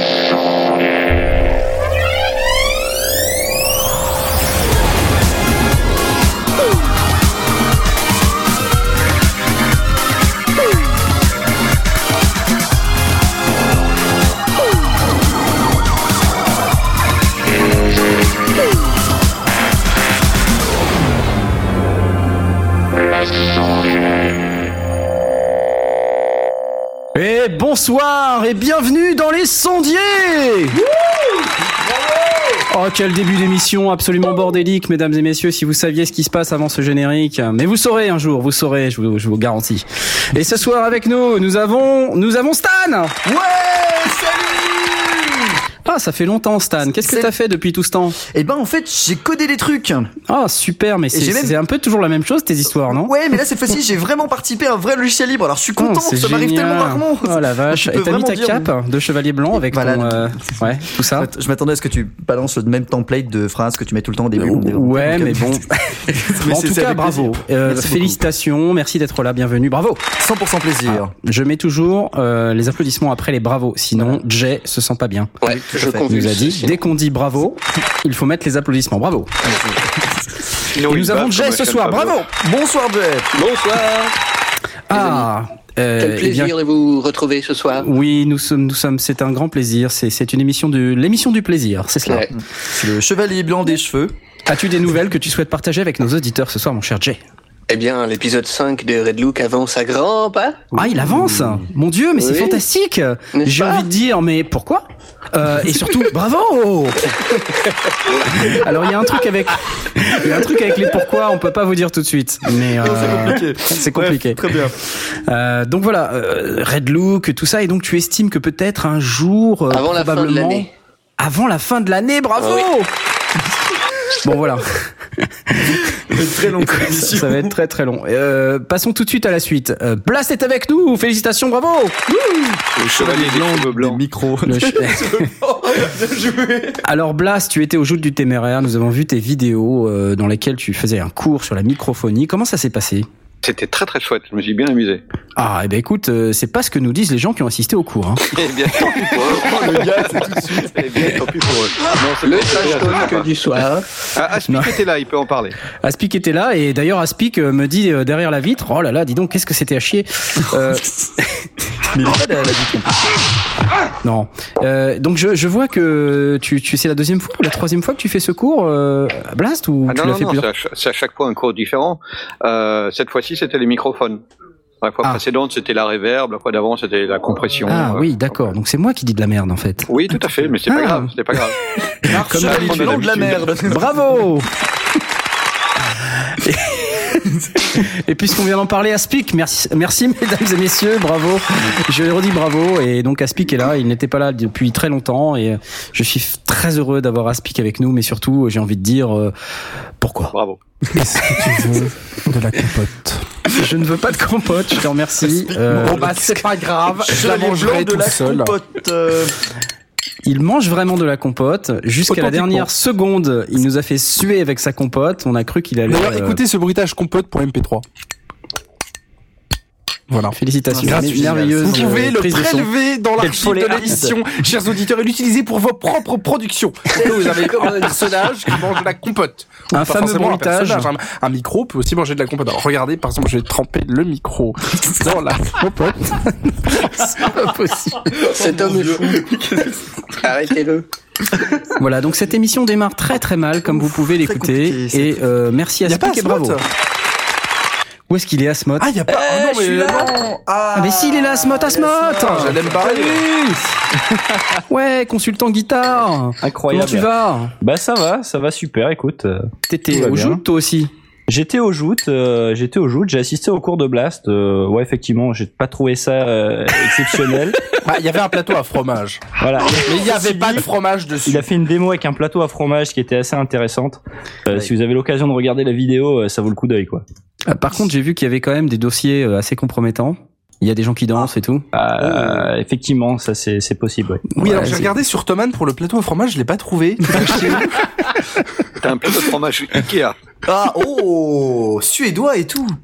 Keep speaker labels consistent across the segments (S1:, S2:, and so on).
S1: Et bonsoir et bienvenue dans les sondiers. Oh, quel début d'émission absolument bordélique, mesdames et messieurs, si vous saviez ce qui se passe avant ce générique. Mais vous saurez un jour, vous saurez, je vous garantis. Et ce soir avec nous avons Stan.
S2: Ouais, salut.
S1: Ah, ça fait longtemps, Stan. Qu'est-ce que t'as fait depuis tout ce temps?
S2: Eh ben, en fait, j'ai codé des trucs.
S1: Ah, super, mais c'est un peu toujours la même chose, tes histoires, non?
S2: Ouais, mais là, cette fois-ci, j'ai vraiment participé à un vrai logiciel libre. Alors, je suis content, ça m'arrive tellement rarement.
S1: Oh la vache. Et t'as mis ta cape de chevalier blanc avec ton, ouais, tout ça.
S2: Je m'attendais à ce que tu balances le même template de phrase que tu mets tout le temps au début.
S1: Ouais, mais bon. En tout cas, bravo. Félicitations, merci d'être là, bienvenue, bravo.
S2: 100% plaisir.
S1: Je mets toujours les applaudissements après les bravos, sinon Jay se sent pas bien.
S3: Ouais, je confirme.
S1: Nous a dit, dès qu'on dit bravo, il faut mettre les applaudissements, bravo. Et nous avons Jay ce soir, bravo.
S2: Bonsoir Jay.
S3: Bonsoir.
S1: Ah.
S3: Quel plaisir de vous retrouver ce soir.
S1: Oui, nous sommes, c'est un grand plaisir. C'est une émission l'émission du plaisir, c'est cela.
S3: Ouais.
S2: C'est le chevalier blanc des cheveux.
S1: As-tu des nouvelles que tu souhaites partager avec nos auditeurs ce soir, mon cher Jay?
S3: Eh bien, l'épisode 5 de Red Look avance à grands pas.
S1: Ah, il avance. Mon Dieu, mais c'est fantastique. J'ai envie de dire, mais pourquoi? Et surtout, bravo. Alors, il y a un truc avec les pourquoi, on peut pas vous dire tout de suite. Mais c'est compliqué.
S2: Bref, très bien.
S1: Donc voilà, Red Look, tout ça, et donc tu estimes que peut-être un jour,
S3: avant la fin de l'année.
S1: Avant la fin de l'année, bravo.
S3: Oui.
S1: Bon voilà.
S2: Très long.
S1: Ça va être très très long. Passons tout de suite à la suite. Blast est avec nous. Félicitations, bravo.
S2: Le chevalier blanc. Micro.
S1: Alors Blast, tu étais au Joutes du Téméraire. Nous avons vu tes vidéos dans lesquelles tu faisais un cours sur la microphonie. Comment ça s'est passé?
S4: C'était très très chouette, je me suis bien amusé.
S1: Ah, et ben écoute, c'est pas ce que nous disent les gens qui ont assisté au cours. Hein.
S4: Eh bien, tant pis pour eux.
S2: Le gars, c'est tout de suite.
S4: Eh bien, tant pis pour eux. Non,
S3: Le trash talk du soir.
S4: Aspic était là, il peut en parler.
S1: Aspic était là, et d'ailleurs Aspic me dit derrière la vitre, oh là là, dis donc, qu'est-ce que c'était à chier.
S2: Mais il est pas derrière la vitre.
S1: Non. Donc je vois que c'est la deuxième fois ou la troisième fois que tu fais ce cours, Blast, ou tu l'as fait plusieurs?
S4: C'est à chaque fois un cours différent. Cette fois-ci, c'était les microphones. La fois précédente, c'était la reverb. La fois d'avant, c'était la compression.
S1: Ah oui, d'accord. Donc c'est moi qui dis de la merde, en fait.
S4: Oui, tout à fait, mais c'est pas grave. C'était pas grave.
S2: Comme de la merde.
S1: Bravo. Et puisqu'on vient d'en parler, Aspic, merci mesdames et messieurs, bravo. Je redis bravo. Et donc Aspic est là, il n'était pas là depuis très longtemps, et je suis très heureux d'avoir Aspic avec nous, mais surtout j'ai envie de dire pourquoi.
S4: Bravo.
S5: Est-ce que tu veux de la compote?
S1: Je ne veux pas de compote, je te remercie.
S5: Bon bah c'est pas grave, je la mangerai tout seul.
S1: Il mange vraiment de la compote. Jusqu'à la dernière seconde, il nous a fait suer avec sa compote. On a cru qu'il allait...
S5: D'ailleurs, écoutez ce bruitage compote pour MP3. Voilà.
S1: Félicitations.
S5: Merveilleuse. Vous pouvez le prélever dans l'archive de
S1: artiste.
S5: l'émission, chers auditeurs, et l'utiliser pour vos propres productions. Vous avez un personnage qui mange de la compote.
S1: Un fameux bruitage.
S5: Un micro peut aussi manger de la compote. Alors regardez, par exemple, je vais tremper le micro dans la compote.
S1: C'est pas possible.
S3: Cet homme est fou. Arrêtez-le.
S1: Voilà, donc cette émission démarre très très mal, comme vous pouvez l'écouter. Et merci à Aspic et bravo. Où est-ce qu'il est, Asmod?
S5: Ah, y a pas. Ah non, mais non.
S1: Ah, mais si, il est là, Asmod.
S5: J'allais me parler.
S1: Ouais, consultant guitare.
S6: Incroyable.
S1: Comment tu vas?
S6: Bah ça va super, écoute.
S1: T'étais au Joutes, toi aussi?
S6: J'étais au Joutes, j'ai assisté au cours de Blast. Ouais, effectivement, j'ai pas trouvé ça exceptionnel.
S5: Bah, il y avait un plateau à fromage.
S6: Voilà.
S5: Mais il y avait pas de fromage dessus.
S6: Il a fait une démo avec un plateau à fromage qui était assez intéressante. Si vous avez l'occasion de regarder la vidéo, ça vaut le coup d'œil, quoi.
S1: Par contre, j'ai vu qu'il y avait quand même des dossiers assez compromettants. Il y a des gens qui dansent et tout.
S6: Effectivement, ça c'est possible. Ouais.
S5: Oui, alors j'ai regardé sur Thomann pour le plateau au fromage, je l'ai pas trouvé.
S4: T'as un plateau de fromage Ikea.
S2: Ah, oh, suédois et tout.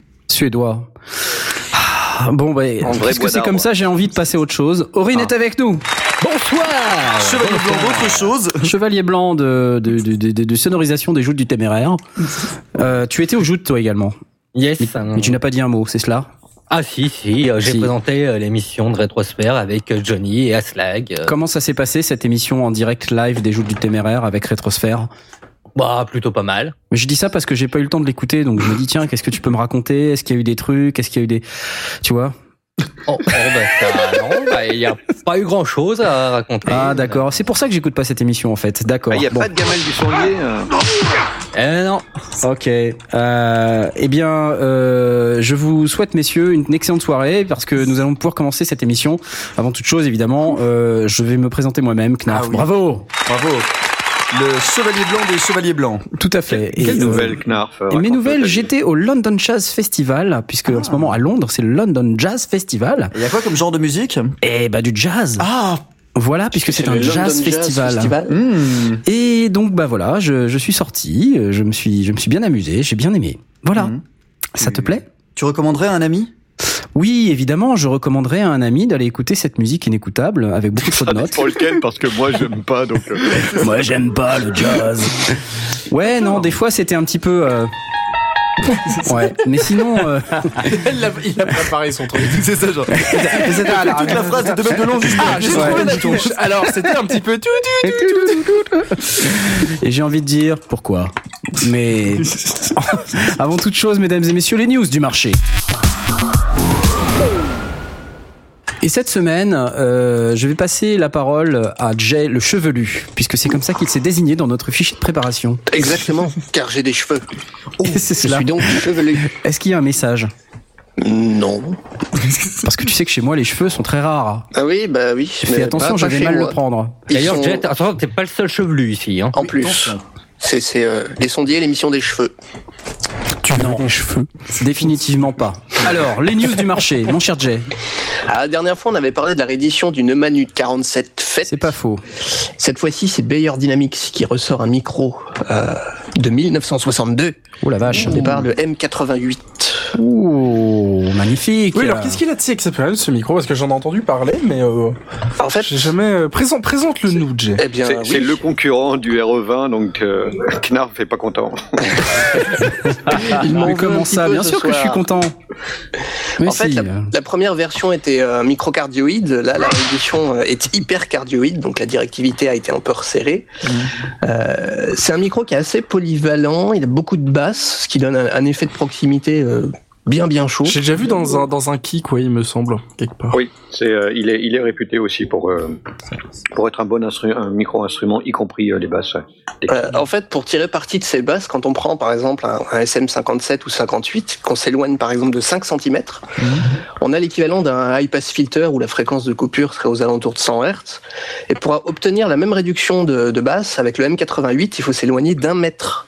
S1: Suédois. Bon, bah, puisque c'est comme ça, j'ai envie de passer à autre chose. Aurine est avec nous.
S7: Bonsoir.
S2: Chevalier blanc d'autre chose.
S1: Chevalier blanc de sonorisation des joutes du téméraire. Tu étais aux joutes toi également.
S7: Yes.
S1: Mais tu n'as pas dit un mot, c'est cela?
S7: Ah si, j'ai présenté l'émission de Rétrosphère avec Johnny et Aslag.
S1: Comment ça s'est passé cette émission en direct live des joutes du téméraire avec Rétrosphère?
S7: Bah plutôt pas mal.
S1: Mais je dis ça parce que j'ai pas eu le temps de l'écouter, donc je me dis tiens, qu'est-ce que tu peux me raconter? Est-ce qu'il y a eu des trucs? Est-ce qu'il y a eu des... Tu vois?
S7: Non, il y a pas eu grand chose à raconter.
S1: Ah d'accord, c'est pour ça que j'écoute pas cette émission en fait. D'accord.
S4: Il y a pas de Gamelle du Sondier.
S7: Non.
S1: Ok. Eh bien, je vous souhaite, messieurs, une excellente soirée parce que nous allons pouvoir commencer cette émission. Avant toute chose, évidemment, je vais me présenter moi-même, Knarf.
S2: Ah oui.
S1: Bravo.
S2: Le chevalier blanc des chevaliers blancs.
S1: Tout à fait.
S4: Quelle nouvelle, Knarf?
S1: Et mes nouvelles, j'étais au London Jazz Festival, puisque en ce moment à Londres, c'est le London Jazz Festival.
S2: Il y a quoi comme genre de musique?
S1: Et bah du jazz.
S2: Ah.
S1: Voilà, puisque c'est un
S3: le
S1: jazz
S3: London
S1: festival. Et donc bah voilà, je suis sorti, je me suis bien amusé, j'ai bien aimé. Voilà. Ça te plaît?
S2: Tu recommanderais à un ami?
S1: Oui, évidemment, je recommanderais à un ami d'aller écouter cette musique inécoutable avec beaucoup trop de notes.
S4: Pour lequel, parce que moi j'aime pas, donc.
S1: Moi, j'aime pas le jazz. Ouais, non, des fois c'était un petit peu. Ouais, mais sinon.
S5: Il a préparé son truc.
S2: C'est ça, genre.
S5: C'est
S2: toute la phrase de 2 mètres de long juste
S5: j'ai trouvé la touche. Alors, c'était un petit peu
S1: Et j'ai envie de dire pourquoi. Mais avant toute chose, mesdames et messieurs, les news du marché. Et cette semaine, je vais passer la parole à Jay le chevelu, puisque c'est comme ça qu'il s'est désigné dans notre fichier de préparation.
S3: Exactement, car j'ai des cheveux.
S1: C'est
S3: Je
S1: cela.
S3: suis donc chevelu.
S1: Est-ce qu'il y a un message?
S3: Non.
S1: Parce que tu sais que chez moi, les cheveux sont très rares.
S3: Ah oui, bah oui.
S1: Fais
S3: mais
S1: attention,
S3: pas
S1: je vais
S3: chez
S1: mal
S3: moi.
S1: le prendre.
S3: Ils
S7: D'ailleurs,
S3: sont-
S7: Jet, attention, t'es pas le seul chevelu ici. Hein.
S3: En plus, c'est les sondiers, l'émission des cheveux.
S1: Non, les cheveux. Définitivement pas. Alors, les news du marché, mon cher Jay.
S3: Ah, la dernière fois, on avait parlé de la réédition du Neumann 47 FET.
S1: C'est pas faux.
S3: Cette fois-ci, c'est Beyer Dynamics qui ressort un micro de 1962.
S1: Oh la vache.
S3: Au départ, le M88.
S1: Ouh, magnifique.
S5: Oui, alors qu'est-ce qu'il a de si exceptionnel ce micro? Parce que j'en ai entendu parler, mais
S3: En fait,
S5: j'ai jamais présente-le nous, Jay.
S3: eh bien,
S4: C'est
S3: oui.
S4: le concurrent du RE20, donc Knarf est pas content.
S3: Il m'en
S1: Mais
S3: veut
S1: comment
S3: un petit
S1: ça?
S3: peu
S1: Bien
S3: ce
S1: sûr que je suis
S3: soir.
S1: content. Mais
S3: En fait,
S1: si.
S3: la première version était microcardioïde. Là, la réédition est hypercardioïde, donc la directivité a été un peu resserrée. C'est un micro qui est assez polyvalent. Il a beaucoup de basses, ce qui donne un effet de proximité bien chaud.
S5: J'ai déjà vu dans un kick, ouais, il me semble, quelque part.
S4: Oui, il est réputé aussi pour être un bon un micro-instrument, y compris les basses.
S3: En fait, pour tirer parti de ces basses, quand on prend par exemple un SM57 ou 58, qu'on s'éloigne par exemple de 5 cm, on a l'équivalent d'un high pass filter où la fréquence de coupure serait aux alentours de 100 Hz. Et pour obtenir la même réduction de basse avec le M88, il faut s'éloigner d'1 mètre.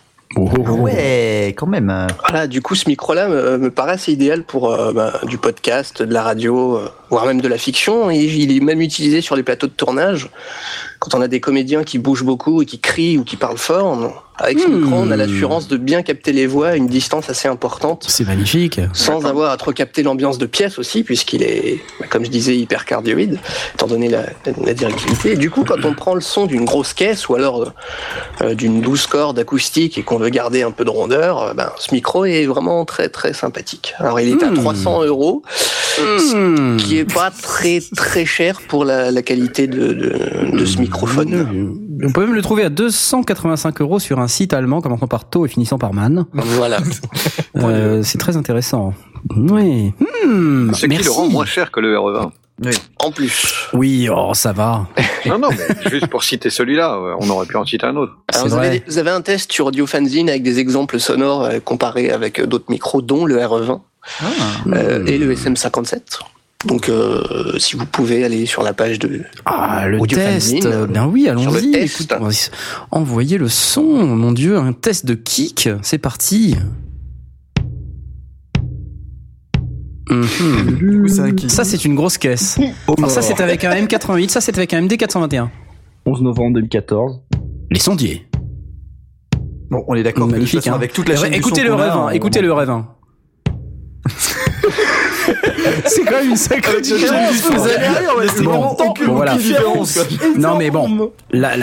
S2: Ouais, quand même.
S3: Voilà, du coup, ce micro-là me paraît assez idéal pour du podcast, de la radio, voire même de la fiction. Et il est même utilisé sur les plateaux de tournage. Quand on a des comédiens qui bougent beaucoup et qui crient ou qui parlent fort, avec ce micro, on a l'assurance de bien capter les voix à une distance assez importante.
S1: C'est magnifique.
S3: Sans avoir à trop capter l'ambiance de pièce aussi, puisqu'il est, comme je disais, hypercardioïde, étant donné la directivité. Et du coup, quand on prend le son d'une grosse caisse ou alors d'une 12 cordes acoustique et qu'on veut garder un peu de rondeur, ce micro est vraiment très très sympathique. Alors il est à 300 €, ce qui est pas très cher pour la qualité de ce microphone.
S1: On peut même le trouver à 285 € sur un site allemand commençant par To et finissant par Man.
S3: Voilà.
S1: C'est très intéressant. Oui.
S4: Ce qui le rend moins cher que le RE20.
S2: Oui.
S3: En plus.
S1: Oui, oh, ça va.
S4: Non, mais juste pour citer celui-là, on aurait pu en citer un autre.
S3: Alors, vous avez un test sur Audio Fanzine avec des exemples sonores comparés avec d'autres micros, dont le RE20 et le SM57. Donc, si vous pouvez aller sur la page de
S1: le
S3: Audio
S1: test.
S3: Fanzine,
S1: Bien oui,
S3: sur le
S1: allons-y.
S3: test.
S1: Écoute, on va envoyer le son. Mon Dieu, un test de kick. C'est parti. Ça, c'est une grosse caisse. Alors, ça, c'est avec un M88. Ça, c'est avec un MD421.
S6: 11 novembre 2014.
S1: Les sondiers.
S2: Bon, on est d'accord.
S1: Magnifique,
S2: que de toute façon,
S1: hein.
S2: avec toute la chaîne
S1: Écoutez
S2: du
S1: le
S2: son qu'on a,
S1: rêve, écoutez le rêve. C'est quand même une sacrée différence. Bon, voilà. Non, mais bon.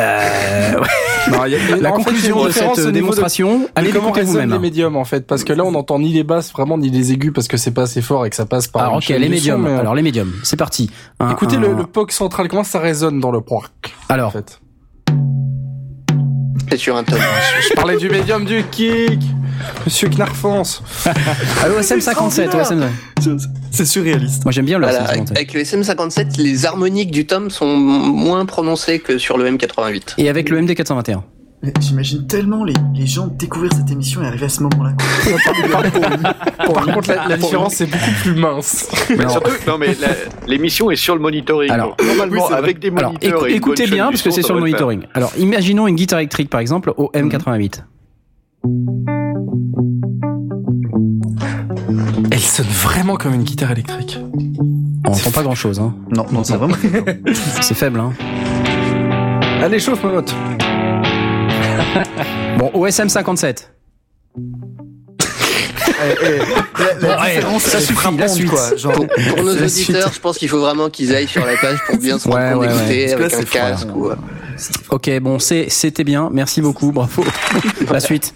S1: La conclusion de cette démonstration, allez écouter vous-même.
S5: Les médiums, en fait, parce que là, on n'entend ni les basses, vraiment, ni les aigus, parce que c'est pas assez fort et que ça passe par.
S1: Alors, ok, les médiums. Alors, les médiums. C'est parti.
S5: Écoutez le POC central, comment ça résonne dans le POC.
S1: Alors.
S5: En fait.
S3: C'est sur un tom.
S5: Je parlais du médium du kick. Monsieur Knarfance.
S1: Allô, SM57,
S2: c'est surréaliste.
S1: Moi, j'aime bien le
S3: voilà,
S1: SM57.
S3: avec le SM57, les harmoniques du tom sont moins prononcées que sur le M88.
S1: Et avec le MD421.
S2: J'imagine tellement les gens découvrir cette émission et arriver à ce moment-là.
S5: Par contre, la différence c'est beaucoup plus mince.
S4: Mais surtout, l'émission est sur le monitoring.
S1: Alors,
S4: normalement, avec des moniteurs.
S1: Alors, écoutez bien, parce que c'est sur le monitoring. Alors, imaginons une guitare électrique, par exemple, au M88.
S5: Elle sonne vraiment comme une guitare électrique.
S1: On n'entend pas grand-chose, hein.
S2: Non, c'est vraiment.
S1: C'est faible, hein.
S5: Allez, chauffe, mon pote.
S1: Bon, au SM57.
S2: Ça suffit,
S1: la suite.
S2: Quoi, genre.
S3: Pour nos auditeurs, je pense qu'il faut vraiment qu'ils aillent sur la page pour bien se rendre compte d'écouter avec un casque.
S1: Ok, bon, c'était bien. Merci beaucoup, bravo. La suite.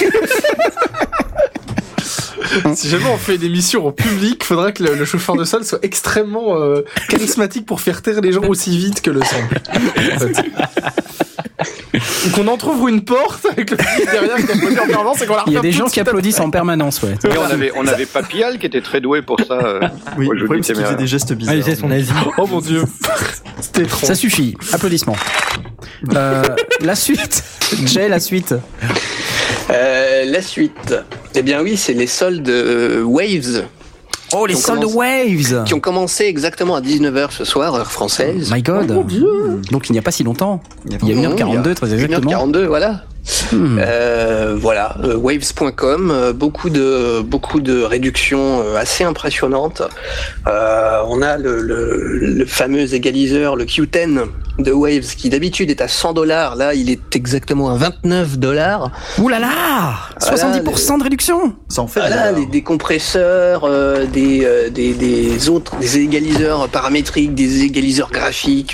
S5: Si jamais on fait une émission en public, faudra que le chauffeur de salle soit extrêmement charismatique pour faire taire les gens aussi vite que le sample. En fait. Qu'on entrouvre une porte avec le public derrière qui applaudit en permanence et qu'on la
S1: Il y a des gens qui applaudissent en permanence, ouais.
S4: Et on avait Papial qui était très doué pour ça.
S2: Oui, le problème c'est qu'il faisait des gestes bizarres.
S7: Ah, il faisait son asie.
S5: Oh mon dieu. C'était trop.
S1: Ça suffit. Applaudissements. La suite. Jay, la suite.
S3: La suite. Eh bien oui, c'est les soldes Waves.
S1: Oh, les soldes Waves
S3: qui ont commencé exactement à 19h ce soir, heure française.
S1: My God. Oh, mon Dieu. Donc il n'y a pas si longtemps. Il y a 1h42 très exactement.
S3: 1h42, voilà. Voilà, waves.com, beaucoup de réductions assez impressionnantes. On a le fameux égaliseur, le Q10 de Waves, qui d'habitude est à $100. Là, il est exactement à $29.
S1: Ouh là là, 70% de réduction.
S2: Ça en fait.
S3: Voilà, des compresseurs, des égaliseurs paramétriques, des égaliseurs graphiques,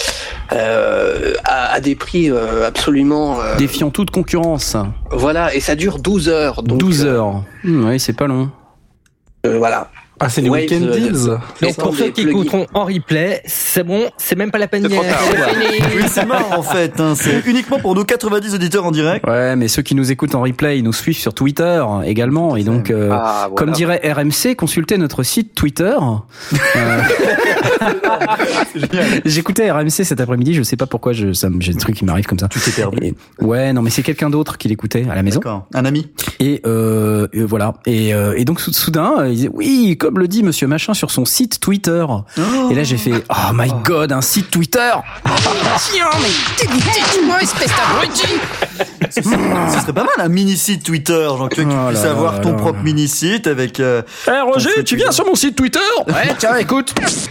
S3: à des prix absolument
S1: défiant toute concurrence.
S3: Voilà, et ça dure 12 heures. Donc,
S1: 12 heures. Oui, c'est pas long.
S3: Voilà.
S5: Ah, c'est les week-end deals.
S7: Donc pour ceux qui écouteront en replay, c'est bon, c'est même pas la peine d'y aller.
S2: Oui, c'est marrant en fait. Hein. C'est uniquement pour nos 90 auditeurs en direct.
S1: Ouais, mais ceux qui nous écoutent en replay, ils nous suivent sur Twitter également. Et donc, voilà. Comme dirait RMC, consultez notre site Twitter. J'écoutais RMC cet après-midi, je sais pas pourquoi, j'ai des trucs qui m'arrivent comme ça.
S2: Tu t'es perdu.
S1: Ouais, non, mais c'est quelqu'un d'autre qui l'écoutait à la maison.
S2: D'accord, un ami.
S1: Et voilà. Et donc soudain, il disait oui, comme le dit Monsieur Machin sur son site Twitter. Et là j'ai fait oh my God, un site Twitter. Tiens, mais dis-moi, espèce d'abruti.
S2: Ce serait pas mal un mini site Twitter, genre que tu puisses avoir ton propre mini site avec.
S1: Roger, tu viens sur mon site Twitter? Ouais, tiens, écoute.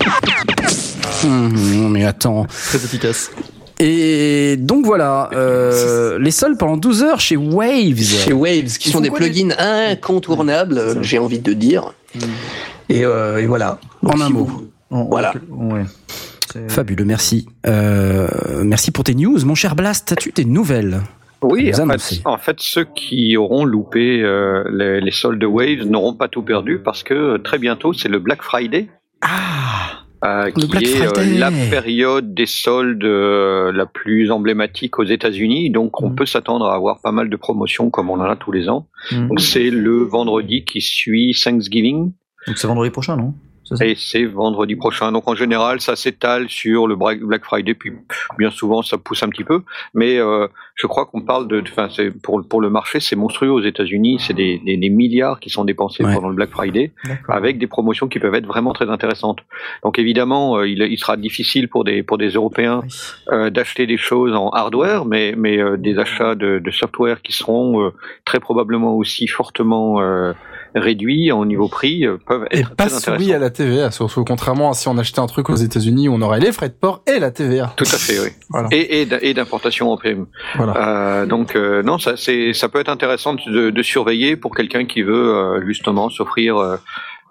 S1: Mais attends.
S2: Très efficace.
S1: Et donc voilà, les soldes pendant 12 heures chez Waves.
S3: Chez Waves, qui sont des plugins incontournables, j'ai envie de dire. Et voilà.
S1: En un mot.
S3: Voilà.
S2: Ouais.
S1: Fabuleux, merci. Merci pour tes news. Mon cher Blast, as-tu des nouvelles?
S4: Oui, en fait, ceux qui auront loupé les soldes de Waves n'auront pas tout perdu parce que très bientôt, c'est le Black Friday. Qui est la période des soldes la plus emblématique aux États-Unis. Donc, on peut s'attendre à avoir pas mal de promotions comme on en a tous les ans. Donc, c'est le vendredi qui suit Thanksgiving.
S2: Donc, c'est vendredi prochain, non?
S4: Et c'est vendredi prochain. Donc en général, ça s'étale sur le Black Friday, puis bien souvent ça pousse un petit peu. Mais je crois qu'on parle c'est pour le marché, c'est monstrueux aux États-Unis. C'est des milliards qui sont dépensés pendant le Black Friday, avec des promotions qui peuvent être vraiment très intéressantes. Donc évidemment, il sera difficile pour des Européens d'acheter des choses en hardware, mais des achats de software qui seront très probablement aussi fortement réduits au niveau prix peuvent être très intéressants.
S5: Et pas soumis à la TVA, surtout contrairement à si on achetait un truc aux États-Unis où on aurait les frais de port et la TVA.
S4: Tout à fait, oui. Voilà. Et d'importation en PM. Voilà. Donc non, ça peut être intéressant de surveiller pour quelqu'un qui veut justement s'offrir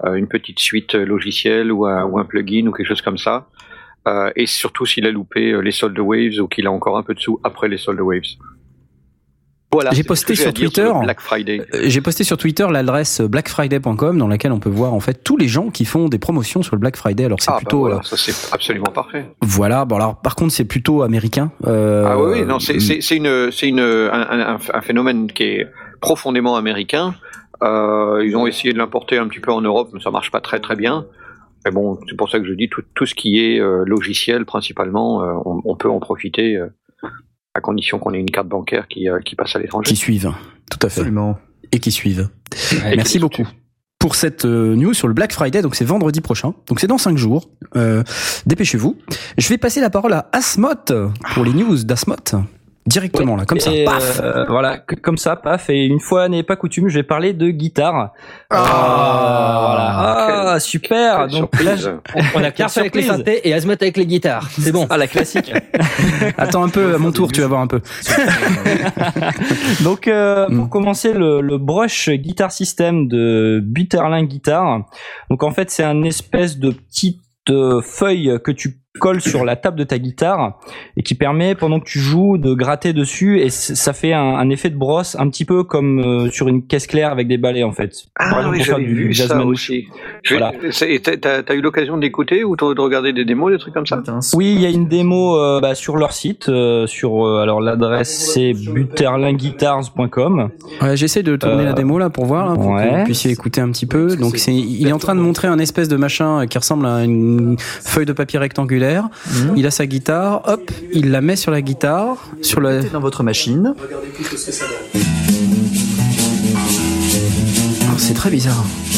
S4: une petite suite logicielle ou un plugin ou quelque chose comme ça. Et surtout s'il a loupé les soldes Waves ou qu'il a encore un peu de sous après les soldes Waves. Voilà,
S1: j'ai posté sur Twitter.
S4: Black Friday.
S1: J'ai posté sur Twitter l'adresse blackfriday.com dans laquelle on peut voir en fait tous les gens qui font des promotions sur le Black Friday. Alors c'est plutôt.
S4: Voilà, ça c'est absolument parfait.
S1: Voilà. Bon alors par contre c'est plutôt américain.
S4: Ah oui, non, c'est un phénomène qui est profondément américain. Ils ont essayé de l'importer un petit peu en Europe, mais ça marche pas très très bien. Mais bon, c'est pour ça que je dis tout ce qui est logiciel principalement, on peut en profiter. À condition qu'on ait une carte bancaire qui passe à l'étranger.
S1: Qui suivent, tout à fait.
S2: Absolument.
S1: Et qui suivent. Ouais, merci beaucoup pour cette news sur le Black Friday. Donc c'est vendredi prochain. Donc c'est dans 5 jours. Dépêchez-vous. Je vais passer la parole à Asmoth pour les news d'Asmoth. Directement là, comme ça, paf.
S6: Voilà, comme ça, paf. Et une fois n'est pas coutume, je vais parler de guitare. Voilà. Super. Donc là,
S7: on a Karf avec les synthés et Asmoth avec les guitares. C'est bon.
S6: Ah, la classique.
S1: Attends un peu, à mon tour, tu vas voir un peu.
S6: Donc, pour commencer, le Brush Guitar System de Butterling Guitar. Donc en fait, c'est un espèce de petite feuille que tu colles sur la table de ta guitare et qui permet pendant que tu joues de gratter dessus et ça fait un effet de brosse un petit peu comme sur une caisse claire avec des balais en fait.
S4: Ah oui, j'avais vu ça aussi. Voilà. T'as eu l'occasion d'écouter ou de regarder des démos, des trucs comme ça?
S6: Oui, il y a une démo sur leur site, alors l'adresse c'est butterlingguitars.com.
S1: Ouais, j'essaie de tourner la démo là pour voir, pour que vous puissiez écouter un petit peu. Donc il est en train de montrer un espèce de machin qui ressemble à une feuille de papier rectangulaire. Il a sa guitare, hop, il la met sur la guitare, sur le.
S2: Dans votre machine.
S1: Regardez plutôt ce que ça donne. Oh, c'est très bizarre.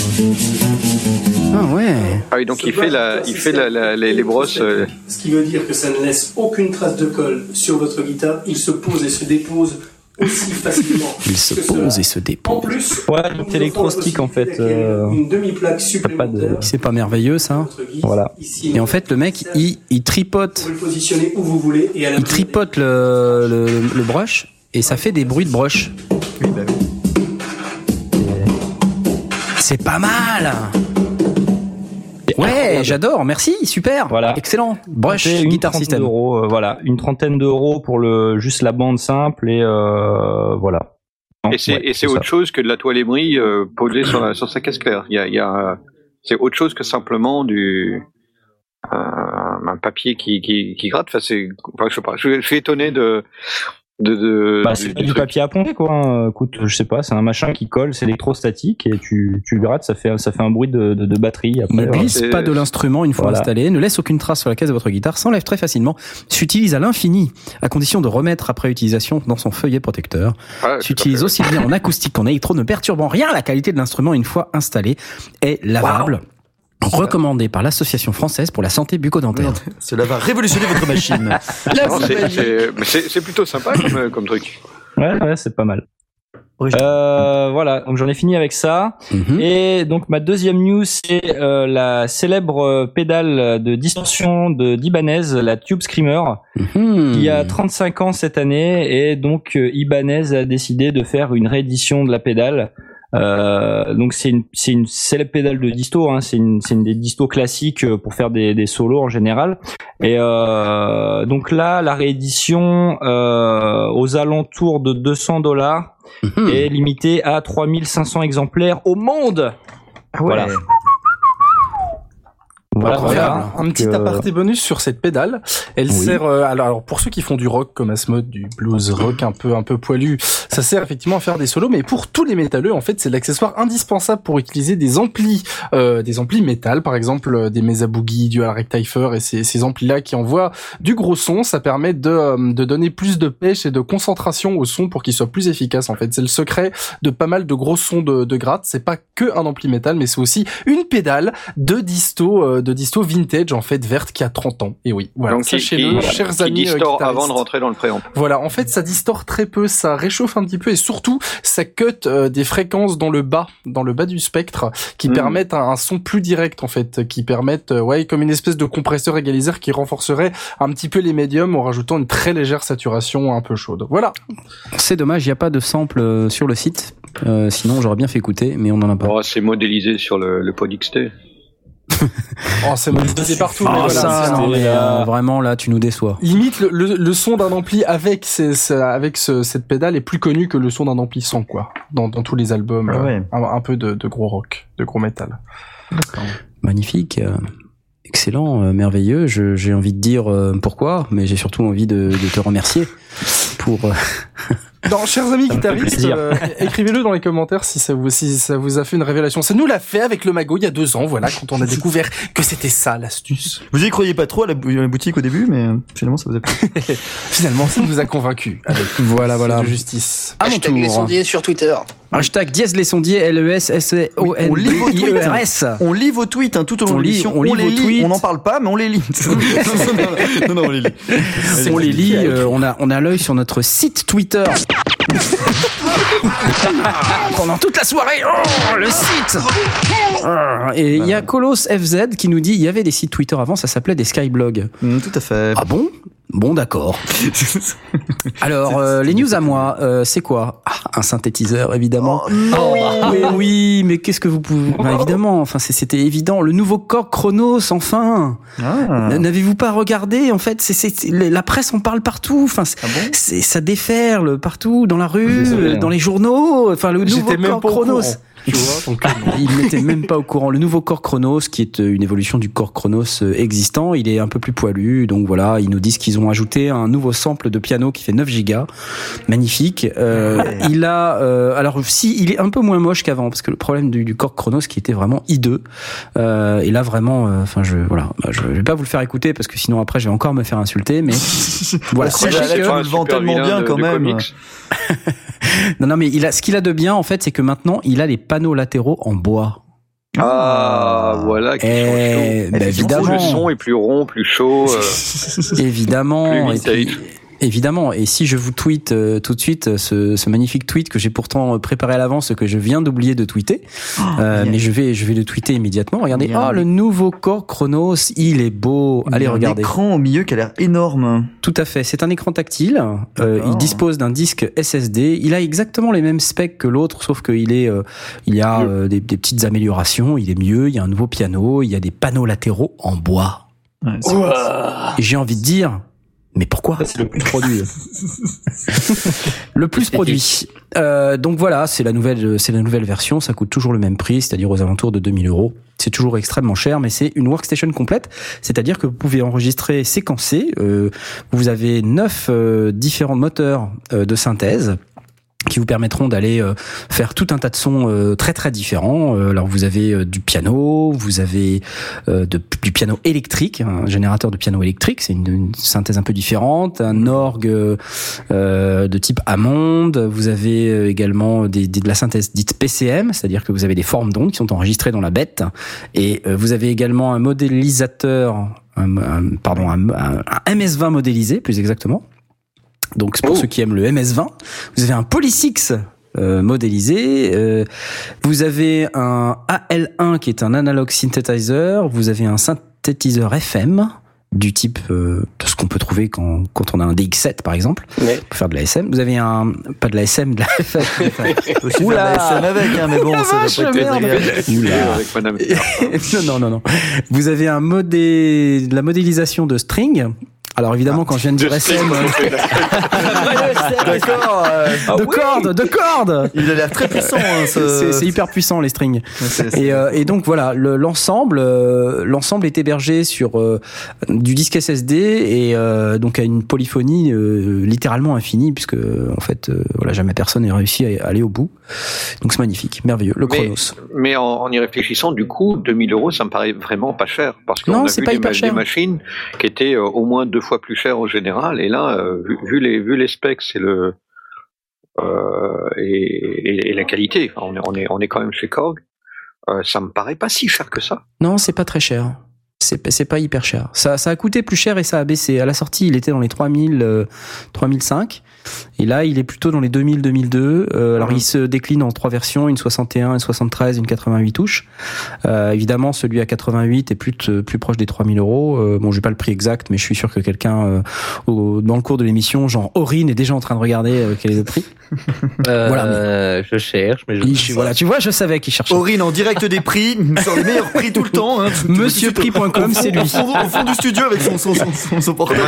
S1: Ah ouais.
S4: Ah oui, donc il fait les brosses.
S8: Ce qui veut dire que ça ne laisse aucune trace de colle sur votre guitare. Il se pose et se dépose aussi facilement.
S1: Il se pose et se dépose.
S8: En plus,
S6: une électrostick en fait.
S8: Une demi-plaque supplémentaire.
S1: C'est pas merveilleux ça.
S6: Voilà.
S1: Et en fait le mec il tripote.
S8: Vous le positionnez où vous voulez et à la
S1: il tripote le brush et ça fait des bruits de brush.
S2: Oui, bah oui.
S1: C'est pas mal. Ouais, j'adore, merci, super,
S6: voilà.
S1: Excellent. Brush Guitar System.
S6: Voilà, une trentaine d'euros pour juste la bande simple et voilà.
S4: Et c'est autre chose que de la toile ébris posée sur sa caisse claire. C'est autre chose que simplement un papier qui gratte. Enfin, je sais pas. Je suis étonné
S6: c'est du papier à pomper quoi. Écoute, je sais pas, c'est un machin qui colle, c'est électrostatique et tu grattes, ça fait un bruit de batterie. Après,
S1: ne glisse pas de l'instrument une fois installé, ne laisse aucune trace sur la caisse de votre guitare, s'enlève très facilement, s'utilise à l'infini, à condition de remettre après utilisation dans son feuillet protecteur. S'utilise aussi bien en acoustique qu'en électro, ne perturbant rien à la qualité de l'instrument une fois installé, est lavable. Recommandé par l'Association française pour la santé bucco-dentaire.
S2: Cela va révolutionner votre machine.
S4: C'est plutôt sympa comme truc.
S6: Ouais, c'est pas mal. Voilà, donc j'en ai fini avec ça. Et donc ma deuxième news, c'est la célèbre pédale de distorsion de d'Ibanez, la Tube Screamer, qui a 35 ans cette année, et donc Ibanez a décidé de faire une réédition de la pédale. Donc c'est une célèbre pédale de disto, hein, c'est une des distos classiques pour faire des solos en général. Et donc là, la réédition aux alentours de $200 est limitée à 3500 exemplaires au monde.
S2: Ah ouais.
S5: Voilà. Un petit aparté bonus sur cette pédale. Elle sert alors pour ceux qui font du rock comme Asmoth, du blues rock un peu poilu, ça sert effectivement à faire des solos, mais pour tous les métalleux en fait, c'est l'accessoire indispensable pour utiliser des amplis métal, par exemple des Mesa Boogie, du Rectifier et ces amplis là qui envoient du gros son. Ça permet de donner plus de pêche et de concentration au son pour qu'il soit plus efficace en fait. C'est le secret de pas mal de gros sons de gratte. C'est pas que un ampli métal, mais c'est aussi une pédale de disto vintage en fait, verte, qui a 30 ans. Et oui, voilà, sachez-le, chers amis,
S4: qui distord avant de rentrer dans le préamp.
S5: Voilà, en fait ça distord très peu, ça réchauffe un petit peu et surtout ça cut des fréquences dans le bas du spectre qui permettent un son plus direct en fait, qui permettent comme une espèce de compresseur égaliseur qui renforcerait un petit peu les médiums en rajoutant une très légère saturation un peu chaude. Voilà.
S1: C'est dommage, il n'y a pas de sample sur le site. Sinon, j'aurais bien fait écouter, mais on en a pas.
S4: Oh, c'est modélisé sur le pod XT.
S5: C'est modélisé partout. Mais voilà,
S1: ça, non, mais vraiment là, tu nous déçois.
S5: Limite, le son d'un ampli avec cette pédale est plus connu que le son d'un ampli sans, quoi. Dans tous les albums, un peu de gros rock, de gros métal.
S1: Magnifique. Excellent, merveilleux. J'ai envie de dire pourquoi, mais j'ai surtout envie de te remercier pour.
S5: Non, chers amis guitaristes, écrivez-le dans les commentaires si ça vous a fait une révélation. Ça nous l'a fait avec le Mago il y a 2 ans, voilà, quand on a découvert que c'était ça l'astuce.
S2: Vous y croyez pas trop à la boutique au début, mais finalement ça vous a plu.
S5: Finalement, ça nous a convaincus.
S1: Voilà.
S5: De justice.
S3: Hashtag les sondiers sur Twitter.
S1: Hashtag dièse les sondiers, LESSONDIERS.
S2: On lit vos tweets tout au long de l'émission. On les lit. On n'en parle pas, mais on les lit. non, on les lit.
S1: On les lit. On a l'œil sur notre site Twitter. Pendant toute la soirée, le site. Et il y a Colos FZ qui nous dit il y avait des sites Twitter avant, ça s'appelait des Skyblogs.
S2: Tout à fait.
S1: Ah bon? Bon, d'accord. Alors, les news à moi, c'est quoi? Un synthétiseur, évidemment. Mais oui, mais qu'est-ce que vous pouvez... évidemment, c'était évident. Le nouveau Korg Chronos, enfin. N'avez-vous pas regardé? En fait, la presse en parle partout. Ça déferle partout, dans la rue, dans les journaux. Le nouveau Korg Chronos.
S5: Tu vois, donc,
S1: il n'était même pas au courant. Le nouveau Korg Chronos, qui est une évolution du Korg Chronos existant, il est un peu plus poilu. Donc voilà, ils nous disent qu'ils ont ajouté un nouveau sample de piano qui fait 9 gigas. Magnifique. Il a, alors si, il est un peu moins moche qu'avant, parce que le problème du Korg Chronos qui était vraiment hideux. Et là vraiment, je vais pas vous le faire écouter parce que sinon après je vais encore me faire insulter, mais voilà.
S2: Tu le vends tellement bien quand même.
S1: Non, mais ce qu'il a de bien, en fait, c'est que maintenant, il a les panneaux latéraux en bois.
S4: Voilà, qui sont chauds.
S1: Évidemment.
S4: Le son est plus rond, plus chaud.
S1: Évidemment.
S4: Plus
S1: Évidemment, et si je vous tweete tout de suite ce magnifique tweet que j'ai pourtant préparé à l'avance, que je viens d'oublier de tweeter, mais je vais le tweeter immédiatement. Regardez, le nouveau Korg Chronos, il est beau. Allez, regardez.
S2: Il y a un écran au milieu qui a l'air énorme.
S1: Tout à fait, c'est un écran tactile. Il dispose d'un disque SSD. Il a exactement les mêmes specs que l'autre, sauf qu'il y a des petites améliorations. Il est mieux. Il y a un nouveau piano. Il y a des panneaux latéraux en bois. Et j'ai envie de dire. Mais pourquoi?
S6: C'est le plus produit.
S1: Le plus produit. Donc voilà, c'est la nouvelle version. Ça coûte toujours le même prix, c'est-à-dire aux alentours de 2000 €. C'est toujours extrêmement cher, mais c'est une workstation complète. C'est-à-dire que vous pouvez enregistrer, séquencer. Vous avez 9 différents moteurs de synthèse qui vous permettront d'aller faire tout un tas de sons très très différents. Alors vous avez du piano, vous avez du piano électrique, un générateur de piano électrique, c'est une synthèse un peu différente, un orgue de type Hammond, vous avez également de la synthèse dite PCM, c'est-à-dire que vous avez des formes d'ondes qui sont enregistrées dans la bête, et vous avez également un modélisateur, un MS-20 modélisé plus exactement. Donc pour ceux qui aiment le MS-20, vous avez un Polysix modélisé, vous avez un AL1 qui est un analog synthesizer, vous avez un synthétiseur FM du type de ce qu'on peut trouver quand on a un DX7 par exemple, pour faire de la SM. Vous avez pas de la SM, de la FM.
S2: Aussi faire de la SM avec, mais bon, ça doit pas être
S1: Non. Vous avez de la modélisation de string. Alors évidemment, quand je viens de dire SM, de cordes.
S2: Il a l'air très puissant.
S1: C'est hyper puissant les strings. Et donc voilà, l'ensemble est hébergé sur du disque SSD et donc à une polyphonie littéralement infinie, puisque en fait jamais personne n'a réussi à aller au bout. Donc c'est magnifique, merveilleux, le Chronos.
S4: Mais en y réfléchissant, du coup, 2000 € ça me paraît vraiment pas cher, parce qu'on a vu des machines qui étaient au moins 2 fois plus chères en général, et là, vu les specs, c'est et la qualité, on est quand même chez Korg, ça me paraît pas si cher que ça.
S1: Non, c'est pas très cher. c'est pas hyper cher. Ça a coûté plus cher et ça a baissé. À la sortie, il était dans les 3005. Et là, il est plutôt dans les 2000-2002. Alors, il se décline en 3 versions, une 61, une 73, une 88 touches. Évidemment, celui à 88 est plus proche des 3000 €. Bon, j'ai pas le prix exact, mais je suis sûr que quelqu'un dans le cours de l'émission, genre Aurine, est déjà en train de regarder quel est le prix.
S7: Voilà, je cherche, mais
S1: voilà, tu vois, je savais qu'il cherchait.
S2: Aurine en direct des prix, sur les meilleurs prix tout le temps. Hein,
S1: Monsieurprix.com, c'est lui.
S2: Au fond du studio avec son portable.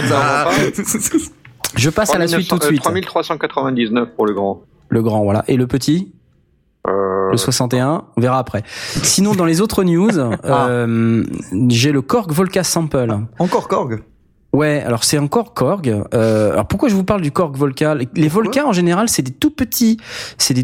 S1: Je passe à la suite tout de suite.
S4: 3399 pour le grand.
S1: Le grand, voilà. Et le petit le 61, on verra après. Sinon, dans les autres news, j'ai le Korg Volca Sample.
S2: Encore Korg?
S1: Ouais, alors c'est encore Korg. Alors pourquoi je vous parle du Korg Volca? Les Volca en général, c'est des tout petits, des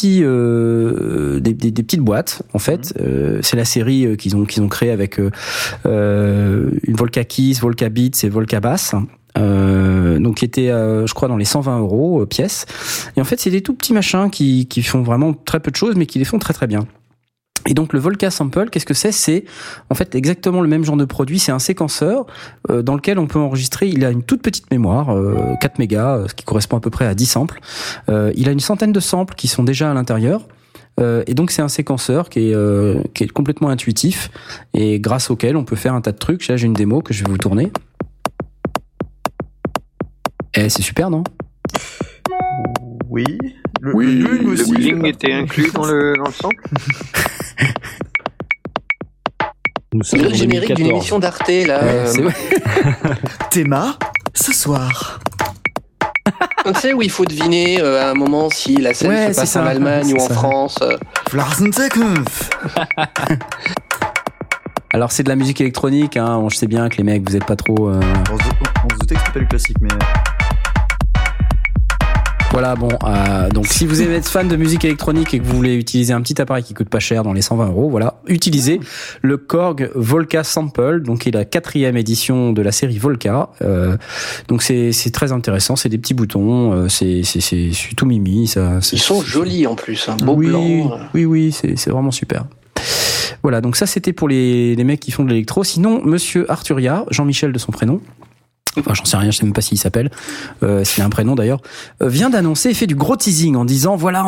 S1: petites boîtes en fait. C'est la série qu'ils ont créée avec une Volca Keys, Volca Beats et Volca Bass. Donc qui était je crois dans les 120 € pièce. Et en fait, c'est des tout petits machins qui font vraiment très peu de choses, mais qui les font très très bien. Et donc le Volca Sample, qu'est-ce que c'est? C'est en fait exactement le même genre de produit. C'est un séquenceur dans lequel on peut enregistrer. Il a une toute petite mémoire, 4 mégas, ce qui correspond à peu près à 10 samples. Il a une centaine de samples qui sont déjà à l'intérieur. Et donc c'est un séquenceur qui est complètement intuitif et grâce auquel on peut faire un tas de trucs. Là, j'ai une démo que je vais vous tourner. C'est super, non?
S2: Oui.
S4: Le bling était inclus dans le sample.
S3: Le générique d'une émission d'Arte, là.
S2: Théma, ce soir.
S3: Tu sais, où il faut deviner à un moment si la scène se passe en Allemagne ou en France.
S1: Alors, c'est de la musique électronique, hein. Bon, je sais bien que les mecs, vous êtes pas trop...
S2: On se doutait que c'était pas du classique, mais...
S1: Voilà, bon, donc si vous êtes fan de musique électronique et que vous voulez utiliser un petit appareil qui coûte pas cher dans les 120 €, voilà, utilisez le Korg Volca Sample, donc qui est la 4e édition de la série Volca. Donc c'est très intéressant, c'est des petits boutons, c'est tout mimi, ça.
S3: Ils sont jolis en plus, un beau blanc.
S1: Oui, c'est vraiment super. Voilà, donc ça c'était pour les mecs qui font de l'électro. Sinon, Monsieur Arturia, Jean-Michel de son prénom. Enfin, j'en sais rien, je sais même pas s'il s'appelle, s'il a un prénom d'ailleurs, vient d'annoncer et fait du gros teasing en disant voilà,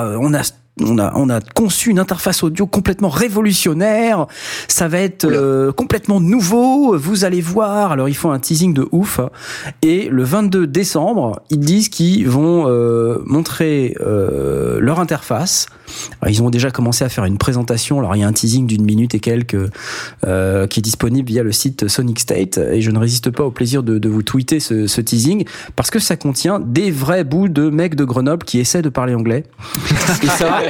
S1: on a conçu une interface audio complètement révolutionnaire, ça va être complètement nouveau, vous allez voir. Alors ils font un teasing de ouf et le 22 décembre, ils disent qu'ils vont montrer leur interface. Alors, ils ont déjà commencé à faire une présentation. Alors il y a un teasing d'une minute et quelques qui est disponible via le site Sonic State et je ne résiste pas au plaisir de vous tweeter ce teasing parce que ça contient des vrais bouts de mecs de Grenoble qui essaient de parler anglais. Et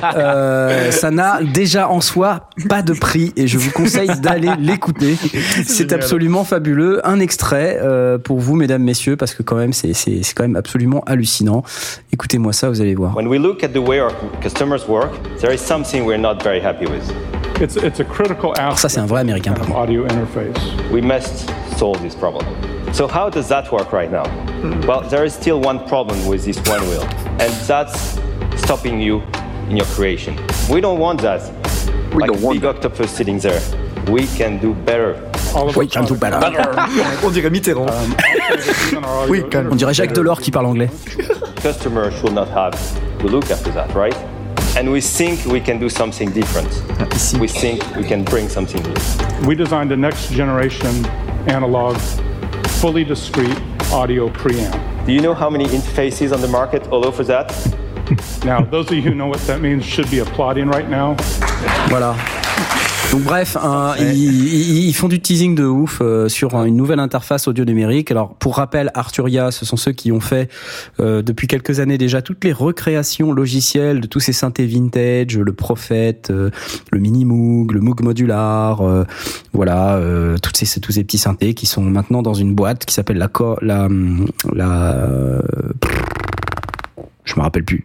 S1: ça n'a déjà en soi pas de prix et je vous conseille d'aller l'écouter. C'est absolument fabuleux. Un extrait pour vous, mesdames, messieurs, parce que quand même c'est quand même absolument hallucinant. Écoutez-moi ça, vous allez voir.
S9: When we look at the way our customers work, there is something we're not very happy with.
S10: It's a critical aspect.
S1: Ça c'est un vrai américain par contre.
S10: Audio interface.
S9: We must solve this problem. So how does that work right now? Well, there is still one problem with this one wheel, and that's stopping you in your creation. We don't want that. Like a big octopus sitting there. We can do better.
S1: We can do better.
S2: On dirait Mitterrand. Oui, quand même.
S1: On dirait Jacques Delors qui parle anglais.
S9: Customers should not have to look after that, right? And we think we can do something different. We think we can bring something new.
S10: We designed the next generation analog, fully discrete audio preamp.
S9: Do you know how many interfaces on the market all over that?
S10: Now, those of you who know what that means should be applauding right now.
S1: Voilà. Donc bref, ils font du teasing de ouf sur une nouvelle interface audio numérique. Alors pour rappel, Arturia, ce sont ceux qui ont fait depuis quelques années déjà toutes les recréations logicielles de tous ces synthés vintage, le Prophet, le Mini Moog, le Moog Modular, voilà, tous ces petits synthés qui sont maintenant dans une boîte qui s'appelle je me rappelle plus.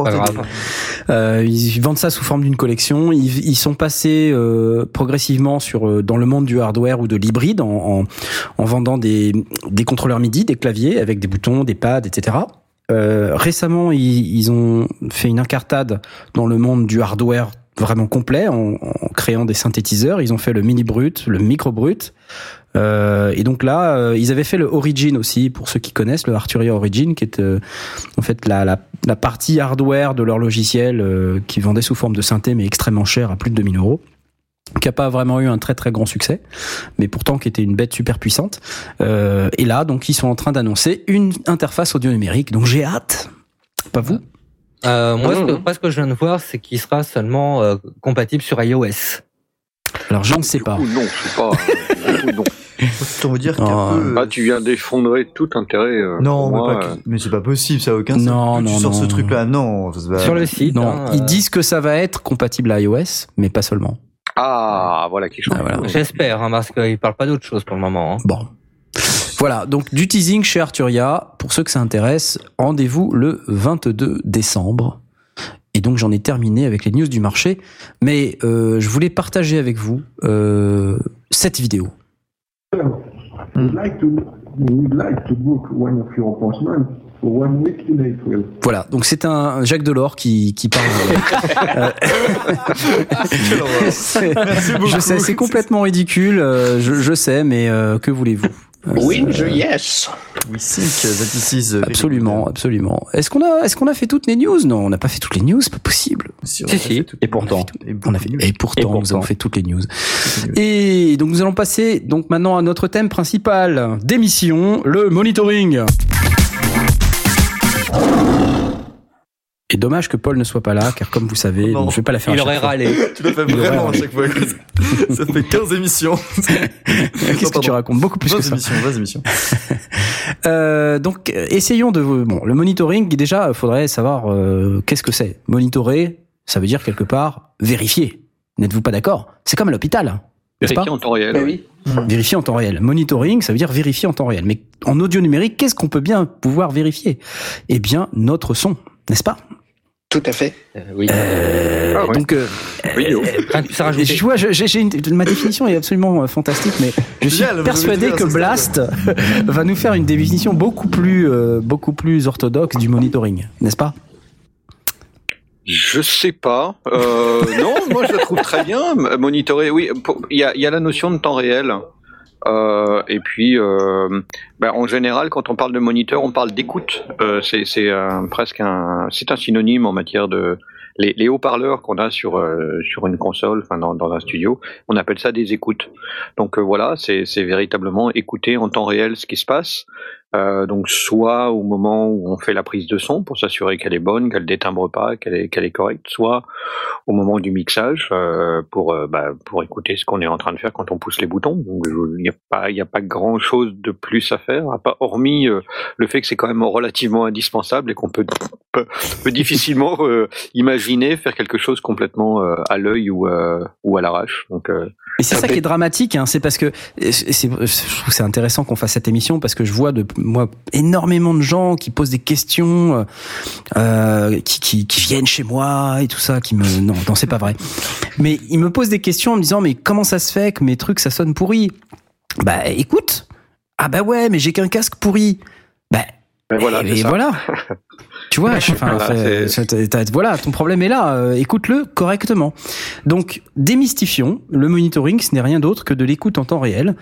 S1: Ils vendent ça sous forme d'une collection. Ils sont passés progressivement dans le monde du hardware ou de l'hybride en vendant des contrôleurs MIDI, des claviers avec des boutons, des pads, etc. Récemment, ils ont fait une incartade dans le monde du hardware vraiment complet en créant des synthétiseurs. Ils ont fait le mini brut, le micro brut. Et donc là, ils avaient fait le Origin aussi, pour ceux qui connaissent le Arturia Origin, qui est en fait la partie hardware de leur logiciel qui vendait sous forme de synthé, mais extrêmement cher, à plus de 2000 €, qui a pas vraiment eu un très très grand succès, mais pourtant qui était une bête super puissante. Et là, donc ils sont en train d'annoncer une interface audio numérique, donc j'ai hâte. Pas vous?
S7: Moi, ce que je viens de voir, c'est qu'il sera seulement compatible sur iOS.
S1: Alors je ne sais pas.
S4: Non, c'est pas. Non.
S2: Autant vous dire qu'un peu...
S4: Ah, tu viens d'effondrer tout intérêt.
S2: Non, mais c'est pas possible, ça a aucun sens.
S1: Non,
S2: tu sors ce truc-là, non.
S7: Sur le site,
S1: non. Ils disent que ça va être compatible à iOS, mais pas seulement.
S4: Ah, voilà quelque chose.
S1: Voilà.
S7: J'espère, parce qu'ils parlent pas d'autre chose pour le moment.
S1: Bon. Voilà, donc du teasing chez Arturia. Pour ceux que ça intéresse, rendez-vous le 22 décembre. Et donc j'en ai terminé avec les news du marché. Mais je voulais partager avec vous cette vidéo.
S11: We'd like to book one of your appointments for 1 week in April.
S1: Voilà, donc c'est un Jacques Delors qui parle.
S2: Merci beaucoup.
S1: Je sais, c'est complètement ridicule, je sais, mais que voulez-vous?
S3: Yes.
S2: We think that this is
S1: absolument. Est-ce qu'on a fait toutes les news? Non, on n'a pas fait toutes les news, c'est pas possible.
S7: Si.
S1: Et pourtant, nous avons fait toutes les news. Et donc nous allons passer donc maintenant à notre thème principal d'émission, le monitoring. Et dommage que Paul ne soit pas là, car comme vous savez, je vais pas la faire.
S7: Il aurait râlé.
S2: Tu l'as fait vraiment à chaque fois. Ça fait 15 émissions.
S1: Qu'est-ce que tu racontes? Beaucoup plus que ça.
S2: 20 émissions.
S1: Donc, essayons de... Bon, le monitoring, déjà, il faudrait savoir qu'est-ce que c'est. Monitorer, ça veut dire quelque part vérifier. N'êtes-vous pas d'accord? C'est comme à l'hôpital, n'est-ce pas?
S4: Vérifier en temps réel.
S3: Oui.
S1: Vérifier en temps réel. Monitoring, ça veut dire vérifier en temps réel. Mais en audio numérique, qu'est-ce qu'on peut bien pouvoir vérifier? Eh bien, notre son, n'est-ce pas?
S3: Tout à fait.
S7: Oui.
S1: Donc, je vois, ma définition est absolument fantastique, mais je suis persuadé que Blast va nous faire une définition beaucoup plus orthodoxe du monitoring, n'est-ce pas?
S4: Je sais pas. Non, moi je la trouve très bien. Monitorer, oui. Il y a la notion de temps réel. Et puis, en général, quand on parle de moniteur, on parle d'écoute. C'est presque c'est un synonyme en matière de les haut-parleurs qu'on a sur une console, enfin dans un studio. On appelle ça des écoutes. Donc voilà, c'est véritablement écouter en temps réel ce qui se passe. Donc soit au moment où on fait la prise de son pour s'assurer qu'elle est bonne, qu'elle détimbre pas, qu'elle est correcte, soit au moment du mixage pour écouter ce qu'on est en train de faire quand on pousse les boutons. Donc il y a pas grand chose de plus à faire, hormis le fait que c'est quand même relativement indispensable et qu'on peut difficilement imaginer faire quelque chose complètement à l'œil ou à l'arrache. Donc
S1: et c'est ça qui est dramatique, hein, c'est parce que je trouve que c'est intéressant qu'on fasse cette émission parce que je vois énormément de gens qui posent des questions, qui viennent chez moi et tout ça, non, c'est pas vrai. Mais ils me posent des questions en me disant mais comment ça se fait que mes trucs ça sonne pourri? Bah écoute, ah bah ouais mais j'ai qu'un casque pourri.
S4: Voilà.
S1: Tu vois, voilà, ton problème est là. Écoute-le correctement. Donc, démystifions. Le monitoring, ce n'est rien d'autre que de l'écoute en temps réel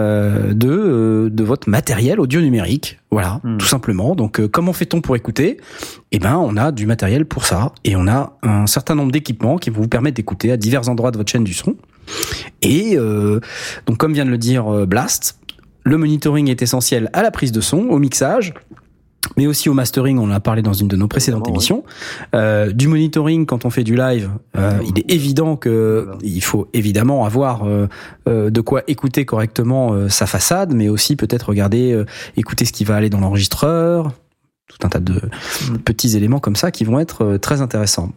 S1: de votre matériel audio numérique. Voilà, tout simplement. Donc, comment fait-on pour écouter? Eh ben, on a du matériel pour ça, et on a un certain nombre d'équipements qui vont vous permettre d'écouter à divers endroits de votre chaîne du son. Et donc, comme vient de le dire Blast, le monitoring est essentiel à la prise de son, au mixage, mais aussi au mastering, on en a parlé dans une de nos précédentes émissions. Du monitoring, quand on fait du live, il est évident que il faut évidemment avoir de quoi écouter correctement sa façade, mais aussi peut-être regarder, écouter ce qui va aller dans l'enregistreur, tout un tas de petits éléments comme ça qui vont être très intéressants.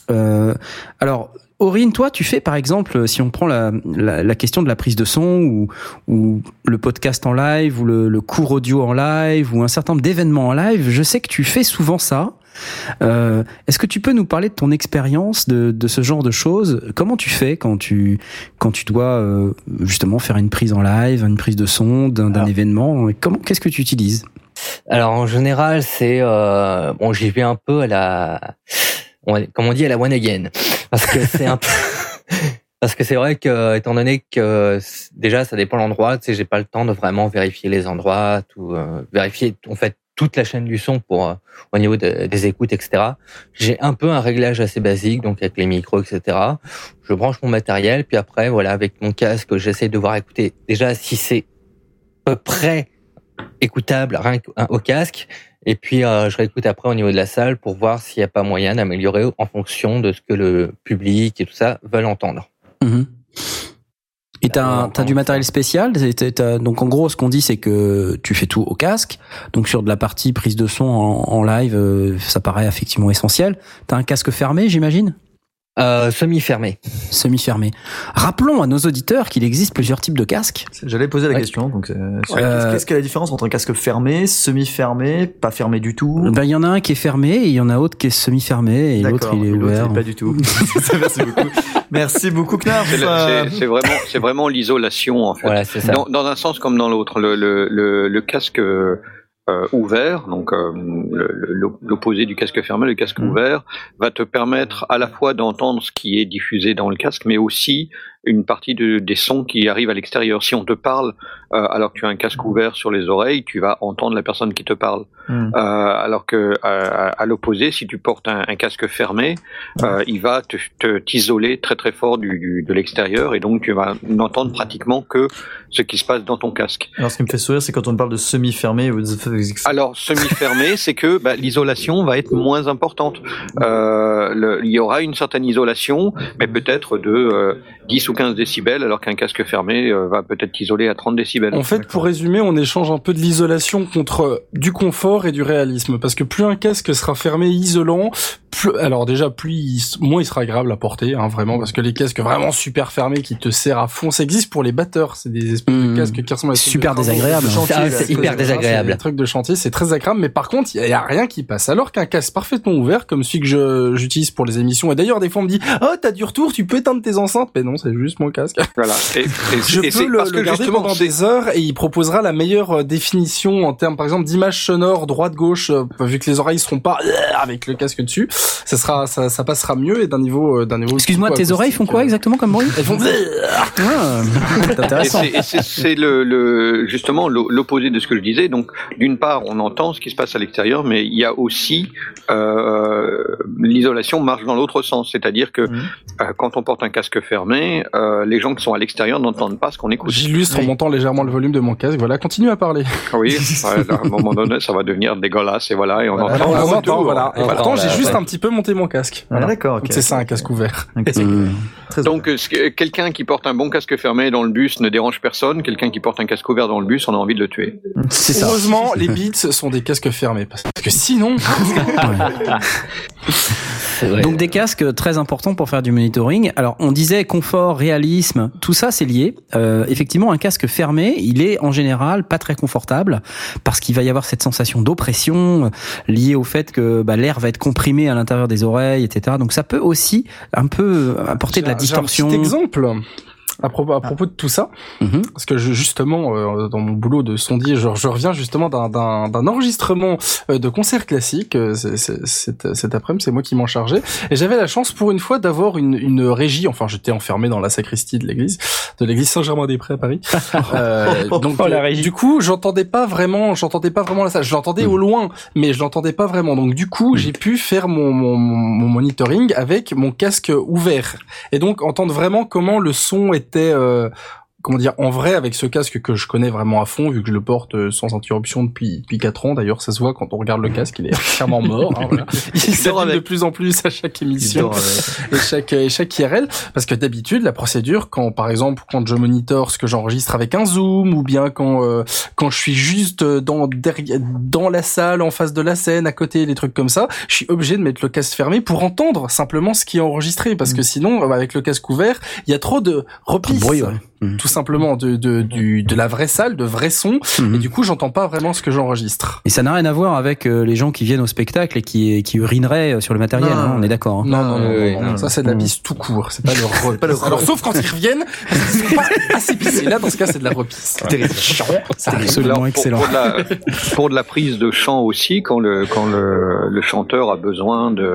S1: Alors, Aurine, toi, tu fais par exemple, si on prend la question de la prise de son ou le podcast en live ou le cours audio en live ou un certain nombre d'événements en live, je sais que tu fais souvent ça. Est-ce que tu peux nous parler de ton expérience de ce genre de choses? Comment tu fais quand tu dois justement faire une prise en live, une prise de son d'un événement? Qu'est-ce que tu utilises?
S7: Alors en général, c'est j'y vais un peu à la, comme on dit, à la one again. Parce que c'est un peu... Parce que c'est vrai que, étant donné que déjà ça dépend de l'endroit, tu sais, j'ai pas le temps de vraiment vérifier les endroits, vérifier en fait toute la chaîne du son pour au niveau des écoutes, etc. J'ai un peu un réglage assez basique, donc avec les micros, etc. Je branche mon matériel, puis après, voilà, avec mon casque, j'essaie de voir écouter déjà si c'est à peu près écoutable rien qu'au casque. Et puis, je réécoute après au niveau de la salle pour voir s'il n'y a pas moyen d'améliorer en fonction de ce que le public et tout ça veulent entendre.
S1: Mmh. Et t'as du matériel spécial. Donc en gros, ce qu'on dit, c'est que tu fais tout au casque. Donc sur de la partie prise de son en live, ça paraît effectivement essentiel. T'as un casque fermé, j'imagine ?
S7: Semi-fermé.
S1: Semi-fermé. Rappelons à nos auditeurs qu'il existe plusieurs types de casques.
S2: J'allais poser la question. Donc, qu'est-ce qu'est la différence entre un casque fermé, semi-fermé, pas fermé du tout?
S1: Ben, il y en a un qui est fermé et il y en a autre qui est semi-fermé et l'autre il est ouvert.
S2: Pas du tout. Merci beaucoup. Merci beaucoup, Knarf.
S4: C'est vraiment l'isolation, en fait.
S7: Voilà, c'est ça.
S4: Dans un sens comme dans l'autre. Le casque ouvert, donc l'opposé du casque fermé, le casque ouvert, va te permettre à la fois d'entendre ce qui est diffusé dans le casque, mais aussi une partie des sons qui arrivent à l'extérieur. Si on te parle alors que tu as un casque ouvert sur les oreilles, tu vas entendre la personne qui te parle. Alors que à l'opposé, si tu portes un casque fermé, il va t'isoler très très fort de l'extérieur, et donc tu vas n'entendre pratiquement que ce qui se passe dans ton casque.
S2: Alors ce qui me fait sourire, c'est quand on parle de semi-fermé.
S4: Alors semi-fermé, c'est que l'isolation va être moins importante. Il y aura une certaine isolation, mais peut-être de 10 ou 15 décibels, alors qu'un casque fermé va peut-être t'isoler à 30 décibels.
S5: En fait, pour résumer, on échange un peu de l'isolation contre du confort et du réalisme, parce que plus un casque sera fermé, isolant, moins il sera agréable à porter, hein, vraiment, parce que les casques vraiment super fermés qui te serrent à fond, ça existe pour les batteurs, c'est des espèces de casques qui ressemblent à
S1: super désagréable.
S7: C'est hyper désagréable.
S5: Les trucs de chantier, c'est très agréable, mais par contre, il y a rien qui passe. Alors qu'un casque parfaitement ouvert, comme celui que j'utilise pour les émissions, et d'ailleurs des fois on me dit, oh t'as du retour, tu peux éteindre tes enceintes, mais non, c'est juste mon casque.
S4: Voilà.
S5: Je peux le garder pendant des heures et il proposera la meilleure définition en termes, par exemple, d'image sonore droite-gauche, vu que les oreilles seront pas avec le casque dessus. Ça passera mieux et d'un niveau.
S1: Excuse-moi, tes oreilles font quoi exactement comme bruit? Elles font. C'est intéressant.
S4: Et c'est justement l'opposé de ce que je disais. Donc, d'une part, on entend ce qui se passe à l'extérieur, mais il y a aussi l'isolation marche dans l'autre sens, c'est-à-dire que quand on porte un casque fermé, les gens qui sont à l'extérieur n'entendent pas ce qu'on écoute.
S5: J'illustre en montant légèrement le volume de mon casque. Voilà, continue à parler.
S4: Oui, à un moment donné, ça va devenir dégueulasse et voilà, et on entend.
S5: Voilà. Et pourtant, j'ai juste un petit peu monté mon casque.
S2: Voilà. D'accord. Okay.
S5: C'est ça, un casque ouvert.
S4: Donc, quelqu'un qui porte un bon casque fermé dans le bus ne dérange personne. Quelqu'un qui porte un casque ouvert dans le bus, on a envie de le tuer.
S5: C'est ça. Heureusement, les Beats sont des casques fermés, parce que sinon.
S1: Donc des casques très importants pour faire du monitoring. Alors on disait confort, réalisme, tout ça c'est lié. Effectivement, un casque fermé, il est en général pas très confortable parce qu'il va y avoir cette sensation d'oppression liée au fait que l'air va être comprimé à l'intérieur des oreilles, etc. Donc ça peut aussi un peu apporter de la distorsion.
S5: J'ai un petit exemple. À propos de tout ça, parce que justement dans mon boulot de sondier, je reviens justement d'un enregistrement de concert classique. Cet après-midi, c'est moi qui m'en chargeais, et j'avais la chance pour une fois d'avoir une régie. Enfin, j'étais enfermé dans la sacristie de l'église Saint-Germain-des-Prés à Paris. Donc la régie. Du coup, j'entendais pas vraiment la salle. Je l'entendais au loin, mais je l'entendais pas vraiment. Donc du coup, j'ai pu faire mon monitoring avec mon casque ouvert, et donc entendre vraiment comment le son était en vrai avec ce casque que je connais vraiment à fond, vu que je le porte sans interruption depuis 4 ans. D'ailleurs, ça se voit quand on regarde le casque, il est clairement mort. Hein, voilà. Il s'allume de plus en plus à chaque émission et chaque IRL, parce que d'habitude, la procédure, quand je monitore ce que j'enregistre avec un zoom, ou bien quand je suis juste dans la salle, en face de la scène, à côté, des trucs comme ça, je suis obligé de mettre le casque fermé pour entendre simplement ce qui est enregistré, parce que sinon, avec le casque ouvert, il y a trop de replis. Tout simplement de la vraie salle, de vrai son, et du coup j'entends pas vraiment ce que j'enregistre.
S1: Et ça n'a rien à voir avec les gens qui viennent au spectacle et qui urineraient sur le matériel, hein, on est d'accord. Hein.
S5: Non, ça c'est de la pisse tout court, c'est pas le alors sauf quand ils reviennent, c'est pas assez pissé. Là dans ce cas c'est de la repisse.
S1: C'est absolument excellent.
S4: Pour de la prise de chant aussi, quand le chanteur a besoin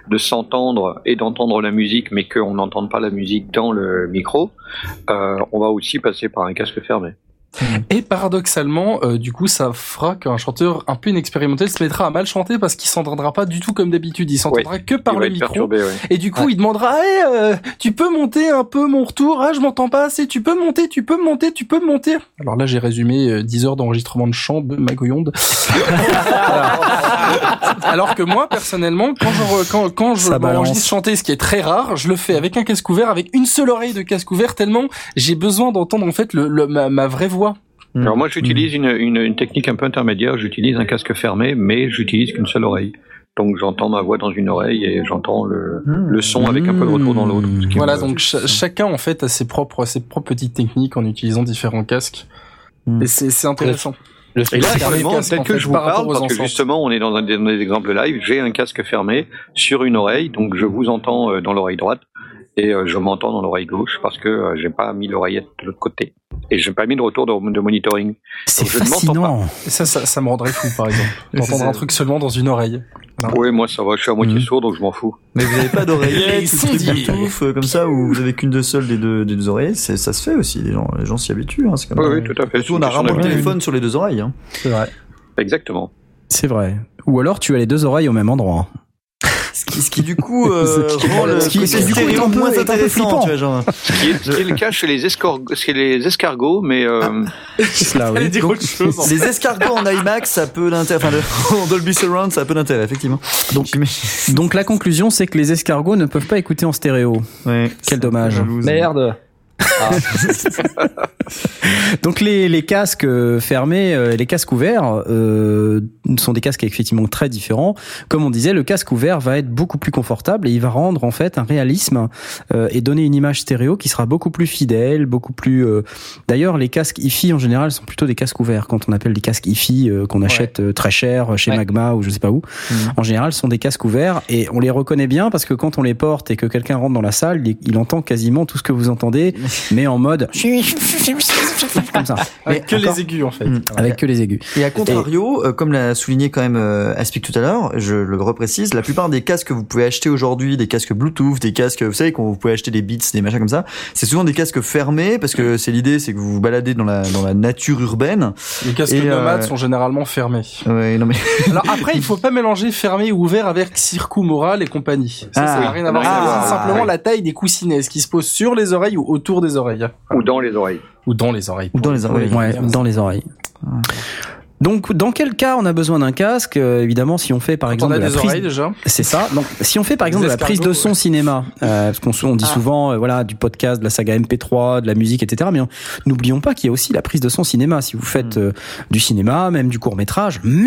S4: s'entendre et d'entendre la musique, mais qu'on n'entende pas la musique dans le micro, on va aussi passer par un casque fermé.
S5: Et paradoxalement, du coup, ça fera qu'un chanteur un peu inexpérimenté se mettra à mal chanter parce qu'il s'entendra pas du tout comme d'habitude. Il s'entendra que par le micro. Et du coup, il demandera tu peux monter un peu mon retour? Je m'entends pas assez. Tu peux monter. Alors là, j'ai résumé 10 heures d'enregistrement de chant de Magoyonde. Alors que moi, personnellement, quand je m'enregistre chanter, ce qui est très rare, je le fais avec un casque ouvert, avec une seule oreille de casque ouvert, tellement j'ai besoin d'entendre en fait ma vraie voix.
S4: Alors moi j'utilise une technique un peu intermédiaire, j'utilise un casque fermé mais j'utilise qu'une seule oreille. Donc j'entends ma voix dans une oreille et j'entends le son avec un peu de retour dans l'autre.
S5: Voilà, donc chacun en fait a ses propres petites techniques en utilisant différents casques. Et c'est intéressant.
S4: Et là, tel que je vous parle, parce que justement on est dans des exemples live, j'ai un casque fermé sur une oreille, donc je vous entends dans l'oreille droite. Et je m'entends dans l'oreille gauche parce que j'ai pas mis l'oreillette de l'autre côté. Et j'ai pas mis de retour de monitoring.
S1: C'est
S4: donc, je
S1: fascinant.
S4: ne m'entends pas.
S5: Et ça me rendrait fou, par exemple. D'entendre un truc seulement dans une oreille. Voilà.
S4: Oui, moi ça va, je suis à moitié sourd donc je m'en fous.
S2: Mais vous avez pas d'oreillette ou de truc Bluetooth comme ça où vous avez qu'une des deux oreilles, ça se fait aussi. Les gens s'y habituent. Hein, c'est comme
S4: oui, tout à fait.
S2: Surtout, on a rarement le téléphone sur les deux oreilles. Hein.
S5: C'est vrai.
S4: Exactement.
S1: C'est vrai. Ou alors tu as les deux oreilles au même endroit.
S2: Ce qui du coup rend le stéréo moins intéressant, tu vois, genre.
S4: Ce qui est le cas chez les escargots, mais
S1: là, oui.
S2: Les escargots en IMAX, ça peut l'intérêt. En Dolby Surround, ça a peu d'intérêt, effectivement.
S1: Donc la conclusion, c'est que les escargots ne peuvent pas écouter en stéréo.
S2: Ouais.
S1: Quel dommage.
S6: Merde.
S1: Donc les casques fermés et les casques ouverts sont des casques effectivement très différents. Comme on disait, le casque ouvert va être beaucoup plus confortable et il va rendre en fait un réalisme et donner une image stéréo qui sera beaucoup plus fidèle, beaucoup plus. D'ailleurs, les casques hi-fi en général sont plutôt des casques ouverts. Quand on appelle des casques hi-fi qu'on achète très cher chez Magma ou je sais pas où, en général, ce sont des casques ouverts et on les reconnaît bien parce que quand on les porte et que quelqu'un rentre dans la salle, il entend quasiment tout ce que vous entendez, mais en mode comme ça.
S5: Avec que les aigus en fait.
S1: Avec que les aigus.
S2: Et à contrario, comme l'a souligné quand même Aspic tout à l'heure, je le reprécise, la plupart des casques que vous pouvez acheter aujourd'hui, des casques Bluetooth, des casques, vous savez, quand vous pouvez acheter des Beats, des machins comme ça, c'est souvent des casques fermés parce que l'idée, c'est que vous vous baladez dans la nature urbaine.
S5: Les casques nomades sont généralement fermés.
S2: Ouais, non mais.
S5: Alors après, il faut pas mélanger fermé ou ouvert avec Circo Moral et compagnie. Ça n'a rien à voir. C'est simplement la taille des coussinets, ce qui se pose sur les oreilles ou autour des oreilles.
S4: Ou dans les oreilles.
S5: Ou dans les oreilles.
S2: Ou dans les oreilles.
S1: Ouais, dans les oreilles. Donc, dans quel cas on a besoin d'un casque? Évidemment, si on fait par exemple
S5: on a
S1: de la
S5: des
S1: prise,
S5: oreilles déjà.
S1: C'est ça. Donc, si on fait par exemple de la prise de son cinéma, parce qu'on dit souvent, voilà, du podcast, de la saga MP3, de la musique, etc. Mais n'oublions pas qu'il y a aussi la prise de son cinéma. Si vous faites du cinéma, même du court métrage, vous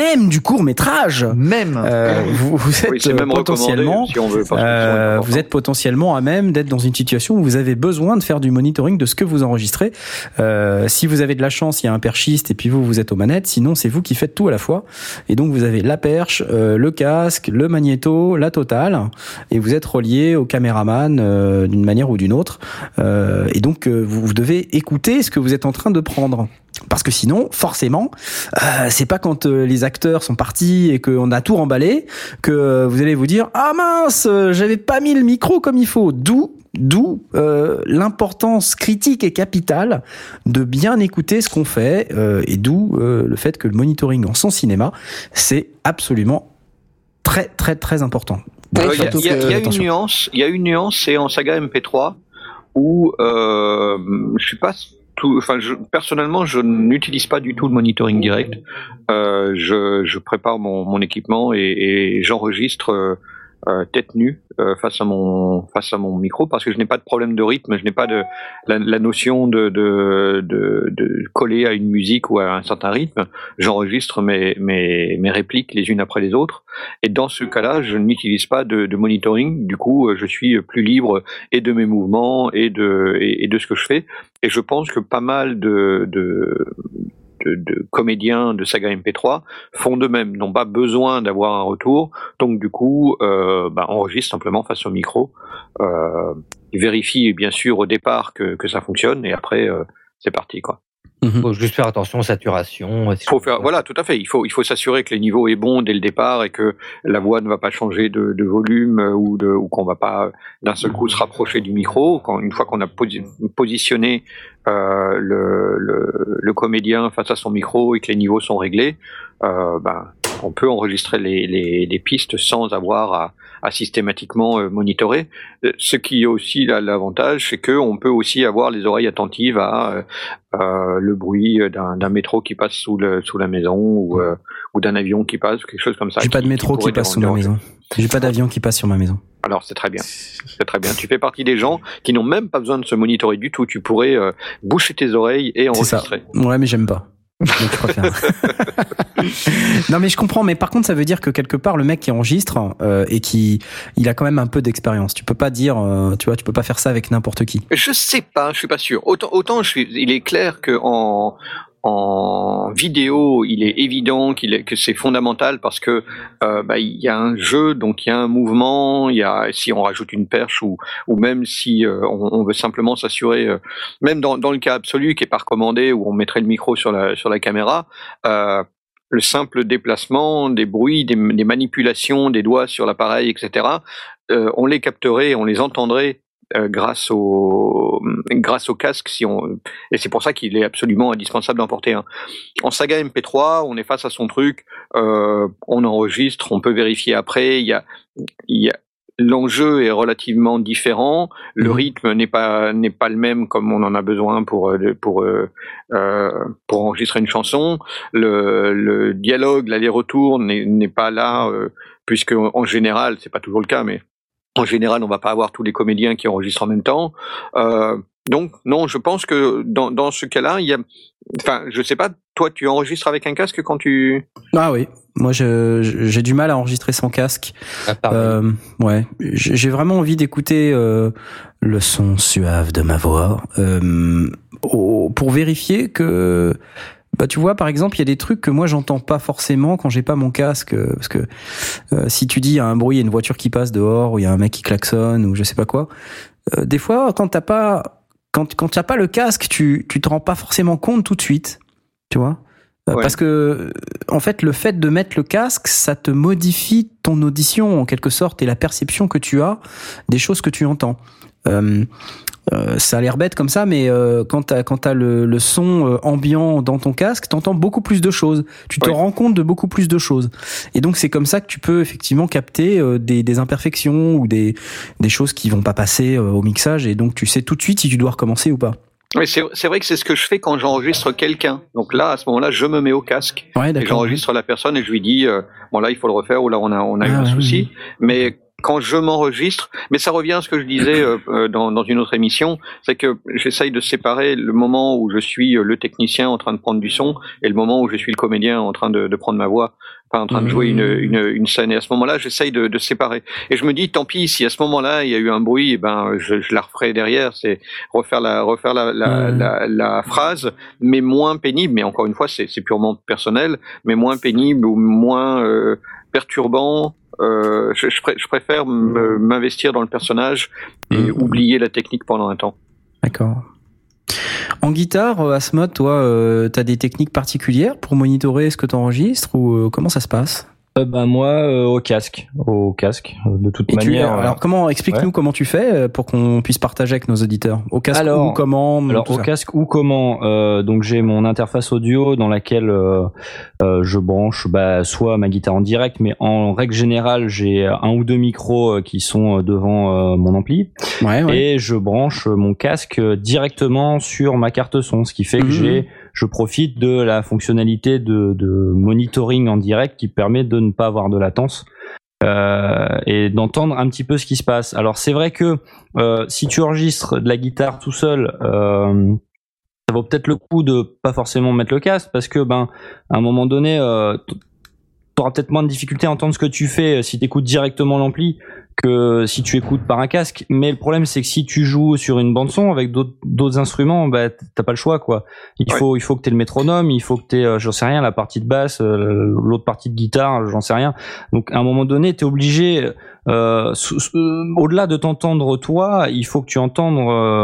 S1: êtes potentiellement,
S4: si on veut,
S1: vous êtes potentiellement à même d'être dans une situation où vous avez besoin de faire du monitoring de ce que vous enregistrez. Si vous avez de la chance, il y a un perchiste et puis vous êtes aux manettes. Sinon, c'est vous qui faites tout à la fois. Et donc, vous avez la perche, le casque, le magnéto, la totale. Et vous êtes relié au caméraman d'une manière ou d'une autre. Et donc, vous devez écouter ce que vous êtes en train de prendre. Parce que sinon, forcément, c'est pas quand les acteurs sont partis et qu'on a tout remballé que vous allez vous dire « Ah mince, j'avais pas mis le micro comme il faut ». D'où l'importance critique et capitale de bien écouter ce qu'on fait et d'où le fait que le monitoring en son cinéma, c'est absolument très très très important.
S4: Il y a une nuance, c'est en saga MP3 où je suis pas personnellement, je n'utilise pas du tout le monitoring direct. Je prépare mon équipement et j'enregistre tête nue face à mon micro parce que je n'ai pas de problème de rythme, je n'ai pas la notion de coller à une musique ou à un certain rythme. J'enregistre mes répliques les unes après les autres et dans ce cas-là, je n'utilise pas de monitoring. Du coup, je suis plus libre et de mes mouvements et de ce que je fais. Et je pense que pas mal de comédiens de saga MP3 font de même, n'ont pas besoin d'avoir un retour, donc du coup enregistre simplement face au micro, vérifie bien sûr au départ que ça fonctionne et après c'est parti quoi.
S7: Faut juste faire attention aux saturations.
S4: Voilà, tout à fait. Il faut s'assurer que les niveaux est bon dès le départ et que la voix ne va pas changer de volume ou qu'on va pas d'un seul coup se rapprocher du micro. Une fois qu'on a positionné le comédien face à son micro et que les niveaux sont réglés, on peut enregistrer les pistes sans avoir à systématiquement monitorer. Ce qui est aussi l'avantage, c'est qu'on peut aussi avoir les oreilles attentives à le bruit d'un métro qui passe sous la maison ou d'un avion qui passe, quelque chose comme ça.
S1: J'ai pas de métro qui passe sous ma maison. J'ai pas d'avion qui passe sur ma maison.
S4: Alors c'est très bien. C'est très bien. Tu fais partie des gens qui n'ont même pas besoin de se monitorer du tout. Tu pourrais boucher tes oreilles et enregistrer.
S1: C'est ça. Ouais, mais j'aime pas. Donc, je préfère. Non, mais je comprends. Mais par contre, ça veut dire que quelque part, le mec qui enregistre et il a quand même un peu d'expérience. Tu peux pas dire, tu peux pas faire ça avec n'importe qui.
S4: Je sais pas, je suis pas sûr. Autant il est clair que en vidéo, il est évident que c'est fondamental parce que il y a un jeu, donc il y a un mouvement, si on rajoute une perche ou même si on veut simplement s'assurer, même dans le cas absolu qui est pas recommandé où on mettrait le micro sur la caméra, le simple déplacement, des bruits, des manipulations des doigts sur l'appareil, etc. On les capterait, on les entendrait. Grâce au casque, et c'est pour ça qu'il est absolument indispensable d'en porter un. En saga MP3, on est face à son truc, on enregistre, on peut vérifier après. L'enjeu est relativement différent, le rythme n'est pas le même comme on en a besoin pour enregistrer une chanson. Le dialogue, l'aller-retour n'est pas là, puisque en général, c'est pas toujours le cas, mais en général, on va pas avoir tous les comédiens qui enregistrent en même temps. Donc, non, je pense que dans ce cas-là, je sais pas, toi, tu enregistres avec un casque quand tu...
S1: Ah oui, moi, j'ai du mal à enregistrer sans casque. Ouais, j'ai vraiment envie d'écouter le son suave de ma voix pour vérifier que... tu vois, par exemple, il y a des trucs que moi j'entends pas forcément quand j'ai pas mon casque, parce que si tu dis il y a un bruit, il y a une voiture qui passe dehors, ou il y a un mec qui klaxonne, ou je sais pas quoi, des fois quand t'as pas le casque, tu te rends pas forcément compte tout de suite, tu vois, parce que en fait le fait de mettre le casque, ça te modifie ton audition en quelque sorte et la perception que tu as des choses que tu entends. Ça a l'air bête comme ça, mais quand t'as le son ambiant dans ton casque, t'entends beaucoup plus de choses. Tu te rends compte de beaucoup plus de choses. Et donc c'est comme ça que tu peux effectivement capter des imperfections ou des choses qui vont pas passer au mixage. Et donc tu sais tout de suite si tu dois recommencer ou pas.
S4: Oui, c'est vrai que c'est ce que je fais quand j'enregistre quelqu'un. Donc là, à ce moment-là, je me mets au casque et j'enregistre la personne et je lui dis bon là il faut le refaire ou là on a eu un souci. Mais quand je m'enregistre, mais ça revient à ce que je disais dans une autre émission, c'est que j'essaye de séparer le moment où je suis le technicien en train de prendre du son et le moment où je suis le comédien en train de prendre ma voix, en train de jouer une scène. Et à ce moment-là, j'essaye de séparer. Et je me dis, tant pis, si à ce moment-là il y a eu un bruit, je la referai derrière. C'est refaire la phrase, mais moins pénible. Mais encore une fois, c'est purement personnel, mais moins pénible ou moins perturbant. Je préfère m'investir dans le personnage et oublier la technique pendant un temps.
S1: D'accord. En guitare, Asmod, toi, t'as des techniques particulières pour monitorer ce que t'enregistres ou comment ça se passe ?
S6: Moi, au casque, de toute manière.
S1: Alors explique-nous comment tu fais pour qu'on puisse partager avec nos auditeurs. Au casque ou comment ?
S6: Alors au casque ou comment donc j'ai mon interface audio dans laquelle je branche soit ma guitare en direct, mais en règle générale j'ai un ou deux micros qui sont devant mon ampli. Et je branche mon casque directement sur ma carte son, ce qui fait que je profite de la fonctionnalité de monitoring en direct qui permet de ne pas avoir de latence et d'entendre un petit peu ce qui se passe. Alors c'est vrai que si tu enregistres de la guitare tout seul, ça vaut peut-être le coup de pas forcément mettre le casque parce que à un moment donné t'auras peut-être moins de difficulté à entendre ce que tu fais si t'écoutes directement l'ampli que si tu écoutes par un casque. Mais le problème c'est que si tu joues sur une bande son avec d'autres instruments, t'as pas le choix quoi. Il faut que t'aies le métronome, il faut que t'aies j'en sais rien, la partie de basse, l'autre partie de guitare, j'en sais rien. Donc à un moment donné t'es obligé au-delà de t'entendre toi, il faut que tu entendes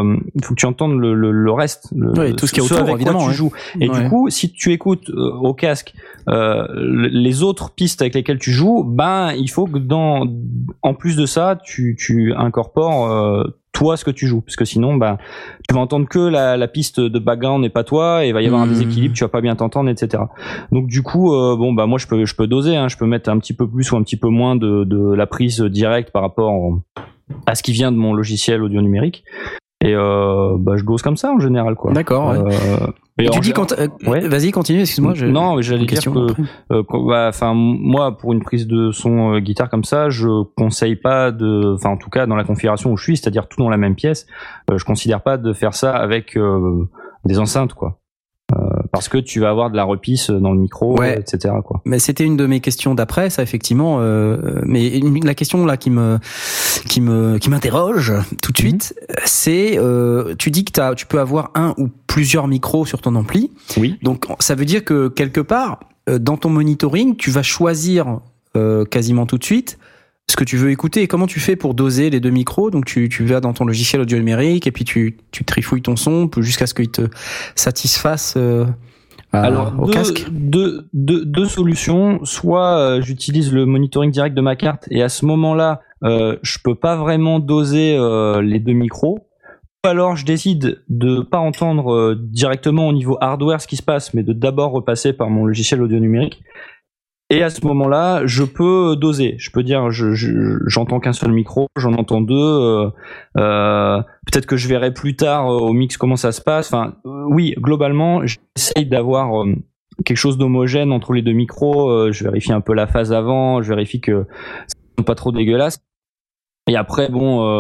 S6: le reste,
S1: tout ce qui est autour,
S6: avec
S1: évidemment,
S6: quoi tu joues. Et du coup, si tu écoutes au casque les autres pistes avec lesquelles tu joues, ben il faut que en plus de ça, tu incorpores toi ce que tu joues, parce que sinon tu vas entendre que la piste de background n'est pas toi, et il va y avoir un déséquilibre, tu vas pas bien t'entendre, etc. Donc du coup moi je peux doser, hein, je peux mettre un petit peu plus ou un petit peu moins de la prise directe par rapport à ce qui vient de mon logiciel audio numérique, et je dose comme ça en général, quoi.
S1: D'accord. Et tu dis vas-y, continue, excuse-moi.
S6: Non, j'allais dire que moi, pour une prise de son guitare comme ça, je conseille pas en tout cas dans la configuration où je suis, c'est-à-dire tout dans la même pièce, je considère pas de faire ça avec des enceintes, quoi. Parce que tu vas avoir de la repisse dans le micro, etc., quoi.
S1: Mais c'était une de mes questions d'après, ça, effectivement. Mais la question là qui m'interroge tout de suite, c'est tu dis que tu peux avoir un ou plusieurs micros sur ton ampli.
S6: Oui.
S1: Donc ça veut dire que quelque part dans ton monitoring, tu vas choisir quasiment tout de suite ce que tu veux écouter. Et comment tu fais pour doser les deux micros? Donc tu vas dans ton logiciel audio numérique et puis tu trifouilles ton son jusqu'à ce qu'il te satisfasse au casque.
S6: Deux solutions. Soit j'utilise le monitoring direct de ma carte, et à ce moment-là je peux pas vraiment doser les deux micros. Ou alors je décide de pas entendre directement au niveau hardware ce qui se passe, mais de d'abord repasser par mon logiciel audio numérique. Et à ce moment-là, je peux doser. Je peux dire, j'entends qu'un seul micro, j'en entends deux. Peut-être que je verrai plus tard au mix comment ça se passe. Enfin, oui, globalement, j'essaye d'avoir quelque chose d'homogène entre les deux micros. Je vérifie un peu la phase avant, je vérifie que c'est pas trop dégueulasse. Et après,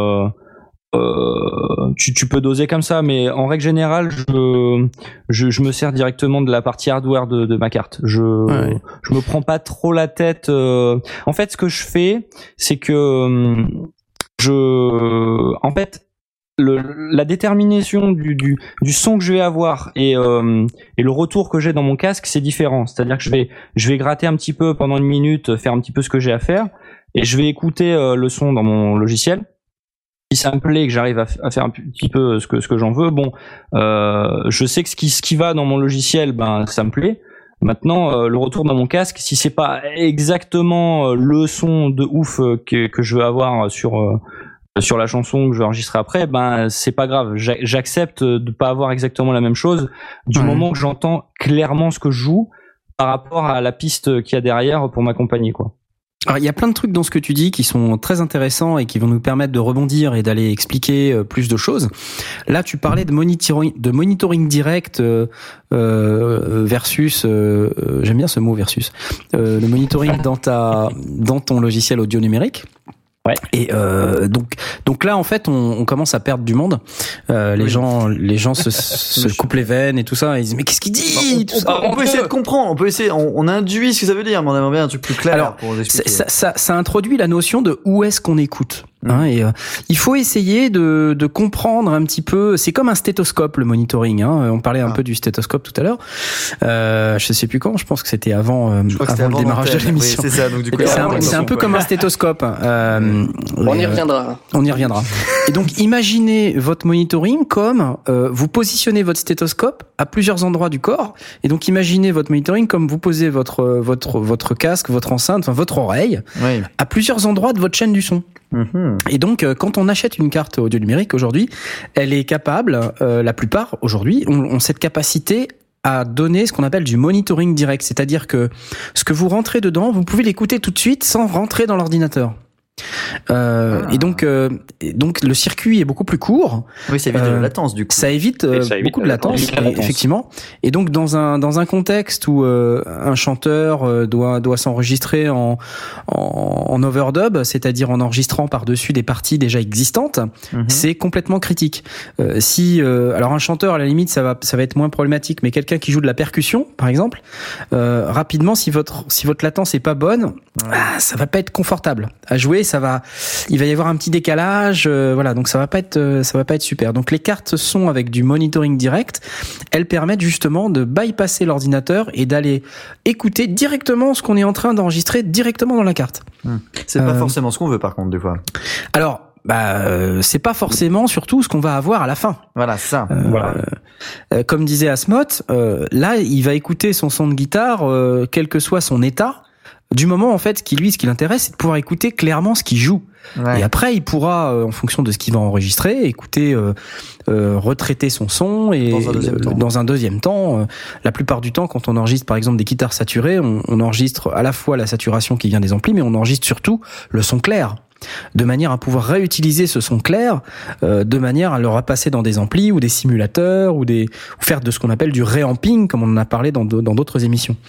S6: tu peux doser comme ça, mais en règle générale, je me sers directement de la partie hardware de ma carte. Je me prends pas trop la tête. En fait, ce que je fais, c'est que la détermination du son que je vais avoir et le retour que j'ai dans mon casque, c'est différent. C'est-à-dire que je vais gratter un petit peu pendant une minute, faire un petit peu ce que j'ai à faire, et je vais écouter le son dans mon logiciel. Si ça me plaît et que j'arrive à faire un petit peu ce que j'en veux, je sais que ce qui va dans mon logiciel, ça me plaît. Maintenant, le retour dans mon casque, si c'est pas exactement le son de ouf que je veux avoir sur la chanson que je vais enregistrer après, c'est pas grave. J'accepte de pas avoir exactement la même chose du moment que j'entends clairement ce que je joue par rapport à la piste qu'il y a derrière pour m'accompagner, quoi.
S1: Alors, il y a plein de trucs dans ce que tu dis qui sont très intéressants et qui vont nous permettre de rebondir et d'aller expliquer plus de choses. Là, tu parlais de monitoring direct versus j'aime bien ce mot versus le monitoring dans ton logiciel audio numérique.
S6: Ouais.
S1: Et donc là en fait on commence à perdre du monde. Les gens se coupent les veines et tout ça. Et ils disent mais qu'est-ce qu'il dit
S2: on peut essayer de comprendre. On induit ce que ça veut dire, mais on aimerait bien un truc plus clair.
S1: Alors,
S2: pour nous expliquer.
S1: Ça introduit la notion de où est-ce qu'on écoute. Et il faut essayer de comprendre un petit peu. C'est comme un stéthoscope, le monitoring. On parlait un peu du stéthoscope tout à l'heure. Je sais plus quand. Je pense que c'était avant le démarrage de l'émission.
S2: Oui, c'est ça. Donc du coup,
S1: c'est un peu comme un stéthoscope.
S3: On y reviendra.
S1: On y reviendra. Et donc, imaginez votre monitoring comme vous positionnez votre stéthoscope à plusieurs endroits du corps. Et donc, imaginez votre monitoring comme vous posez votre casque, votre enceinte, enfin votre oreille, à plusieurs endroits de votre chaîne du son. Et donc, quand on achète une carte audio numérique aujourd'hui, elle est capable, la plupart aujourd'hui, ont cette capacité à donner ce qu'on appelle du monitoring direct. C'est-à-dire que ce que vous rentrez dedans, vous pouvez l'écouter tout de suite sans rentrer dans l'ordinateur. Et donc le circuit est beaucoup plus court.
S2: Oui, ça évite de latence du coup.
S1: Ça évite beaucoup de latence, effectivement. Et donc dans un contexte où un chanteur doit s'enregistrer en overdub, c'est-à-dire en enregistrant par-dessus des parties déjà existantes, c'est complètement critique. Alors un chanteur à la limite ça va être moins problématique, mais quelqu'un qui joue de la percussion par exemple, rapidement si votre latence est pas bonne, ça va pas être confortable à jouer il va y avoir un petit décalage, voilà, donc ça va pas être super. Donc les cartes son avec du monitoring direct, elles permettent justement de bypasser l'ordinateur et d'aller écouter directement ce qu'on est en train d'enregistrer directement dans la carte.
S2: C'est pas forcément ce qu'on veut par contre des fois.
S1: Alors c'est pas forcément surtout ce qu'on va avoir à la fin.
S2: Voilà, c'est ça.
S1: Comme disait Asmoth, là, il va écouter son son de guitare, quel que soit son état. Du moment, en fait, ce qui l'intéresse, c'est de pouvoir écouter clairement ce qu'il joue. Ouais. Et après, il pourra, en fonction de ce qu'il va enregistrer, écouter, retraiter son son et dans un deuxième temps. La plupart du temps, quand on enregistre, par exemple, des guitares saturées, on enregistre à la fois la saturation qui vient des amplis, mais on enregistre surtout le son clair, de manière à pouvoir réutiliser ce son clair, de manière à le repasser dans des amplis ou des simulateurs ou faire de ce qu'on appelle du réamping, comme on en a parlé dans d'autres émissions.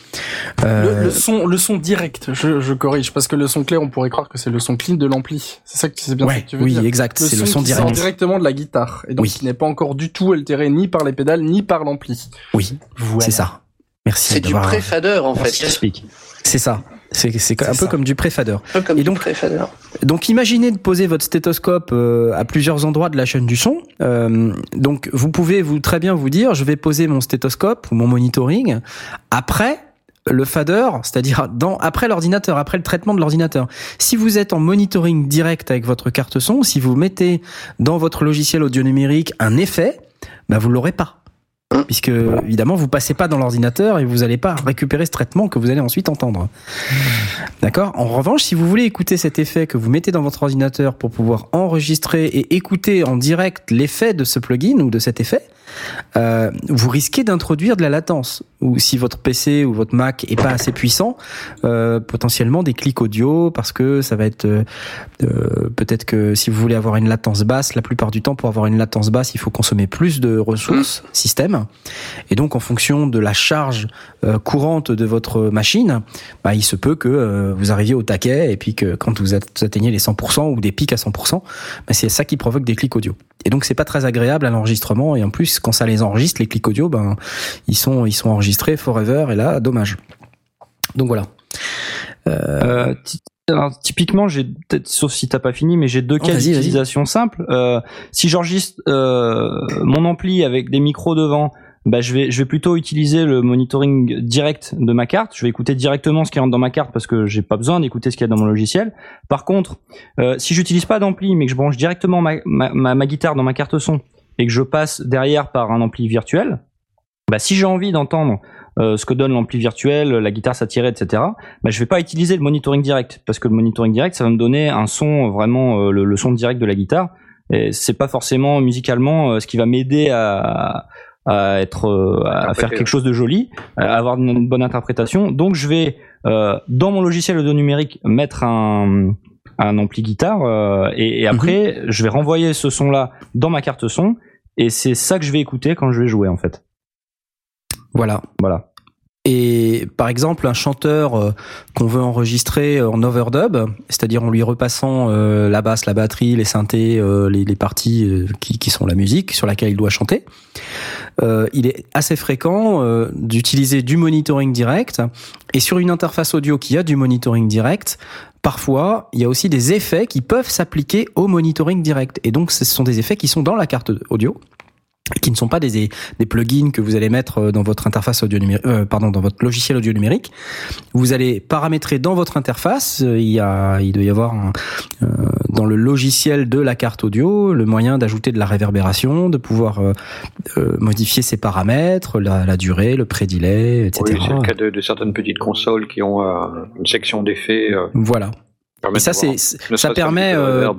S5: Le son direct, je corrige, parce que le son clair, on pourrait croire que c'est le son clean de l'ampli. C'est ça que c'est bien ça que tu veux dire.
S1: Oui, exact. C'est le son direct.
S5: Sort directement de la guitare, et donc qui n'est pas encore du tout altéré ni par les pédales ni par l'ampli.
S1: Oui, voilà. C'est ça. Merci.
S3: C'est du pré-fader en fait.
S1: C'est ça. C'est un peu comme du pré-fader.
S3: Et donc, pré-fader.
S1: Donc imaginez de poser votre stéthoscope à plusieurs endroits de la chaîne du son. Donc vous pouvez très bien vous dire, je vais poser mon stéthoscope ou mon monitoring après le fader, c'est-à-dire après l'ordinateur, après le traitement de l'ordinateur. Si vous êtes en monitoring direct avec votre carte son, si vous mettez dans votre logiciel audio numérique un effet, vous l'aurez pas. Puisque évidemment vous passez pas dans l'ordinateur et vous allez pas récupérer ce traitement que vous allez ensuite entendre. D'accord ? En revanche, si vous voulez écouter cet effet que vous mettez dans votre ordinateur pour pouvoir enregistrer et écouter en direct l'effet de ce plugin ou de cet effet, vous risquez d'introduire de la latence. Ou si votre PC ou votre Mac est pas assez puissant, potentiellement des clics audio, parce que ça va être peut-être que si vous voulez avoir une latence basse, la plupart du temps pour avoir une latence basse, il faut consommer plus de ressources système. Et donc en fonction de la charge courante de votre machine, il se peut que vous arriviez au taquet et puis que quand vous atteignez les 100% ou des pics à 100%, c'est ça qui provoque des clics audio. Et donc c'est pas très agréable à l'enregistrement, et en plus quand ça les enregistre, les clics audio, ils sont enregistrés forever, et là dommage. Donc voilà.
S6: Alors, typiquement, sauf si t'as pas fini, mais j'ai deux cas d'utilisation simples. Si j'enregistre mon ampli avec des micros devant, je vais plutôt utiliser le monitoring direct de ma carte. Je vais écouter directement ce qui rentre dans ma carte parce que j'ai pas besoin d'écouter ce qu'il y a dans mon logiciel. Par contre, si j'utilise pas d'ampli mais que je branche directement ma guitare dans ma carte son et que je passe derrière par un ampli virtuel, si j'ai envie d'entendre ce que donne l'ampli virtuel, la guitare saturée, etc., je vais pas utiliser le monitoring direct parce que le monitoring direct, ça va me donner un son vraiment le son direct de la guitare. Et c'est pas forcément musicalement ce qui va m'aider à faire quelque chose de joli, à avoir une bonne interprétation. Donc je vais dans mon logiciel audio numérique mettre un ampli guitare et après je vais renvoyer ce son là dans ma carte son et c'est ça que je vais écouter quand je vais jouer en fait.
S1: Voilà. Et par exemple, un chanteur qu'on veut enregistrer en overdub, c'est-à-dire en lui repassant la basse, la batterie, les synthés, les parties qui sont la musique sur laquelle il doit chanter, il est assez fréquent d'utiliser du monitoring direct. Et sur une interface audio qui a du monitoring direct, parfois, il y a aussi des effets qui peuvent s'appliquer au monitoring direct. Et donc, ce sont des effets qui sont dans la carte audio, qui ne sont pas des plugins que vous allez mettre dans votre interface audio numérique, dans votre logiciel audio numérique. Vous allez paramétrer dans votre interface, il doit y avoir dans le logiciel de la carte audio le moyen d'ajouter de la réverbération, de pouvoir modifier ses paramètres, la durée, le pré-delay, etc.
S4: Oui, c'est le cas de certaines petites consoles qui ont une section d'effets.
S1: Voilà. Et ça, ça permet,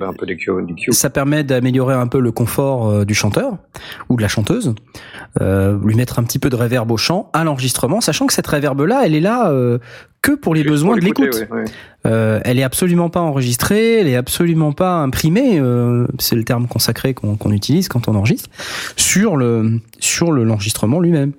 S1: ça permet d'améliorer un peu le confort du chanteur ou de la chanteuse, lui mettre un petit peu de réverb au chant à l'enregistrement, sachant que cette réverb-là, elle est là que pour les besoins de l'écoute. Oui. Elle est absolument pas enregistrée, elle est absolument pas imprimée, c'est le terme consacré qu'on utilise quand on enregistre sur l'enregistrement lui-même.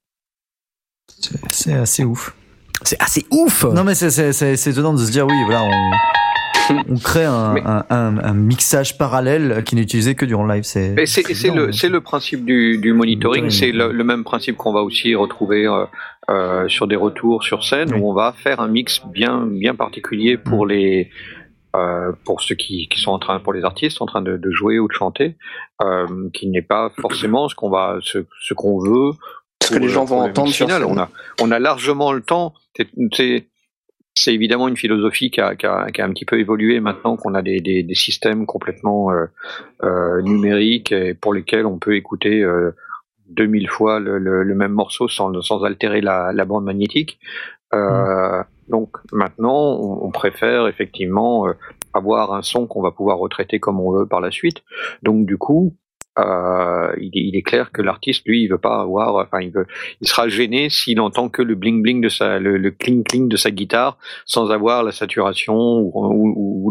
S2: C'est assez ouf.
S1: C'est assez ouf.
S2: Non mais c'est étonnant de se dire oui voilà on crée un mixage parallèle qui n'est utilisé que durant le live. C'est
S4: le principe du monitoring. C'est le même principe qu'on va aussi retrouver sur des retours sur scène où on va faire un mix bien particulier pour les pour ceux qui sont pour les artistes en train de jouer ou de chanter, qui n'est pas forcément ce qu'on veut,
S3: ce que les gens vont entendre sur
S4: scène. On a largement le temps. C'est évidemment une philosophie qui a un petit peu évolué maintenant qu'on a des systèmes complètement numériques et pour lesquels on peut écouter 2000 fois le même morceau sans altérer la bande magnétique. Donc maintenant, on préfère effectivement avoir un son qu'on va pouvoir retraiter comme on veut par la suite. Donc du coup, il est clair que l'artiste, lui, il veut pas avoir, il sera gêné s'il entend que le bling bling le cling cling de sa guitare sans avoir la saturation ou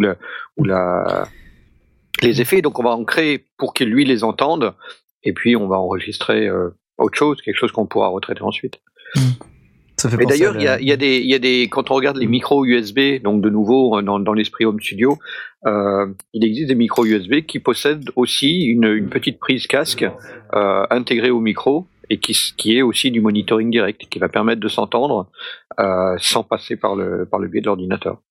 S4: les effets. Donc on va en créer pour qu'il lui les entende et puis on va enregistrer autre chose, quelque chose qu'on pourra retraiter ensuite. Et d'ailleurs, il y a des, quand on regarde les micros USB, donc de nouveau dans l'esprit Home Studio, il existe des micros USB qui possèdent aussi une petite prise casque intégrée au micro et qui est aussi du monitoring direct, qui va permettre de s'entendre sans passer par le biais de l'ordinateur.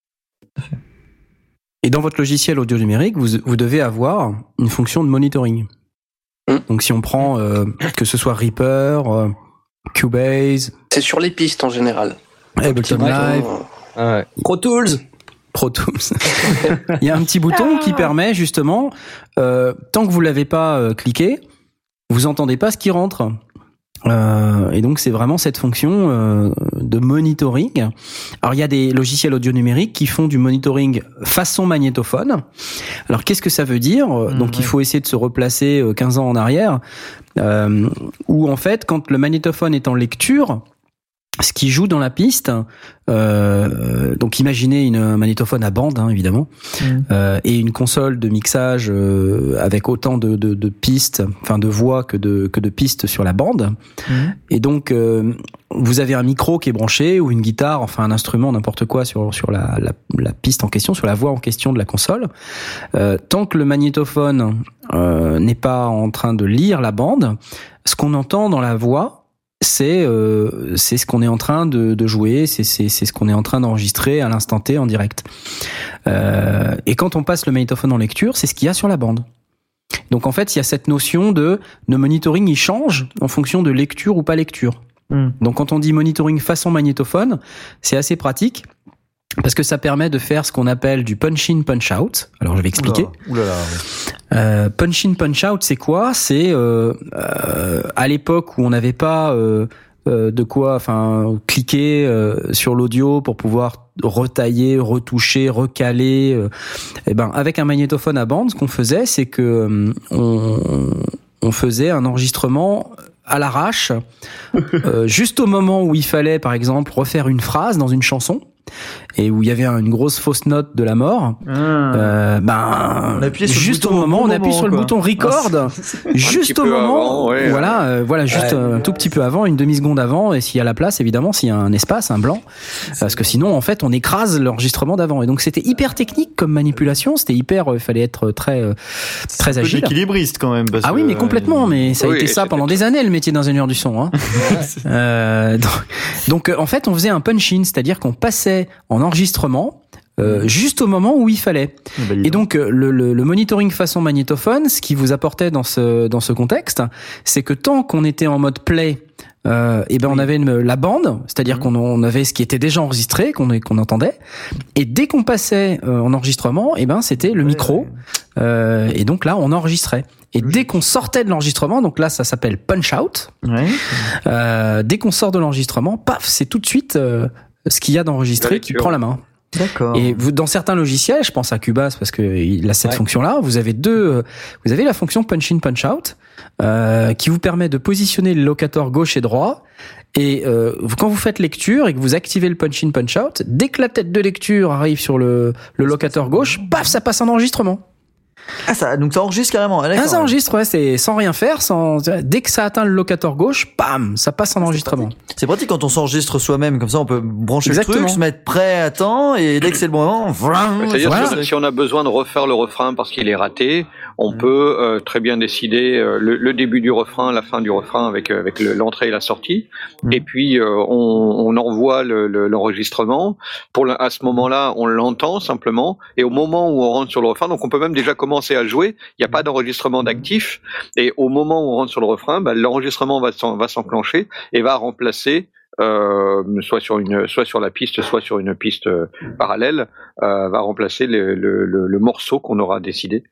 S1: Et dans votre logiciel audio numérique, vous devez avoir une fonction de monitoring. Donc si on prend que ce soit Reaper, Cubase.
S3: C'est sur les pistes en général.
S1: Ableton Live.
S6: Pro Tools.
S1: Il y a un petit bouton qui permet justement, tant que vous l'avez pas cliqué, vous entendez pas ce qui rentre. Et donc c'est vraiment cette fonction de monitoring. Alors il y a des logiciels audio numériques qui font du monitoring façon magnétophone. Alors qu'est-ce que ça veut dire ? Donc il faut essayer de se replacer 15 ans en arrière, où en fait quand le magnétophone est en lecture, ce qui joue dans la piste, donc imaginez un magnétophone à bande, évidemment, et une console de mixage avec autant de pistes, enfin de voix que de pistes sur la bande. Et donc vous avez un micro qui est branché ou une guitare, enfin un instrument, n'importe quoi sur la piste en question, sur la voix en question de la console. Tant que le magnétophone n'est pas en train de lire la bande, ce qu'on entend dans la voix, c'est ce qu'on est en train de jouer, c'est ce qu'on est en train d'enregistrer à l'instant T en direct. Et quand on passe le magnétophone en lecture, c'est ce qu'il y a sur la bande. Donc en fait, il y a cette notion de monitoring, il change en fonction de lecture ou pas lecture. Donc quand on dit monitoring façon magnétophone, c'est assez pratique. Parce que ça permet de faire ce qu'on appelle du punch-in, punch-out. Alors je vais expliquer. Punch-in, punch-out, c'est quoi ? C'est à l'époque où on n'avait pas de quoi, cliquer sur l'audio pour pouvoir retailler, retoucher, recaler. Avec un magnétophone à bande, ce qu'on faisait, c'est que on faisait un enregistrement à l'arrache, juste au moment où il fallait, par exemple, refaire une phrase dans une chanson. Et où il y avait une grosse fausse note de la mort,
S2: on appuyait sur
S1: juste au moment, on appuie sur le bouton record, juste au moment, voilà, juste un tout petit peu avant, une demi-seconde avant, et s'il y a la place, évidemment, s'il y a un espace, un blanc, parce que sinon, en fait, on écrase l'enregistrement d'avant. Et donc, c'était hyper technique comme manipulation, c'était il fallait être très agile.
S2: Équilibriste quand même. Parce
S1: oui, mais complètement, mais ça a été ça pendant des années, le métier d'ingénieur du son, donc, en fait, on faisait un punch-in, c'est-à-dire qu'on passait en enregistrement juste au moment où il fallait. Et donc le monitoring façon magnétophone, ce qui vous apportait dans ce contexte, c'est que tant qu'on était en mode play, on avait la bande, c'est-à-dire qu'on avait ce qui était déjà enregistré, qu'on entendait, et dès qu'on passait en enregistrement, c'était le micro, et donc là on enregistrait. Et dès qu'on sortait de l'enregistrement, donc là ça s'appelle punch out, dès qu'on sort de l'enregistrement, paf, c'est tout de suite ce qu'il y a d'enregistré qui prend la main.
S2: D'accord.
S1: Et dans certains logiciels, je pense à Cubase parce que il a cette fonction-là, vous avez la fonction punch in, punch out, qui vous permet de positionner le locateur gauche et droit. Et quand vous faites lecture et que vous activez le punch in, punch out, dès que la tête de lecture arrive sur le locateur gauche, paf, ça passe en enregistrement.
S2: Donc ça enregistre carrément.
S1: Ça enregistre, c'est sans rien faire, dès que ça atteint le locateur gauche, bam, ça passe en enregistrement.
S2: C'est pratique quand on s'enregistre soi-même, comme ça on peut brancher le truc, se mettre prêt à temps, et dès que c'est le bon moment,
S4: c'est-à-dire si on a besoin de refaire le refrain parce qu'il est raté, on peut très bien décider le début du refrain, la fin du refrain avec l'entrée et la sortie, et puis on envoie l'enregistrement. À ce moment-là, on l'entend simplement, et au moment où on rentre sur le refrain, donc on peut même déjà commencer à jouer. Il n'y a pas d'enregistrement d'actif, et au moment où on rentre sur le refrain, l'enregistrement va s'enclencher et va remplacer soit sur la piste, soit sur une piste parallèle, va remplacer le morceau qu'on aura décidé.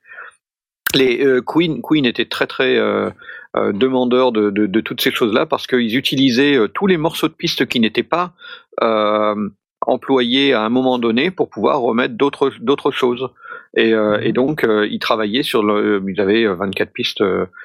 S4: Queen était très très demandeur de toutes ces choses-là, parce qu'ils utilisaient tous les morceaux de piste qui n'étaient pas employés à un moment donné pour pouvoir remettre d'autres choses. Et donc ils travaillaient ils avaient 24 pistes.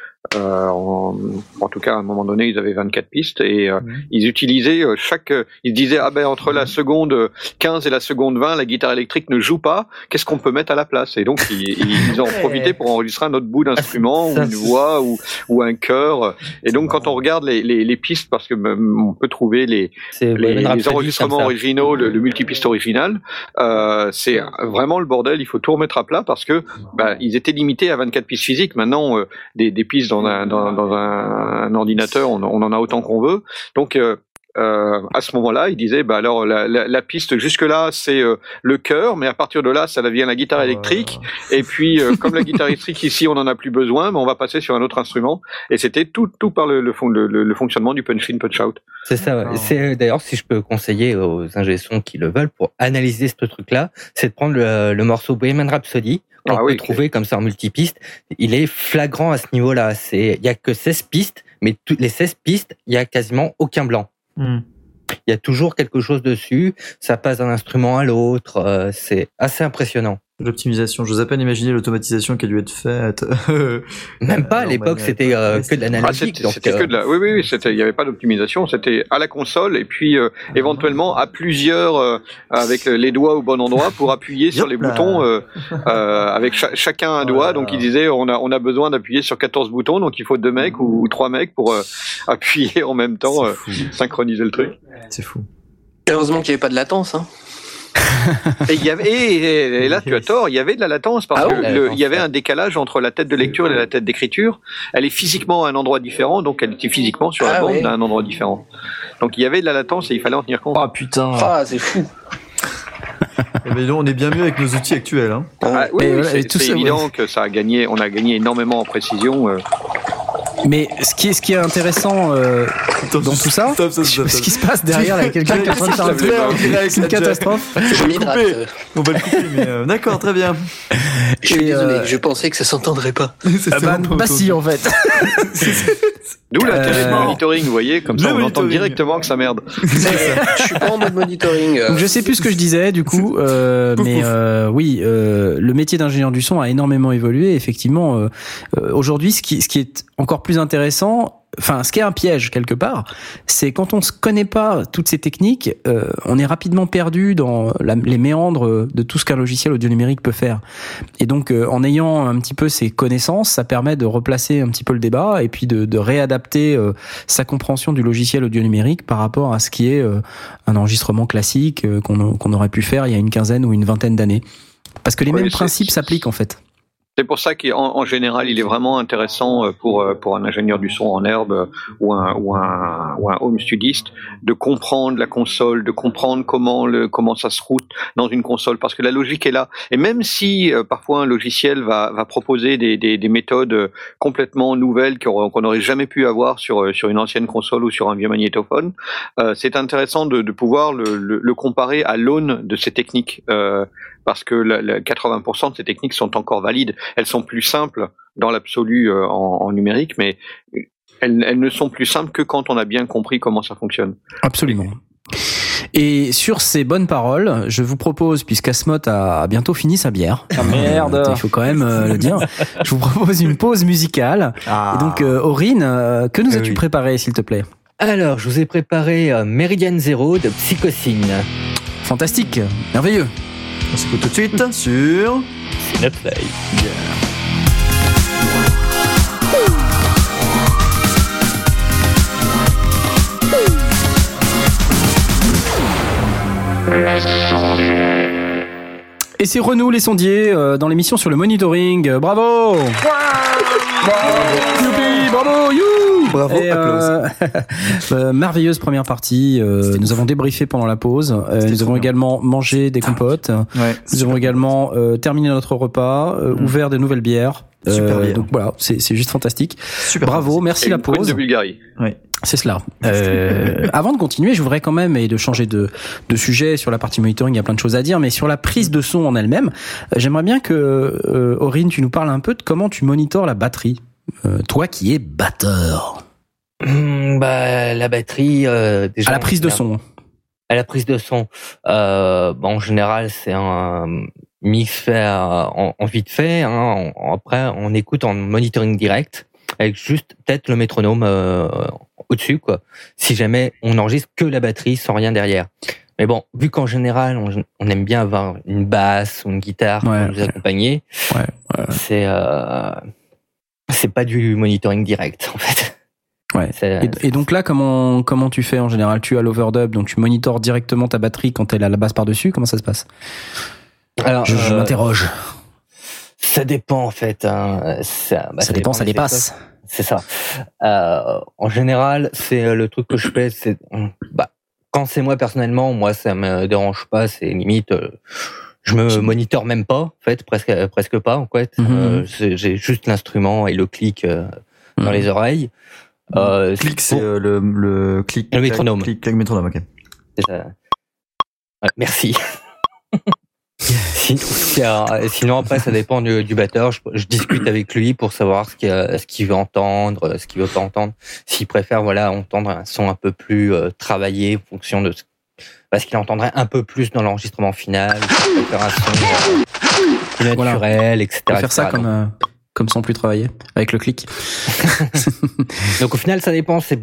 S4: En tout cas, à un moment donné, ils avaient 24 pistes et ils utilisaient ils disaient entre la seconde 15 et la seconde 20, la guitare électrique ne joue pas. Qu'est-ce qu'on peut mettre à la place? Et donc ils en profitaient pour enregistrer un autre bout d'instrument ou une voix ou un chœur. Et donc quand on regarde les pistes, parce que on peut trouver les enregistrements originaux, le multipiste original, c'est vraiment le bordel. Il faut tout remettre à plat parce que ils étaient limités à 24 pistes physiques. Maintenant, des pistes dans un ordinateur, on en a autant qu'on veut. Donc à ce moment-là, il disait alors la piste jusque-là c'est le chœur, mais à partir de là ça devient la guitare électrique. Et puis comme la guitare électrique ici on en a plus besoin, mais on va passer sur un autre instrument. Et c'était tout par le fonctionnement du punch in punch out.
S7: C'est ça. Ouais. C'est d'ailleurs, si je peux conseiller aux ingé sons qui le veulent pour analyser ce truc-là, c'est de prendre le morceau Bohemian Rhapsody. On peut trouver comme ça en multipiste. Il est flagrant à ce niveau-là. Il y a que 16 pistes, mais toutes les 16 pistes, il y a quasiment aucun blanc. Il y a toujours quelque chose dessus. Ça passe d'un instrument à l'autre. C'est assez impressionnant.
S2: L'optimisation, j'ose à peine imaginer l'automatisation qui a dû être faite.
S7: Même pas, à l'époque, c'était que de l'analogique.
S4: C'était que de la... Oui, il n'y avait pas d'optimisation, c'était à la console, et puis éventuellement à plusieurs, avec les doigts au bon endroit pour appuyer sur les boutons, avec chacun un doigt. Donc il disait, on a besoin d'appuyer sur 14 boutons, donc il faut 2 mecs ou 3 mecs pour appuyer en même temps, synchroniser le truc.
S2: C'est fou.
S3: Heureusement qu'il n'y avait pas de latence, hein.
S4: Et là tu as tort, il y avait de la latence parce que il y avait un décalage entre la tête de lecture et la tête d'écriture. Elle est physiquement à un endroit différent, donc elle était physiquement sur la bande à un endroit différent. Donc il y avait de la latence et il fallait en tenir compte.
S2: Ah putain.
S3: Ah, c'est fou.
S2: Mais là, on est bien mieux avec nos outils actuels, hein.
S4: Oui, c'est évident que ça a gagné, on a gagné énormément en précision.
S1: Mais ce qui est intéressant dans tout ça, ce qui se passe derrière, il y a quelqu'un qui est en train de faire un truc, c'est une catastrophe.
S2: On va le couper, mais d'accord, très bien.
S3: Je suis désolé, je pensais que ça s'entendrait pas.
S1: Si, en fait.
S4: D'où l'intérêt du monitoring, vous voyez, comme ça on entend directement que ça merde.
S3: Je suis pas en mode monitoring.
S1: Donc je sais plus ce que je disais du coup, mais oui, le métier d'ingénieur du son a énormément évolué. Effectivement, aujourd'hui, ce qui est encore plus intéressant, enfin, ce qui est un piège quelque part, c'est quand on se connaît pas toutes ces techniques, on est rapidement perdu dans les méandres de tout ce qu'un logiciel audio numérique peut faire. Et donc, en ayant un petit peu ces connaissances, ça permet de replacer un petit peu le débat et puis de réadapter sa compréhension du logiciel audio numérique par rapport à ce qui est un enregistrement classique qu'on aurait pu faire il y a une quinzaine ou une vingtaine d'années. Parce que les mêmes principes s'appliquent en fait.
S4: C'est pour ça qu'en général, il est vraiment intéressant pour un ingénieur du son en herbe ou un home studiste de comprendre la console, de comprendre comment ça se route dans une console, parce que la logique est là. Et même si parfois un logiciel va proposer des méthodes complètement nouvelles qu'on n'aurait jamais pu avoir sur une ancienne console ou sur un vieux magnétophone, c'est intéressant de pouvoir le comparer à l'aune de ces techniques. Parce que 80% de ces techniques sont encore valides. Elles sont plus simples dans l'absolu en numérique, mais elles ne sont plus simples que quand on a bien compris comment ça fonctionne.
S1: Absolument. Et sur ces bonnes paroles, je vous propose, puisqu'Asmot a bientôt fini sa bière.
S6: Ah merde.
S1: Il faut quand même le dire. Je vous propose une pause musicale. Et donc, Aurine, que nous as-tu préparé, s'il te plaît?
S7: Alors, je vous ai préparé Meridian Zero de Psychosynth.
S1: Fantastique. Merveilleux.
S2: On s'écoute tout de suite sur
S6: Netplay.
S1: Et c'est Renaud les sondiers dans l'émission sur le monitoring. Bravo. Youpi, bravo, you.
S2: Bravo,
S1: merveilleuse première partie. Nous avons débriefé pendant la pause. Nous avons également mangé des compotes. Nous avons également terminé notre repas, ouvert de nouvelles bières.
S2: Super bière.
S1: Donc voilà, c'est juste fantastique.
S2: Super
S1: bravo, merci la pause.
S4: De Bulgarie.
S2: Oui.
S1: C'est cela. Avant de continuer, je voudrais quand même, et de changer de sujet sur la partie monitoring, il y a plein de choses à dire, mais sur la prise de son en elle-même, j'aimerais bien que, Aurine, tu nous parles un peu de comment tu monitores la batterie. Toi qui es batteur.
S7: La batterie, déjà.
S1: À la prise de son.
S7: À la prise de son. En général, c'est un mix fait en vite fait. Après, on écoute en monitoring direct, avec juste peut-être le métronome au-dessus, quoi. Si jamais on enregistre que la batterie sans rien derrière. Mais bon, vu qu'en général, on aime bien avoir une basse ou une guitare pour nous accompagner, c'est pas du monitoring direct, en fait.
S1: Ouais. Et donc là, comment tu fais en général? Tu as l'overdub, donc tu monitores directement ta batterie quand elle a la basse par-dessus. Comment ça se passe?
S7: Alors,
S1: je m'interroge.
S7: Ça dépend, en fait.
S1: Ça dépend, ça dépasse.
S7: C'est ça. En général, c'est le truc que je fais, c'est quand c'est moi personnellement, moi ça me dérange pas, c'est limite je me monitore même pas, en fait, presque pas en fait. J'ai juste l'instrument et le clic dans les oreilles.
S2: Clic, c'est le clic.
S7: Le métronome.
S2: Clic, métronome, ok.
S7: C'est ça. Ouais, merci. Sinon après ça dépend du batteur. Je discute avec lui pour savoir ce qu'il veut entendre, ce qu'il veut pas entendre. S'il préfère entendre un son un peu plus travaillé en fonction de parce qu'il entendrait un peu plus dans l'enregistrement final. Il préfère un son plus naturel, etc.
S1: On peut faire ça comme son plus travaillé avec le clic.
S7: Donc au final ça dépend. Faut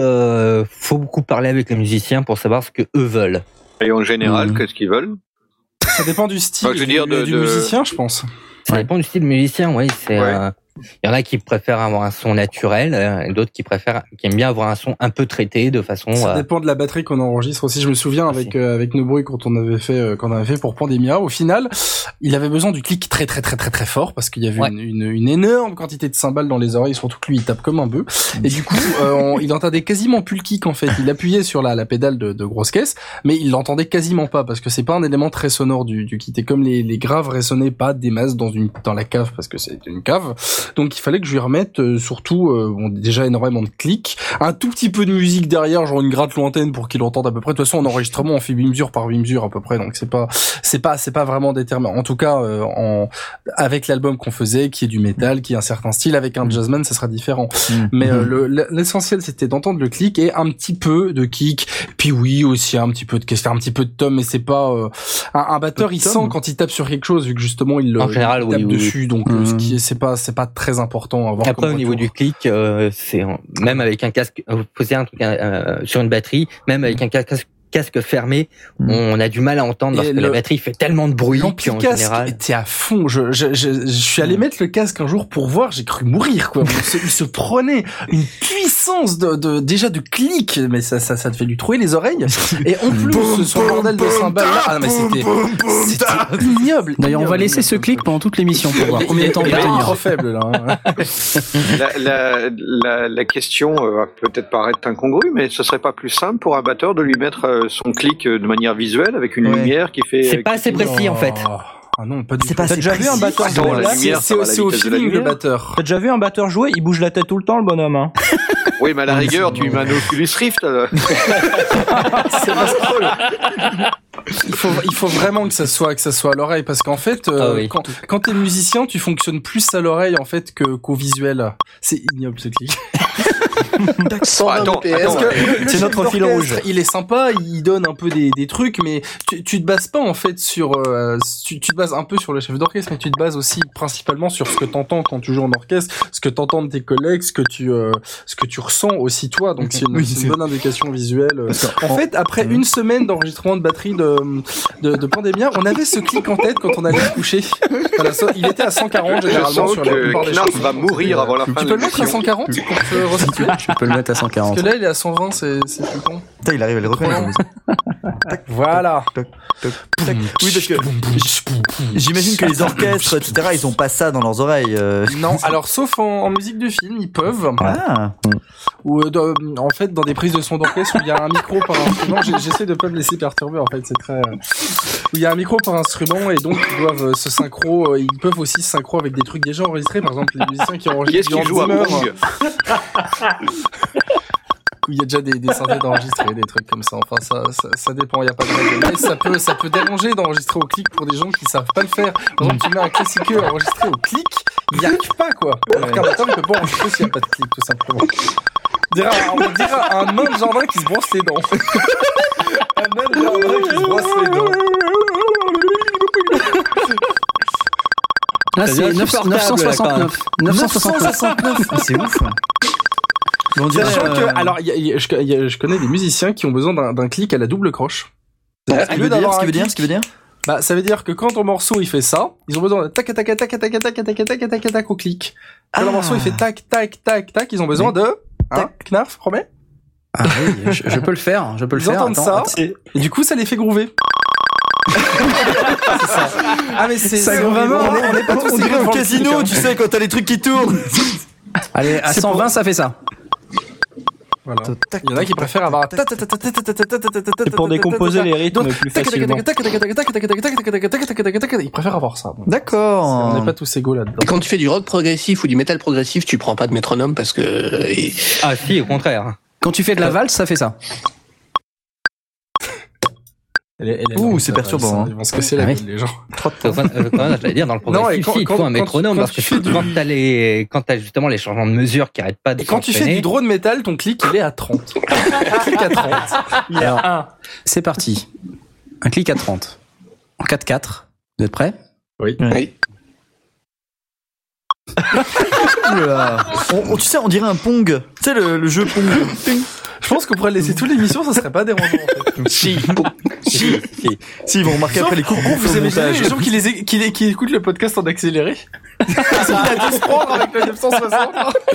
S7: beaucoup parler avec les musiciens pour savoir ce que eux veulent.
S4: Et en général, qu'est-ce qu'ils veulent?
S5: Ça dépend du style du musicien, je pense.
S7: Ça dépend du style musicien, oui. Il y en a qui préfèrent avoir un son naturel, et d'autres qui aiment bien avoir un son un peu traité de façon.
S5: Ça dépend de la batterie qu'on enregistre aussi. Je me souviens avec No Bruit quand on avait fait pour Pandemia. Au final, il avait besoin du clic très très très très très fort parce qu'il y avait une énorme quantité de cymbales dans les oreilles. Surtout que lui, il tape comme un bœuf. Et du coup, il entendait quasiment plus le kick en fait. Il appuyait sur la pédale de grosse caisse, mais il l'entendait quasiment pas parce que c'est pas un élément très sonore du kit. Et comme les graves résonnaient pas des masses dans la cave parce que c'est une cave. Donc il fallait que je lui remette déjà énormément de clics, un tout petit peu de musique derrière, genre une gratte lointaine pour qu'il entende à peu près. De toute façon, en enregistrement, on fait 8 mesures par 8 mesures à peu près, donc c'est pas vraiment déterminant. En tout cas, avec l'album qu'on faisait, qui est du métal, qui est un certain style, avec un jazzman, ça sera différent. Mais l'essentiel, c'était d'entendre le clic et un petit peu de kick. Puis oui, aussi un petit peu de caisse, faire un petit peu de tom, mais c'est pas un batteur, il sent quand il tape sur quelque chose, vu que justement il tape dessus, donc ce qui est c'est pas très important à avoir.
S7: Après, au niveau du clic, c'est même avec un casque, vous posez un truc sur une batterie, même avec un casque fermé, on a du mal à entendre parce que la batterie fait tellement de bruit qu'en général.
S5: T'es à fond. Je suis allé mettre le casque un jour pour voir, j'ai cru mourir, quoi. Il se prenait une puissance déjà de clic, mais ça devait lui trouer les oreilles. Et en plus, son bordel de cymbales là, mais c'était ignoble.
S1: D'ailleurs, on va laisser ce clic pendant toute l'émission pour voir combien de temps il va tenir.
S5: Trop faible, là.
S4: La question va peut-être paraître incongrue, mais ce serait pas plus simple pour un batteur de lui mettre son clic de manière visuelle avec une lumière qui fait.
S7: C'est pas assez précis en fait.
S5: Ah non, pas du tout.
S6: T'as déjà vu un batteur jouer?
S5: C'est au feeling le batteur.
S6: T'as déjà vu un batteur jouer? Il bouge la tête tout le temps, le bonhomme, hein.
S4: Oui, mais à la rigueur, tu mets un Oculus Rift.
S5: C'est pas drôle. Il faut vraiment que ça soit à l'oreille parce qu'en fait, quand t'es musicien, tu fonctionnes plus à l'oreille en fait qu'au visuel. C'est ignoble ce clic.
S3: 120 BPS.
S5: C'est notre fil rouge. Il est sympa, il donne un peu des trucs, mais tu te bases pas en fait sur. Tu te bases un peu sur le chef d'orchestre, mais tu te bases aussi principalement sur ce que t'entends quand tu joues en orchestre, ce que t'entends de tes collègues, ce que tu ressens aussi toi. Donc c'est une bonne indication visuelle. En fait, après une semaine d'enregistrement de batterie de Pandemia, on avait ce clic en tête quand on allait se coucher. Voilà, il était à 140 généralement sur la plupart des choses.
S4: Va mourir avant la fin.
S5: Tu peux le mettre à 140 pour te resituer.
S1: Tu peux le mettre à 140.
S5: Parce que là, il est à 120, c'est flippant.
S2: Putain, il arrive à les reconnaître.
S5: Voilà.
S2: Oui, parce que j'imagine que les orchestres, etc., ils ont pas ça dans leurs oreilles.
S5: Non, alors sauf en musique de film, ils peuvent.
S2: Ah.
S5: Ou en fait, dans des prises de son d'orchestre où il y a un micro par instrument, j'essaie de pas me laisser perturber. En fait, c'est très où il y a un micro par instrument et donc ils doivent se synchro. Ils peuvent aussi se synchro avec des trucs déjà enregistrés. Par exemple, les musiciens qui enregistrent.
S4: Qui joue à Pong.
S5: Où il y a déjà des synthés d'enregistrer, des trucs comme ça. Enfin, ça dépend. Il y a pas de règle. Mais ça peut déranger d'enregistrer au clic pour des gens qui savent pas le faire. Par exemple, tu mets un classiqueux enregistré au clic, il y arrive pas quoi. Alors qu'un batteur, il peut pas enregistrer s'il y a pas de clic, tout simplement. On dirait un nain de jardin qui se brosse les dents. Un nain de jardin qui se brosse les dents.
S1: Là, c'est 969. 969.
S2: C'est ouf.
S5: Sachant que, alors, je connais des musiciens qui ont besoin d'un clic à la double croche.
S2: Ce qui veut dire
S5: Bah, ça veut dire que quand ton morceau il fait ça, ils ont besoin de tac tac tac tac tac tac tac tac tac tac au clic. Quand le morceau il fait tac tac tac tac, ils ont besoin de Knarf, promets?
S1: Ah oui, je peux le faire,
S5: Ils entendent ça, et du coup ça les fait groover. C'est ça. Ah mais c'est vraiment, on est pas tous
S2: dirait au casino, tu sais, quand t'as les trucs qui tournent.
S1: Allez, à 120 ça fait ça.
S5: Voilà. Il y en a qui préfèrent avoir
S6: C'est pour décomposer les rythmes plus facilement.
S5: Ils préfèrent avoir ça.
S2: D'accord.
S5: On n'est pas tous égaux là-dedans.
S3: Quand tu fais du rock progressif ou du métal progressif, tu prends pas de métronome parce que...
S7: Ah si, au contraire.
S1: Quand tu fais de la valse, ça fait ça.
S2: Ouh, c'est perturbant.
S5: Ils vont se casser la gueule, les gens.
S7: J'allais dire, dans le progressif, il faut un métronome, parce que quand t'as justement les changements de mesure qui arrêtent pas de
S5: quand tu fais du drone métal, ton clic, il est à 30. Un clic à 30. Il est à 1.
S1: C'est parti. Un clic à 30. En 4-4. Vous êtes prêts?
S5: Oui.
S2: Tu sais, on dirait un Pong. Tu sais, le jeu Pong.
S5: Je pense qu'on pourrait laisser toute l'émission, ça serait pas dérangeant, en fait.
S2: Si, ils vont remarquer après les coups.
S5: Vous imaginez les gens qui écoutent le podcast en accéléré? Ils sont à 10 prendre avec le 960.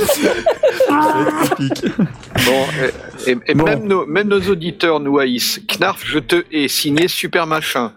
S4: Bon, et même nos auditeurs nous haïssent. Knarf, je te ai signé super machin.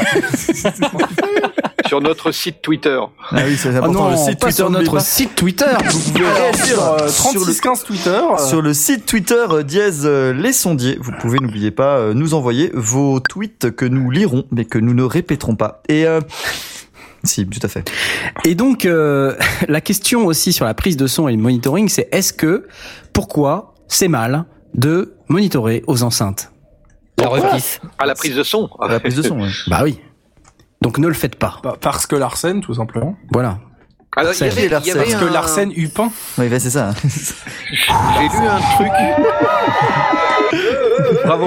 S4: Sur notre site Twitter.
S2: Ah oui, c'est important. Le site
S1: pas
S2: Twitter,
S1: sur notre site Twitter.
S2: Vous pouvez réagir
S5: sur 3615 Twitter.
S2: Sur le site Twitter dièse les sondiers. Vous pouvez, n'oubliez pas, nous envoyer vos tweets que nous lirons, mais que nous ne répéterons pas. Et si, tout à fait.
S1: Et donc, la question aussi sur la prise de son et le monitoring, c'est pourquoi c'est mal de monitorer aux enceintes?
S7: La repisse.
S4: À la prise de son.
S2: À la prise de son, ouais.
S1: Bah oui. Donc ne le faites pas.
S5: Parce que Larsen, tout simplement.
S1: Voilà.
S4: Alors, il y avait
S5: parce que Larsen Hupin.
S2: Oui, bah, c'est ça.
S4: J'ai lu un truc. Bravo.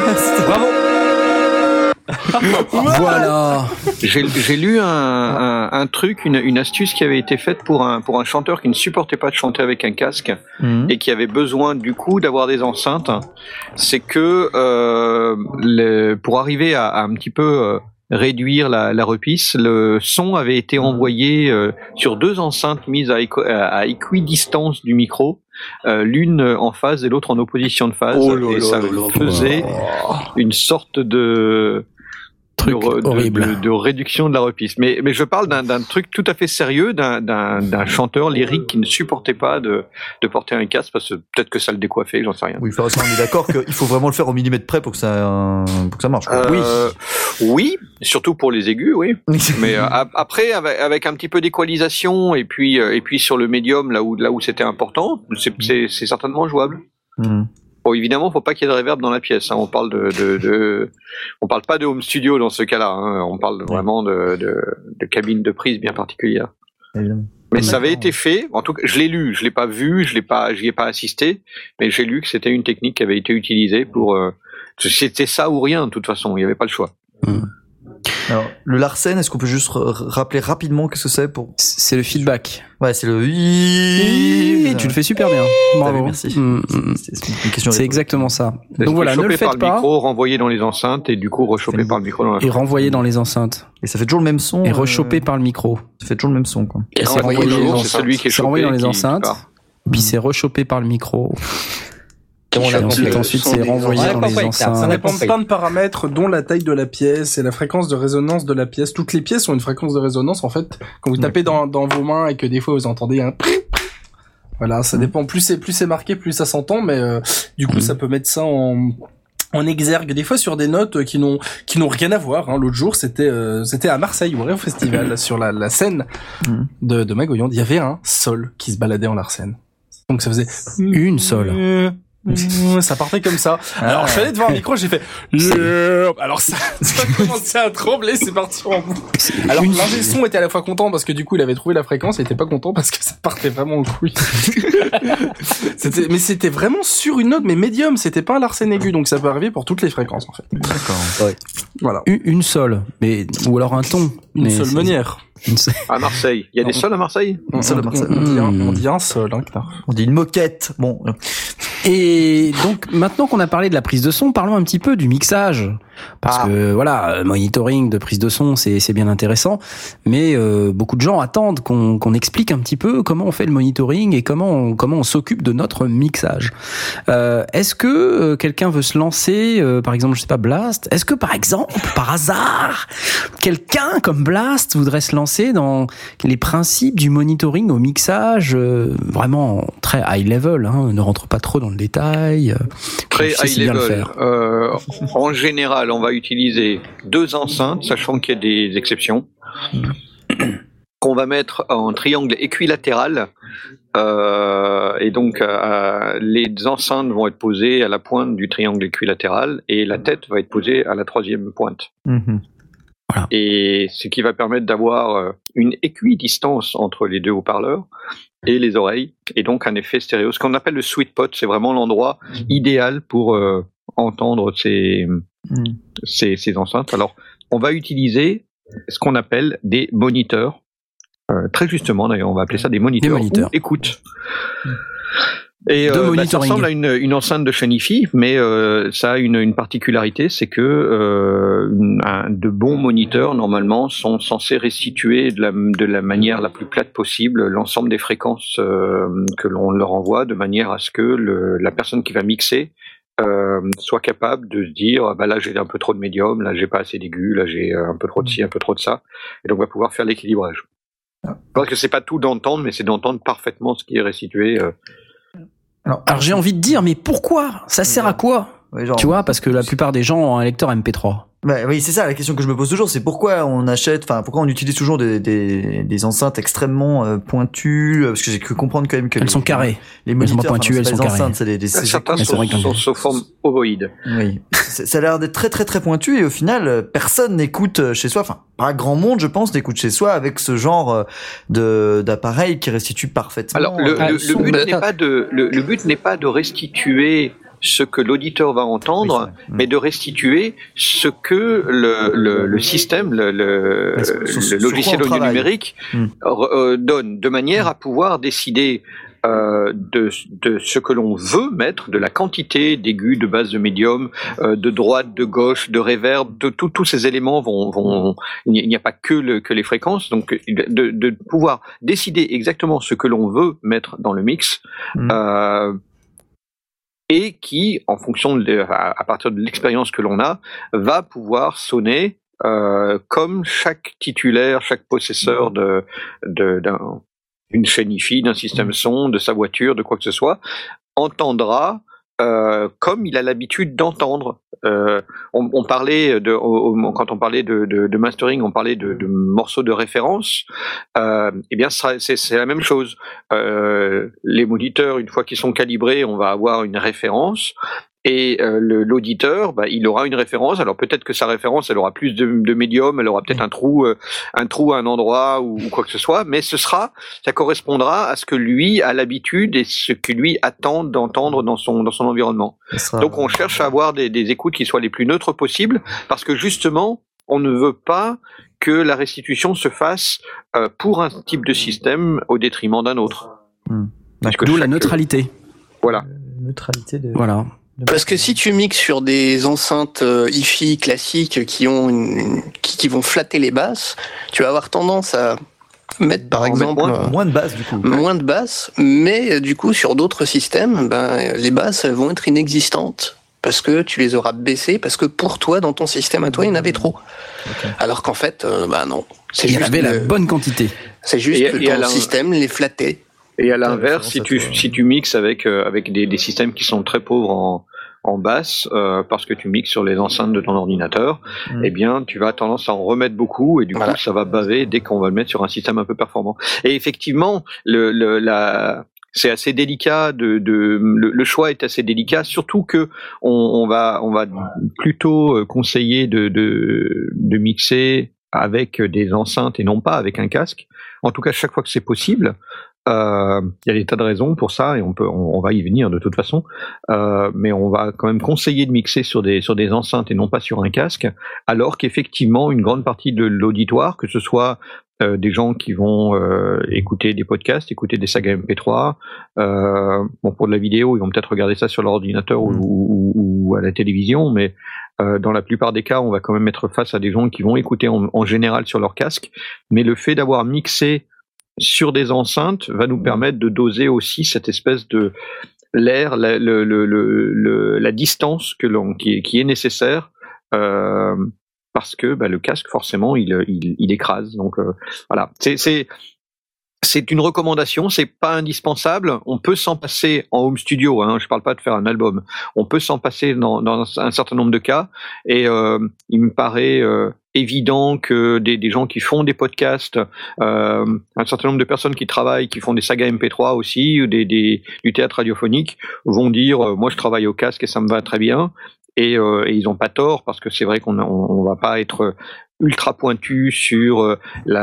S1: Voilà.
S4: J'ai lu un truc, une astuce qui avait été faite pour un chanteur qui ne supportait pas de chanter avec un casque et qui avait besoin du coup d'avoir des enceintes. C'est que pour arriver à un petit peu réduire la repisse, le son avait été envoyé sur 2 enceintes mises à équidistance du micro, l'une en phase et l'autre en opposition de phase, et ça faisait une sorte de
S1: horrible
S4: de réduction de la repisse. Mais je parle d'un truc tout à fait sérieux, d'un chanteur lyrique qui ne supportait pas de porter un casque parce que peut-être que ça le décoiffait, j'en sais rien.
S2: Oui, on est d'accord qu'il faut vraiment le faire au millimètre près pour que ça marche.
S4: Oui, surtout pour les aigus, oui. Mais après, avec un petit peu d'équalisation et puis sur le médium là où c'était important, c'est certainement jouable. Bon, évidemment, faut pas qu'il y ait de reverb dans la pièce. Hein. On parle on parle pas de home studio dans ce cas-là. Hein. On parle vraiment de cabine de prise bien particulière.
S2: Évidemment.
S4: Mais ça avait été fait. En tout cas, je l'ai lu, je l'ai pas vu, j'y ai pas assisté, mais j'ai lu que c'était une technique qui avait été utilisée pour. C'était ça ou rien de toute façon. Il y avait pas le choix.
S2: Alors, le Larsen, est-ce qu'on peut juste rappeler rapidement qu'est-ce que c'est pour...
S1: C'est le feedback.
S2: Ouais, c'est le...
S1: Tu le fais super bien. Bravo.
S2: Merci.
S1: C'est exactement ça.
S4: Donc voilà, ne le faites pas. Par le micro, renvoyé dans les enceintes et du coup rechopé par le micro dans la
S1: et renvoyé dans les enceintes.
S2: Et ça fait toujours le même son.
S1: Et rechopé par le micro.
S2: Ça fait toujours le même son, quoi.
S4: Et c'est renvoyé dans les enceintes.
S1: Puis c'est rechopé par le micro. Ensuite, c'est renvoyé dans les enceintes.
S5: Ça dépend de plein de paramètres, dont la taille de la pièce et la fréquence de résonance de la pièce. Toutes les pièces ont une fréquence de résonance, en fait. Quand vous tapez dans vos mains et que des fois vous entendez un voilà, ça dépend. Plus c'est marqué, plus ça s'entend, mais du coup, ça peut mettre ça en exergue des fois sur des notes qui n'ont rien à voir. L'autre jour, c'était à Marseille, au Réo Festival, sur la scène de Magoyande, il y avait un sol qui se baladait en Larsen. Donc ça faisait
S1: une sol.
S5: Ça partait comme ça. Alors je suis allé devant un micro, j'ai fait alors ça a commencé à trembler, c'est parti en bout. Alors l'ingé son était à la fois content parce que du coup il avait trouvé la fréquence, et il était pas content parce que ça partait vraiment en couille. C'était vraiment sur une note, mais médium, c'était pas un Larsen aigu, donc ça peut arriver pour toutes les fréquences en fait.
S2: D'accord.
S5: Ouais. Voilà.
S1: Une sol, mais ou alors un ton.
S5: Une seule meunière.
S4: À Marseille. Il y a des sols à Marseille?
S5: On dit un sol,
S2: On dit une moquette. Bon.
S1: Et donc, maintenant qu'on a parlé de la prise de son, parlons un petit peu du mixage. Parce que, voilà, monitoring de prise de son, c'est bien intéressant. Mais, beaucoup de gens attendent qu'on explique un petit peu comment on fait le monitoring et comment on s'occupe de notre mixage. Est-ce que quelqu'un veut se lancer, par exemple, je sais pas, Blast? Est-ce que, par exemple, par hasard, quelqu'un comme Blast voudrait se lancer dans les principes du monitoring au mixage, vraiment très high level, ne rentre pas trop dans le détail.
S4: Très high level. En général, on va utiliser 2 enceintes, sachant qu'il y a des exceptions, qu'on va mettre en triangle équilatéral. Et donc, les enceintes vont être posées à la pointe du triangle équilatéral et la tête va être posée à la 3e pointe. Voilà. Et ce qui va permettre d'avoir une équidistance entre les 2 haut-parleurs et les oreilles, et donc un effet stéréo. Ce qu'on appelle le sweet spot, c'est vraiment l'endroit idéal pour entendre ces enceintes. Alors, on va utiliser ce qu'on appelle des moniteurs. Très justement, d'ailleurs, on va appeler ça des moniteurs. Ou écoute. Et ça ressemble à une enceinte de chaîne hi-fi, mais ça a une particularité, c'est que de bons moniteurs normalement sont censés restituer de la manière la plus plate possible l'ensemble des fréquences que l'on leur envoie, de manière à ce que la personne qui va mixer soit capable de se dire là j'ai un peu trop de médium, là j'ai pas assez d'aigu, là j'ai un peu trop de ci, un peu trop de ça, et donc on va pouvoir faire l'équilibrage. Parce que c'est pas tout d'entendre, mais c'est d'entendre parfaitement ce qui est restitué.
S1: Alors j'ai envie de dire, mais pourquoi? Ça sert à quoi? Tu vois, parce que la plupart des gens ont un lecteur MP3.
S2: Oui, c'est ça la question que je me pose toujours, c'est pourquoi pourquoi on utilise toujours des enceintes extrêmement pointues, parce que j'ai cru comprendre quand même que
S1: elles sont carrées.
S2: Les moniteurs,
S1: elles sont pointues, elles sont carrées.
S2: Enceintes, c'est
S4: certains sont sous forme ovoïde.
S2: Oui, ça a l'air d'être très très très pointu, et au final personne n'écoute chez soi, pas grand monde je pense n'écoute chez soi avec ce genre d'appareil qui restitue parfaitement.
S4: Alors le but n'est pas de restituer ce que l'auditeur va entendre, mais de restituer ce que le système, le logiciel audio numérique donne, de manière à pouvoir décider de ce que l'on veut mettre, de la quantité d'aigus, de basse, de médium, de droite, de gauche, de reverb, tous ces éléments vont. Il n'y a pas que les fréquences, donc de pouvoir décider exactement ce que l'on veut mettre dans le mix. Et qui, en fonction à partir de l'expérience que l'on a, va pouvoir sonner comme chaque titulaire, chaque possesseur d'une chaîne hi-fi, d'un système son, de sa voiture, de quoi que ce soit, entendra comme il a l'habitude d'entendre. On parlait quand on parlait de mastering, on parlait de morceaux de référence. Eh bien, c'est la même chose. Les moniteurs, une fois qu'ils sont calibrés, on va avoir une référence. Et l'auditeur, il aura une référence. Alors peut-être que sa référence, elle aura plus de médium, elle aura peut-être un trou à un endroit ou quoi que ce soit, mais ça correspondra à ce que lui a l'habitude et ce que lui attend d'entendre dans son environnement. Donc on cherche à avoir des écoutes qui soient les plus neutres possibles, parce que justement, on ne veut pas que la restitution se fasse pour un type de système au détriment d'un autre.
S1: D'où la neutralité.
S4: Voilà.
S1: Voilà.
S3: Parce que si tu mixes sur des enceintes hi-fi classiques qui vont flatter les basses, tu vas avoir tendance à mettre par exemple
S2: moins de basses du coup.
S3: Moins de basses, mais du coup sur d'autres systèmes, les basses elles vont être inexistantes parce que tu les auras baissées, parce que pour toi dans ton système à toi il y en avait trop. Okay. Alors qu'en fait non,
S1: il y avait la bonne quantité.
S3: C'est juste que ton système les flattait.
S4: Et à l'inverse, si tu mixes avec des systèmes qui sont très pauvres en basse, parce que tu mixes sur les enceintes de ton ordinateur, eh bien, tu vas tendance à en remettre beaucoup, et du coup, ça va baver dès qu'on va le mettre sur un système un peu performant. Et effectivement, c'est assez délicat le choix est assez délicat, surtout que on va plutôt conseiller de mixer avec des enceintes et non pas avec un casque. En tout cas, chaque fois que c'est possible. Il y a des tas de raisons pour ça et on va y venir de toute façon, mais on va quand même conseiller de mixer sur des enceintes et non pas sur un casque, alors qu'effectivement une grande partie de l'auditoire, que ce soit des gens qui vont écouter des podcasts, écouter des sagas MP3, pour de la vidéo ils vont peut-être regarder ça sur leur ordinateur ou à la télévision, mais dans la plupart des cas on va quand même être face à des gens qui vont écouter en général sur leur casque, mais le fait d'avoir mixé sur des enceintes va nous permettre de doser aussi cette espèce de l'air, la distance qui est nécessaire, parce que le casque forcément il écrase. Donc voilà, c'est une recommandation, c'est pas indispensable. On peut s'en passer en home studio, je parle pas de faire un album. On peut s'en passer dans un certain nombre de cas, et il me paraît évident que des gens qui font des podcasts, un certain nombre de personnes qui travaillent, qui font des sagas MP3 aussi, ou du théâtre radiophonique, vont dire moi je travaille au casque et ça me va très bien, et ils ont pas tort, parce que c'est vrai qu'on va pas être ultra pointu sur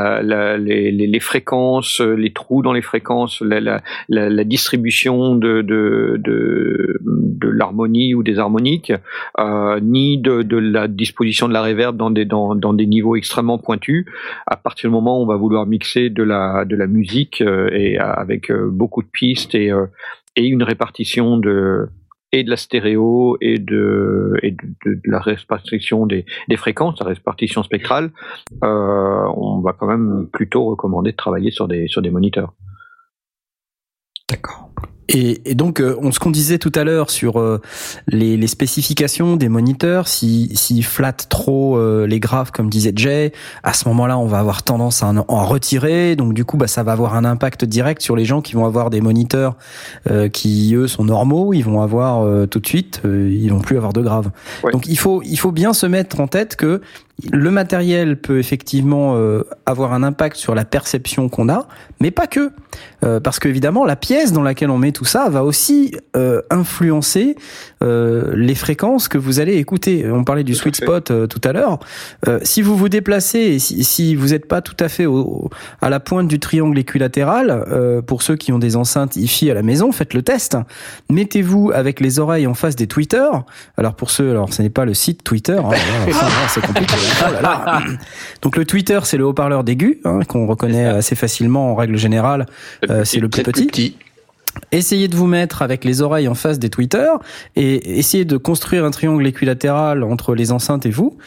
S4: les fréquences, les trous dans les fréquences, la distribution de l'harmonie ou des harmoniques, ni de la disposition de la reverb dans des niveaux extrêmement pointus. À partir du moment où on va vouloir mixer de la musique et avec beaucoup de pistes et une répartition de la stéréo et de la répartition des fréquences, la répartition spectrale, on va quand même plutôt recommander de travailler sur des moniteurs.
S1: D'accord. Et donc, ce qu'on disait tout à l'heure sur les spécifications des moniteurs, s'ils flattent trop les graphes, comme disait Jay, à ce moment-là, on va avoir tendance à en retirer. Donc, du coup, ça va avoir un impact direct sur les gens qui vont avoir des moniteurs qui, eux, sont normaux. Ils vont avoir tout de suite, ils vont plus avoir de graves. Ouais. Donc, il faut bien se mettre en tête que le matériel peut effectivement avoir un impact sur la perception qu'on a, mais pas que. Parce qu'évidemment, la pièce dans laquelle on met tout ça va aussi influencer les fréquences que vous allez écouter. On parlait du sweet spot tout à l'heure. Si vous vous déplacez et si vous n'êtes pas tout à fait à la pointe du triangle équilatéral, pour ceux qui ont des enceintes hi-fi à la maison, faites le test. Mettez-vous avec les oreilles en face des tweeters. Alors pour ceux, ce n'est pas le site Twitter, c'est compliqué. Oh là là. Donc le tweeter, c'est le haut-parleur d'aigu, qu'on reconnaît assez facilement en règle générale. C'est le plus petit. Essayez de vous mettre avec les oreilles en face des tweeters et essayez de construire un triangle équilatéral entre les enceintes et vous,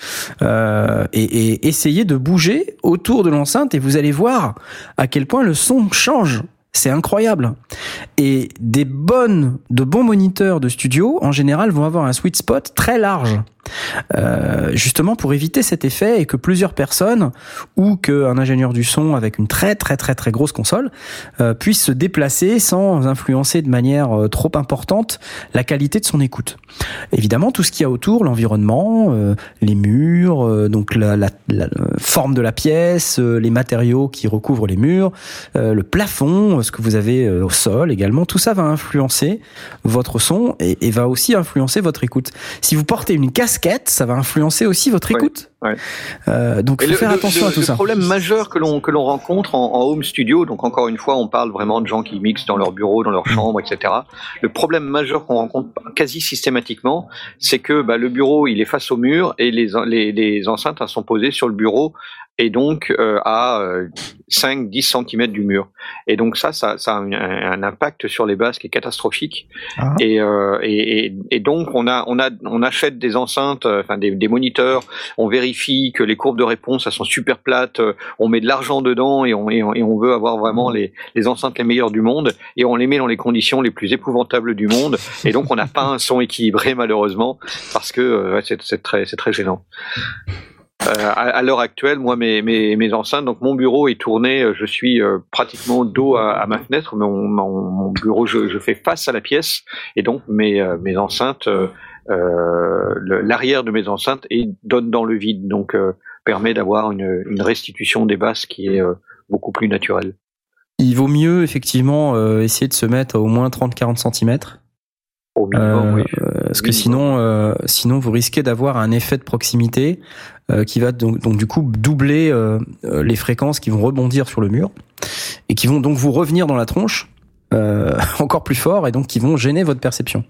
S1: et essayez de bouger autour de l'enceinte et vous allez voir à quel point le son change. C'est incroyable. Et de bons moniteurs de studio, en général, vont avoir un sweet spot très large. Justement pour éviter cet effet et que plusieurs personnes ou qu'un ingénieur du son avec une très très très très grosse console puisse se déplacer sans influencer de manière trop importante la qualité de son écoute. Évidemment, tout ce qu'il y a autour, l'environnement, les murs, donc la forme de la pièce, les matériaux qui recouvrent les murs, le plafond, ce que vous avez au sol également, tout ça va influencer votre son et va aussi influencer votre écoute. Si vous portez une casquette, ça va influencer aussi votre écoute. Ouais. Donc, il faut faire attention à tout ça.
S4: Le problème majeur que l'on rencontre en home studio, donc encore une fois, on parle vraiment de gens qui mixent dans leur bureau, dans leur chambre, etc. Le problème majeur qu'on rencontre quasi systématiquement, c'est que le bureau, il est face au mur et les enceintes sont posées sur le bureau et donc à 5-10 cm du mur. Et donc ça a un impact sur les basses qui est catastrophique. Ah. Et donc on achète des enceintes, enfin des moniteurs, on vérifie que les courbes de réponse elles sont super plates, on met de l'argent dedans et on veut avoir vraiment les enceintes les meilleures du monde, et on les met dans les conditions les plus épouvantables du monde, et donc on n'a pas un son équilibré malheureusement, parce que c'est très gênant. À l'heure actuelle, moi, mes enceintes, donc mon bureau est tourné, je suis pratiquement dos à ma fenêtre, mon bureau, je fais face à la pièce, et donc mes enceintes, l'arrière de mes enceintes donne dans le vide, donc permet d'avoir une restitution des basses qui est beaucoup plus naturelle.
S1: Il vaut mieux effectivement essayer de se mettre à au moins 30-40 cm.
S4: Au minimum, oui.
S1: Parce que sinon vous risquez d'avoir un effet de proximité qui va donc du coup doubler les fréquences qui vont rebondir sur le mur et qui vont donc vous revenir dans la tronche encore plus fort, et donc qui vont gêner votre perception.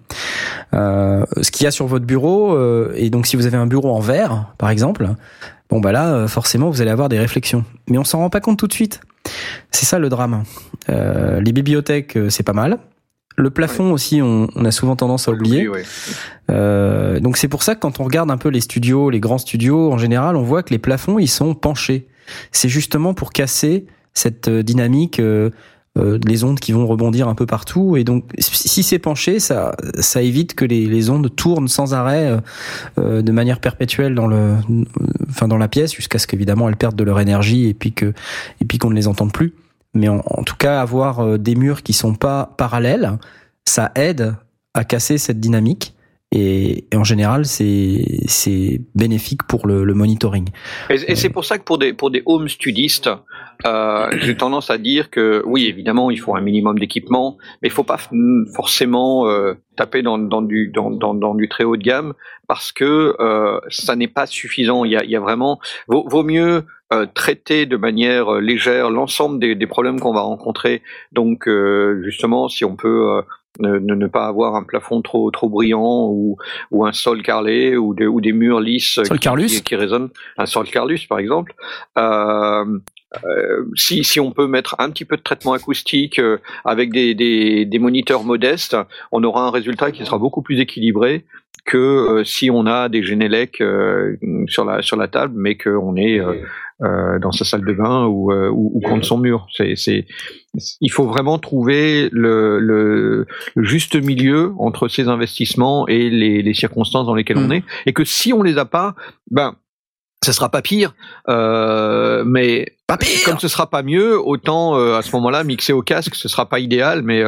S1: Ce qu'il y a sur votre bureau, et donc si vous avez un bureau en verre par exemple, bon bah là forcément vous allez avoir des réflexions, mais on s'en rend pas compte tout de suite. C'est ça le drame. Les bibliothèques, c'est pas mal. Le plafond aussi, on a souvent tendance à oublier. Oui. Donc c'est pour ça que quand on regarde un peu les studios, les grands studios, en général, on voit que les plafonds, ils sont penchés. C'est justement pour casser cette dynamique, les ondes qui vont rebondir un peu partout. Et donc, si c'est penché, ça évite que les ondes tournent sans arrêt, de manière perpétuelle dans la pièce, jusqu'à ce qu'évidemment elles perdent de leur énergie et puis qu'on ne les entende plus. Mais en tout cas, avoir des murs qui sont pas parallèles, ça aide à casser cette dynamique. Et en général, c'est bénéfique pour le monitoring.
S4: Et c'est pour ça que pour des home studistes, j'ai tendance à dire que oui, évidemment, il faut un minimum d'équipement, mais il faut pas forcément taper dans du très haut de gamme, parce que ça n'est pas suffisant. Il y a vraiment vaut mieux traiter de manière légère l'ensemble des problèmes qu'on va rencontrer. Donc justement, si on peut ne pas avoir un plafond trop brillant ou un sol carrelé ou des murs lisses qui résonnent, un sol Carlus par exemple. Si on peut mettre un petit peu de traitement acoustique avec des moniteurs modestes, on aura un résultat qui sera beaucoup plus équilibré que si on a des Genelec sur la table, mais qu'on est dans sa salle de bain ou contre son mur. Il faut vraiment trouver le juste milieu entre ces investissements et les circonstances dans lesquelles on est, et que si on les a pas, ça sera pas pire, mais pas pire. Comme ce sera pas mieux, autant à ce moment-là mixer au casque, ce sera pas idéal, mais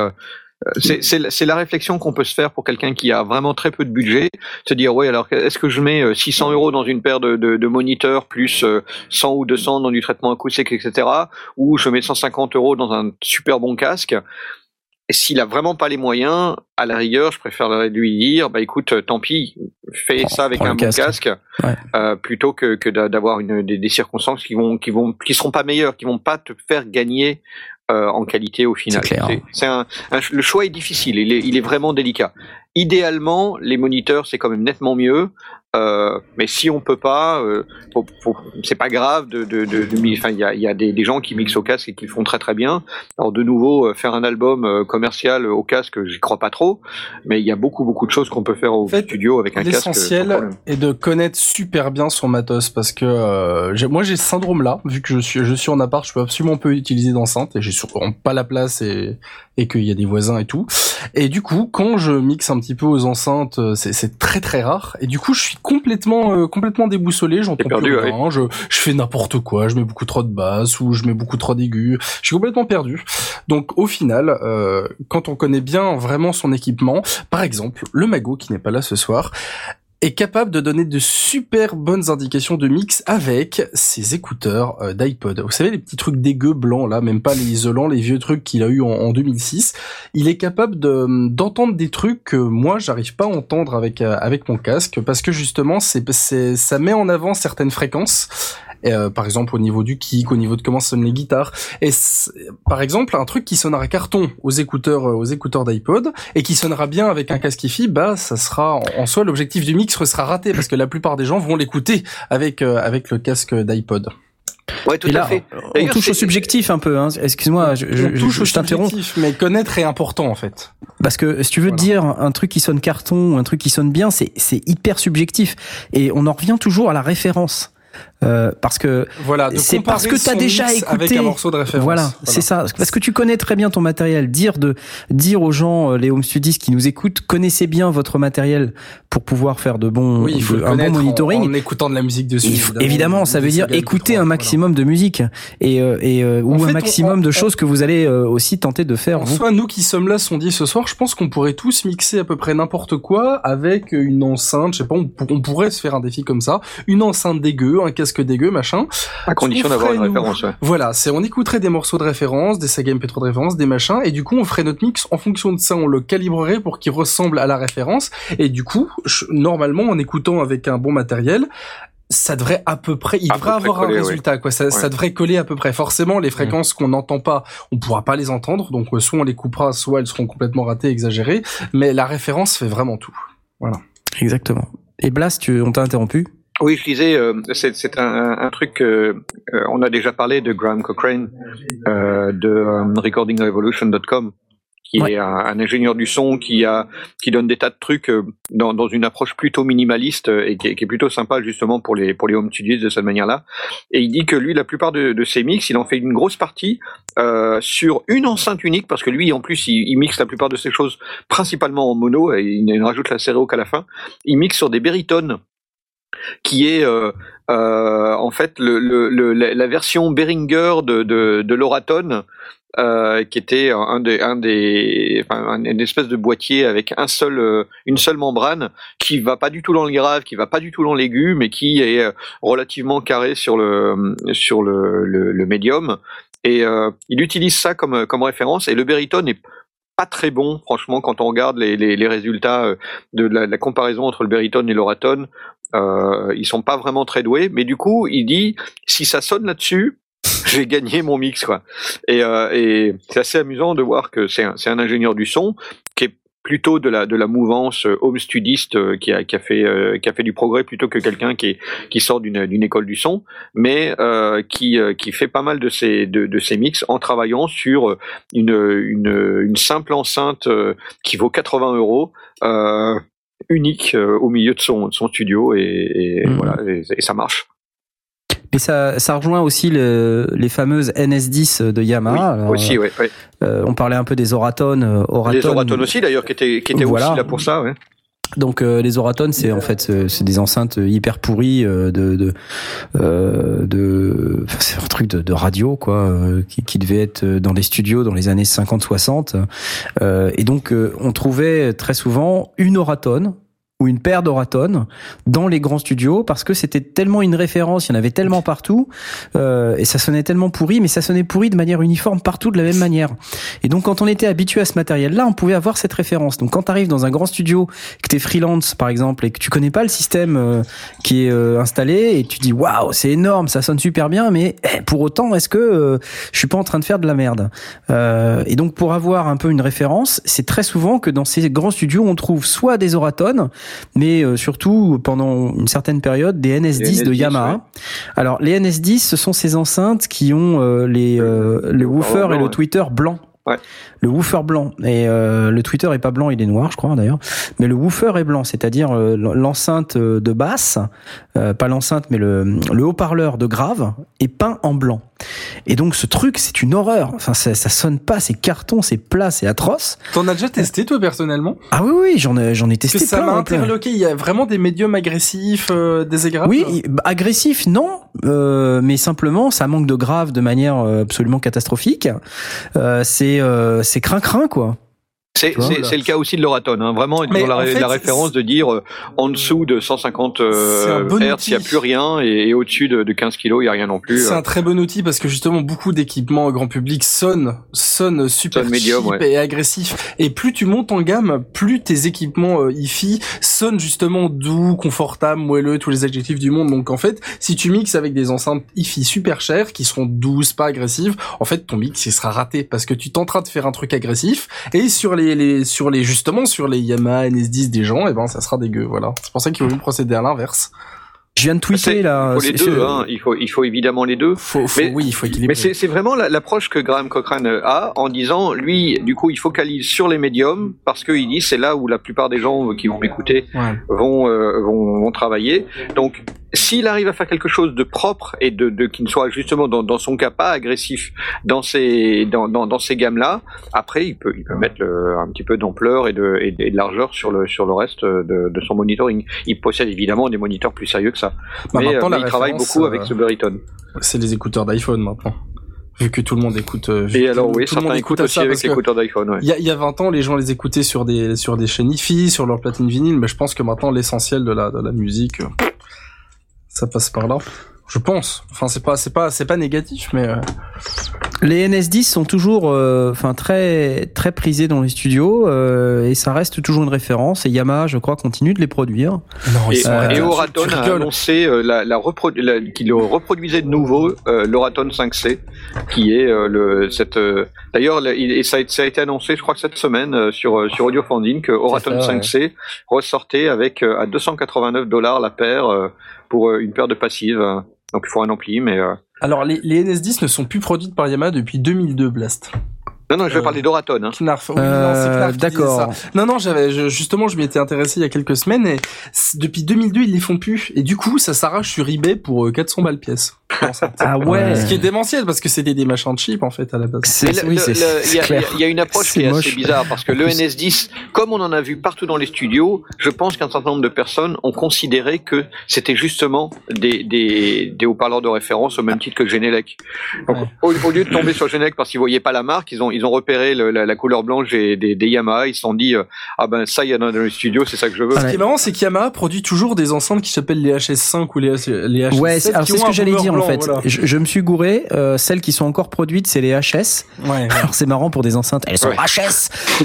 S4: c'est la réflexion qu'on peut se faire pour quelqu'un qui a vraiment très peu de budget, se dire ouais, alors est-ce que je mets 600 € dans une paire de moniteurs plus 100 ou 200 dans du traitement acoustique, etc., ou je mets 150 € dans un super bon casque. Et s'il a vraiment pas les moyens, à la rigueur, je préfère lui dire écoute, tant pis, fais ça avec un bon casque, plutôt que d'avoir des circonstances qui seront pas meilleures, qui vont pas te faire gagner en qualité au final. C'est le choix est difficile, il est vraiment délicat. Idéalement, les moniteurs c'est quand même nettement mieux, mais si on peut pas, c'est pas grave il y a des gens qui mixent au casque et qui le font très très bien. Alors de nouveau, faire un album commercial au casque, j'y crois pas trop, mais il y a beaucoup de choses qu'on peut faire au studio avec un casque.
S5: L'essentiel est de connaître super bien son matos, parce que moi j'ai ce syndrome là, vu que je suis en appart, je peux absolument pas utiliser d'enceinte et j'ai sûrement pas la place et qu'il y a des voisins et tout. Et du coup, quand je mixe un petit peu aux enceintes, c'est très très rare. Et du coup, je suis complètement déboussolé. J'entends plus rien. Je fais n'importe quoi. Je mets beaucoup trop de basses ou je mets beaucoup trop d'aigus. Je suis complètement perdu. Donc, au final, quand on connaît bien vraiment son équipement, par exemple, le Mago qui n'est pas là ce soir est capable de donner de super bonnes indications de mix avec ses écouteurs d'iPod. Vous savez, les petits trucs dégueux blancs là, même pas les isolants, les vieux trucs qu'il a eu en 2006. Il est capable d'entendre des trucs que moi j'arrive pas à entendre avec mon casque, parce que justement ça met en avant certaines fréquences. Par exemple au niveau du kick, au niveau de comment sonnent les guitares, et par exemple un truc qui sonnera carton aux écouteurs d'iPod et qui sonnera bien avec un casque hi-fi, ça sera en soi l'objectif du mix sera raté, parce que la plupart des gens vont l'écouter avec le casque d'iPod.
S4: Ouais, tout
S1: Et là,
S4: à fait.
S1: on
S4: D'ailleurs,
S1: touche au subjectif un peu. Hein. Excuse-moi, je t'interromps.
S5: Mais connaître est important en fait.
S1: Parce que si tu veux dire un truc qui sonne carton, un truc qui sonne bien, c'est hyper subjectif. Et on en revient toujours à la référence. Parce que c'est parce que t'as déjà écouté
S5: avec un morceau de référence.
S1: Voilà, c'est ça. Parce que tu connais très bien ton matériel. Dire aux gens, les home studistes qui nous écoutent, connaissez bien votre matériel pour pouvoir faire un bon monitoring.
S5: En écoutant de la musique dessus.
S1: Évidemment, ça veut dire écouter un maximum de musique ou un maximum de choses que vous allez aussi tenter de faire.
S5: Soit nous qui sommes là sont dit ce soir, je pense qu'on pourrait tous mixer à peu près n'importe quoi avec une enceinte. Je sais pas, on pourrait se faire un défi comme ça. Une enceinte dégueu, un casque dégueu, machin.
S4: À condition d'avoir une référence, ouais.
S5: Voilà, on écouterait des morceaux de référence, des sagas MP3 de référence, des machins, et du coup, on ferait notre mix en fonction de ça, on le calibrerait pour qu'il ressemble à la référence, et du coup, normalement, en écoutant avec un bon matériel, ça devrait à peu près, il devrait avoir coller, un résultat, quoi. Ça devrait coller à peu près. Forcément, les fréquences qu'on n'entend pas, on pourra pas les entendre, donc soit on les coupera, soit elles seront complètement ratées, exagérées, mais la référence fait vraiment tout. Voilà.
S1: Exactement. Et Blast, on t'a interrompu?
S4: Oui, je disais, c'est un truc. On a déjà parlé de Graham Cochrane de recordingrevolution.com, qui est un ingénieur du son qui donne des tas de trucs dans une approche plutôt minimaliste et qui est plutôt sympa justement pour les home studios de cette manière-là. Et il dit que lui, la plupart de ses mix, il en fait une grosse partie sur une enceinte unique, parce que lui, en plus, il mixe la plupart de ses choses principalement en mono et il rajoute la stéréo qu'à la fin. Il mixe sur des Baryton, qui est en fait la version Behringer de l'Oraton, qui était une espèce de boîtier avec une seule membrane qui va pas du tout dans le grave, qui va pas du tout dans l'aigu, mais qui est relativement carré sur le médium, et il utilise ça comme référence. Et le Baryton est pas très bon, franchement, quand on regarde les résultats de la comparaison entre le Baryton et l'Oraton. Ils sont pas vraiment très doués, mais du coup, il dit, si ça sonne là-dessus, j'ai gagné mon mix, quoi. Et c'est assez amusant de voir que c'est un ingénieur du son qui est plutôt de la mouvance home studiste, qui a fait du progrès plutôt que quelqu'un qui sort d'une école du son, mais qui fait pas mal de ses mix en travaillant sur une simple enceinte qui vaut 80 €, unique au milieu de son studio, et voilà, et ça marche.
S1: Et ça rejoint aussi les fameuses NS10 de Yamaha.
S4: Oui, alors, aussi, ouais.
S1: On parlait un peu des Oraton.
S4: Les Oraton aussi, d'ailleurs, qui étaient aussi là pour ça, ouais.
S1: Donc les Oraton, c'est en fait c'est des enceintes hyper pourries c'est un truc de radio, quoi, qui devait être dans des studios dans les années 50-60, et donc on trouvait très souvent une Oraton ou une paire d'Oraton dans les grands studios, parce que c'était tellement une référence, il y en avait tellement partout, et ça sonnait tellement pourri, mais ça sonnait pourri de manière uniforme partout de la même manière. Et donc quand on était habitué à ce matériel-là, on pouvait avoir cette référence. Donc quand tu arrives dans un grand studio, que t'es freelance par exemple, et que tu connais pas le système qui est installé, et tu dis waouh, c'est énorme, ça sonne super bien, mais pour autant, est-ce que je suis pas en train de faire de la merde? Et donc pour avoir un peu une référence, c'est très souvent que dans ces grands studios, on trouve soit des Oraton, mais surtout pendant une certaine période des NS10 de Yamaha. Ouais. Alors les NS10, ce sont ces enceintes qui ont le woofer et le tweeter blanc.
S4: Ouais.
S1: Le woofer blanc, et le tweeter est pas blanc, il est noir, je crois d'ailleurs, mais le woofer est blanc, c'est-à-dire l'enceinte de basse, pas l'enceinte mais le haut-parleur de grave est peint en blanc. Et donc ce truc, c'est une horreur. Enfin, ça sonne pas, c'est carton, c'est plat, c'est atroce.
S5: T'en as déjà testé toi personnellement?
S1: Ah oui, j'en ai testé.
S5: Parce que ça m'a interloqué. Il y a vraiment des médiums agressifs, désagréables.
S1: Oui, agressifs non, mais simplement ça manque de grave de manière absolument catastrophique. C'est crin-crin, quoi.
S4: C'est le cas aussi de l'Oraton, hein. Vraiment, ils ont la référence de dire en dessous de 150 Hz, il n'y a plus rien, et au-dessus de 15 kg, il n'y a rien non plus.
S5: C'est un très bon outil parce que justement, beaucoup d'équipements grand public sonnent super
S4: médium,
S5: cheap et agressifs. Et plus tu montes en gamme, plus tes équipements hi-fi sonnent justement doux, confortables, moelleux, tous les adjectifs du monde. Donc en fait, si tu mixes avec des enceintes hi-fi super chères, qui seront douces, pas agressives, en fait, ton mix, il sera raté parce que tu tenteras de faire un truc agressif, et sur les Yamaha NS10 des gens, et ben ça sera dégueu, voilà. C'est pour ça qu'il vaut mieux procéder à l'inverse.
S1: Je viens de tweeter là.
S4: Il faut les deux, hein. Il faut évidemment les deux.
S5: Oui, il faut équilibrer.
S4: Mais c'est vraiment l'approche que Graham Cochrane a en disant, lui, du coup, il focalise sur les médiums parce qu'il dit c'est là où la plupart des gens qui vont m'écouter vont travailler. Donc, s'il arrive à faire quelque chose de propre et de qui ne soit justement dans son cas pas agressif dans ces gammes-là, après il peut mettre un petit peu d'ampleur et de largeur sur le reste de son monitoring. Il possède évidemment des moniteurs plus sérieux que ça. Mais il travaille beaucoup avec ce Beriton.
S5: C'est les écouteurs d'iPhone maintenant. Vu que tout le monde écoute.
S4: Et alors oui, certains écoutent aussi avec les écouteurs d'iPhone.
S5: Il y a 20 ans, les gens les écoutaient sur des chaînes hi-fi, sur leur platine vinyle, mais je pense que maintenant l'essentiel de la musique, ça passe par là. Je pense. Enfin, c'est pas négatif, mais.
S1: Les NS10 sont toujours, très très prisés dans les studios et ça reste toujours une référence. Et Yamaha, je crois, continue de les produire.
S4: Non, et Oraton a annoncé qu'il reproduisait de nouveau l'Oraton 5C, qui est D'ailleurs, ça a été annoncé, je crois que cette semaine sur Audio Funding, que Oraton 5C ressortait avec à $289 la paire pour une paire de passives. Donc il faut un ampli, mais.
S5: Alors les NS10 ne sont plus produites par Yamaha depuis 2002, Blast.
S4: Non, je vais parler d'Oraton. Hein.
S5: Knarf. Oui, non, c'est Knarf qui disait ça. Non, justement, je m'y étais intéressé il y a quelques semaines et depuis 2002, ils les font plus. Et du coup, ça s'arrache sur eBay pour 400 balles pièce.
S1: Ah ouais.
S5: Ce qui est démentiel parce que c'était des machins cheap en fait à la base.
S4: Il y a une approche qui est assez bizarre parce que le NS10, comme on en a vu partout dans les studios, je pense qu'un certain nombre de personnes ont considéré que c'était justement des haut-parleurs de référence au même titre que Genelec. Donc, au lieu de tomber sur Genelec parce qu'ils voyaient pas la marque, ils ont repéré la couleur blanche des Yamaha, ils se sont dit ça il y en a dans les studios, c'est ça que je veux.
S5: Ce qui est marrant, c'est qu'Yamaha produit toujours des enceintes qui s'appellent les HS5 ou les HS7.
S1: Ouais, alors c'est ce que j'allais dire en fait. Voilà. Je me suis gouré. Celles qui sont encore produites, c'est les HS.
S5: Ouais.
S1: Alors c'est marrant pour des enceintes, elles sont HS.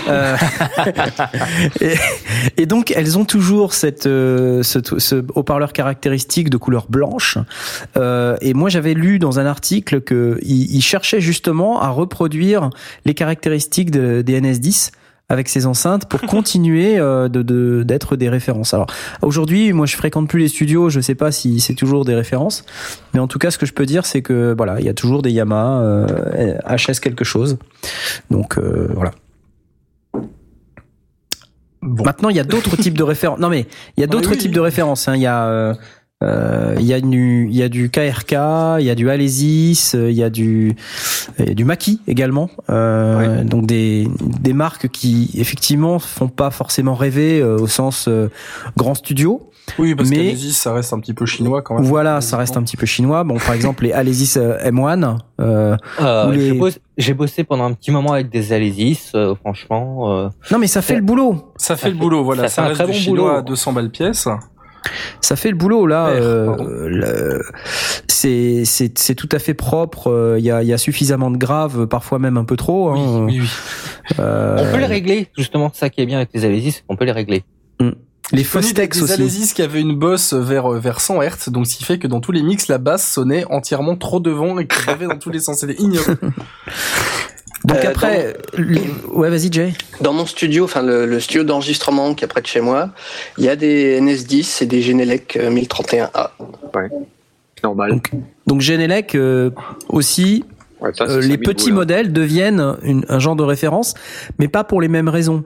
S1: Et donc elles ont toujours ce haut-parleur caractéristique de couleur blanche. Et moi j'avais lu dans un article que ils cherchaient justement à reproduire les caractéristiques des NS10 avec ces enceintes pour continuer d'être des références. Alors aujourd'hui, moi je fréquente plus les studios, je sais pas si c'est toujours des références, mais en tout cas ce que je peux dire c'est que voilà, il y a toujours des Yamaha HS quelque chose. Donc voilà. Bon. Maintenant, il y a d'autres types de références. Non mais il y a d'autres types de références, hein. Il y a du KRK, il y a du Alesis, il y a du Mackie également. Donc des marques qui effectivement font pas forcément rêver au sens grand studio.
S5: Oui, parce que Alesis, ça reste un petit peu chinois quand même.
S1: Voilà, ça reste un petit peu chinois. Bon, par exemple, les Alesis M1.
S7: J'ai bossé pendant un petit moment avec des Alesis, franchement.
S1: Non, mais ça fait le boulot.
S5: Ça fait le boulot, voilà. Ça reste
S7: un très
S5: du
S7: bon
S5: chinois
S7: boulot.
S5: À 200 balles pièce.
S1: Ça fait le boulot là. C'est tout à fait propre. Il y a suffisamment de graves, parfois même un peu trop. Hein.
S5: Oui.
S7: On peut les régler, justement. Ça qui est bien avec les Alesis, on peut les régler.
S1: Les Fostex aussi.
S5: Des Alesis qui avaient une bosse vers 100 Hz, donc ce qui fait que dans tous les mix, la basse sonnait entièrement trop devant et qu'il avait dans tous les sens. C'était ignoble.
S1: Donc après, ouais, vas-y Jay.
S3: Dans mon studio, enfin le studio d'enregistrement qui est près de chez moi, il y a des NS10 et des Genelec 1031A.
S4: Ouais, normal.
S1: Donc Genelec aussi. Ouais, les petits modèles deviennent un genre de référence, mais pas pour les mêmes raisons.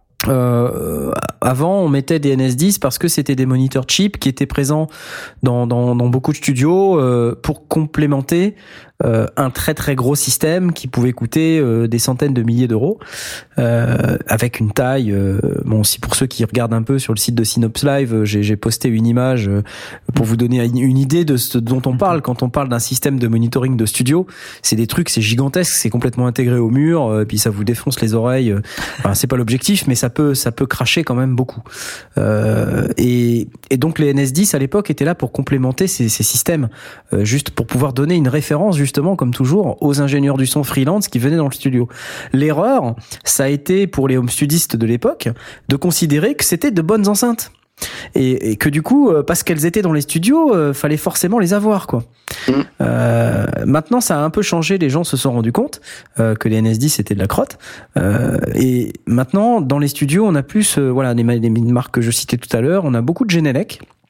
S1: Avant on mettait des NS10 parce que c'était des moniteurs cheap qui étaient présents dans beaucoup de studios pour complémenter un très très gros système qui pouvait coûter des centaines de milliers d'euros avec une taille bon, si pour ceux qui regardent un peu sur le site de Synops Live, j'ai posté une image pour vous donner une idée de ce dont on parle quand on parle d'un système de monitoring de studio. C'est des trucs, c'est gigantesque, c'est complètement intégré au mur, puis ça vous défonce les oreilles. Enfin, c'est pas l'objectif, mais ça peut cracher quand même beaucoup. Et donc les NS10 à l'époque étaient là pour complémenter ces systèmes, juste pour pouvoir donner une référence justement, comme toujours, aux ingénieurs du son freelance qui venaient dans le studio. L'erreur, ça a été pour les home studistes de l'époque de considérer que c'était de bonnes enceintes. Et que du coup, parce qu'elles étaient dans les studios, fallait forcément les avoir, quoi. Maintenant, ça a un peu changé. Les gens se sont rendus compte que les NS10 c'était de la crotte. Et maintenant, dans les studios, on a plus, voilà, les marques que je citais tout à l'heure. On a beaucoup de Genelec.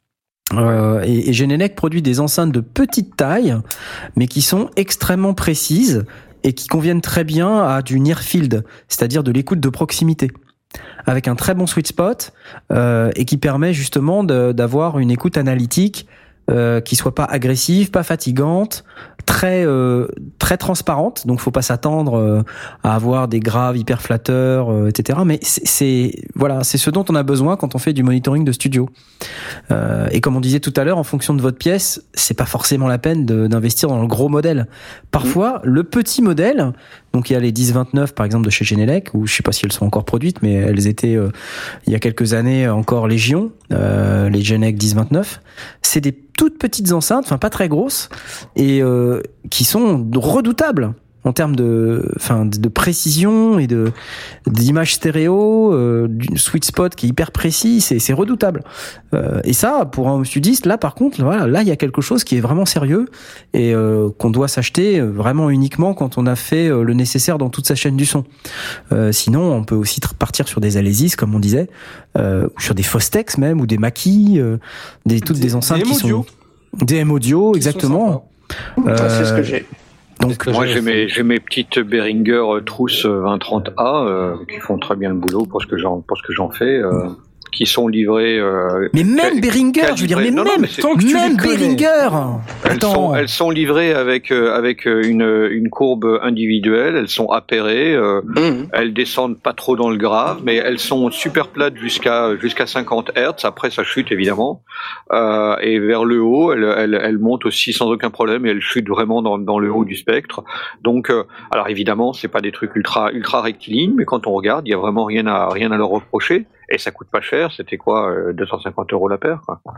S1: Et Genelec produit des enceintes de petite taille, mais qui sont extrêmement précises et qui conviennent très bien à du near field, c'est-à-dire de l'écoute de proximité, avec un très bon sweet spot et qui permet justement d'avoir une écoute analytique qui soit pas agressive, pas fatigante, très transparente. Donc faut pas s'attendre à avoir des graves hyper flatteurs, etc. Mais c'est ce dont on a besoin quand on fait du monitoring de studio. Et comme on disait tout à l'heure, en fonction de votre pièce, c'est pas forcément la peine d'investir dans le gros modèle. Parfois, le petit modèle, donc il y a les 1029 par exemple de chez Genelec, ou je sais pas si elles sont encore produites, mais elles étaient il y a quelques années encore légion, les Genelec 1029. C'est des toutes petites enceintes, enfin pas très grosses, et qui sont redoutables en termes de précision et d'image stéréo, d'une sweet spot qui est hyper précis, c'est redoutable. Et ça, pour un home studiste, là par contre, voilà, là il y a quelque chose qui est vraiment sérieux et qu'on doit s'acheter vraiment uniquement quand on a fait le nécessaire dans toute sa chaîne du son. Sinon, on peut aussi partir sur des Alesis, comme on disait, ou sur des Fostex même, ou des Mackie, des enceintes qui sont des M-Audio, exactement.
S3: C'est ce que j'ai.
S4: Donc moi j'ai mes petites Behringer Trousse 2030A qui font très bien le boulot pour ce que j'en fais. Qui sont livrées.
S1: Mais même Behringer, je veux dire, même Behringer.
S4: Elles sont livrées avec une courbe individuelle. Elles sont appairées. Elles descendent pas trop dans le grave, mais elles sont super plates jusqu'à 50 Hz. Après, ça chute évidemment. Et vers le haut, elles montent aussi sans aucun problème et elles chutent vraiment dans le haut du spectre. Donc, alors évidemment, c'est pas des trucs ultra rectilignes, mais quand on regarde, il y a vraiment rien à leur reprocher. Et ça coûte pas cher, c'était quoi, 250 € la paire, quoi.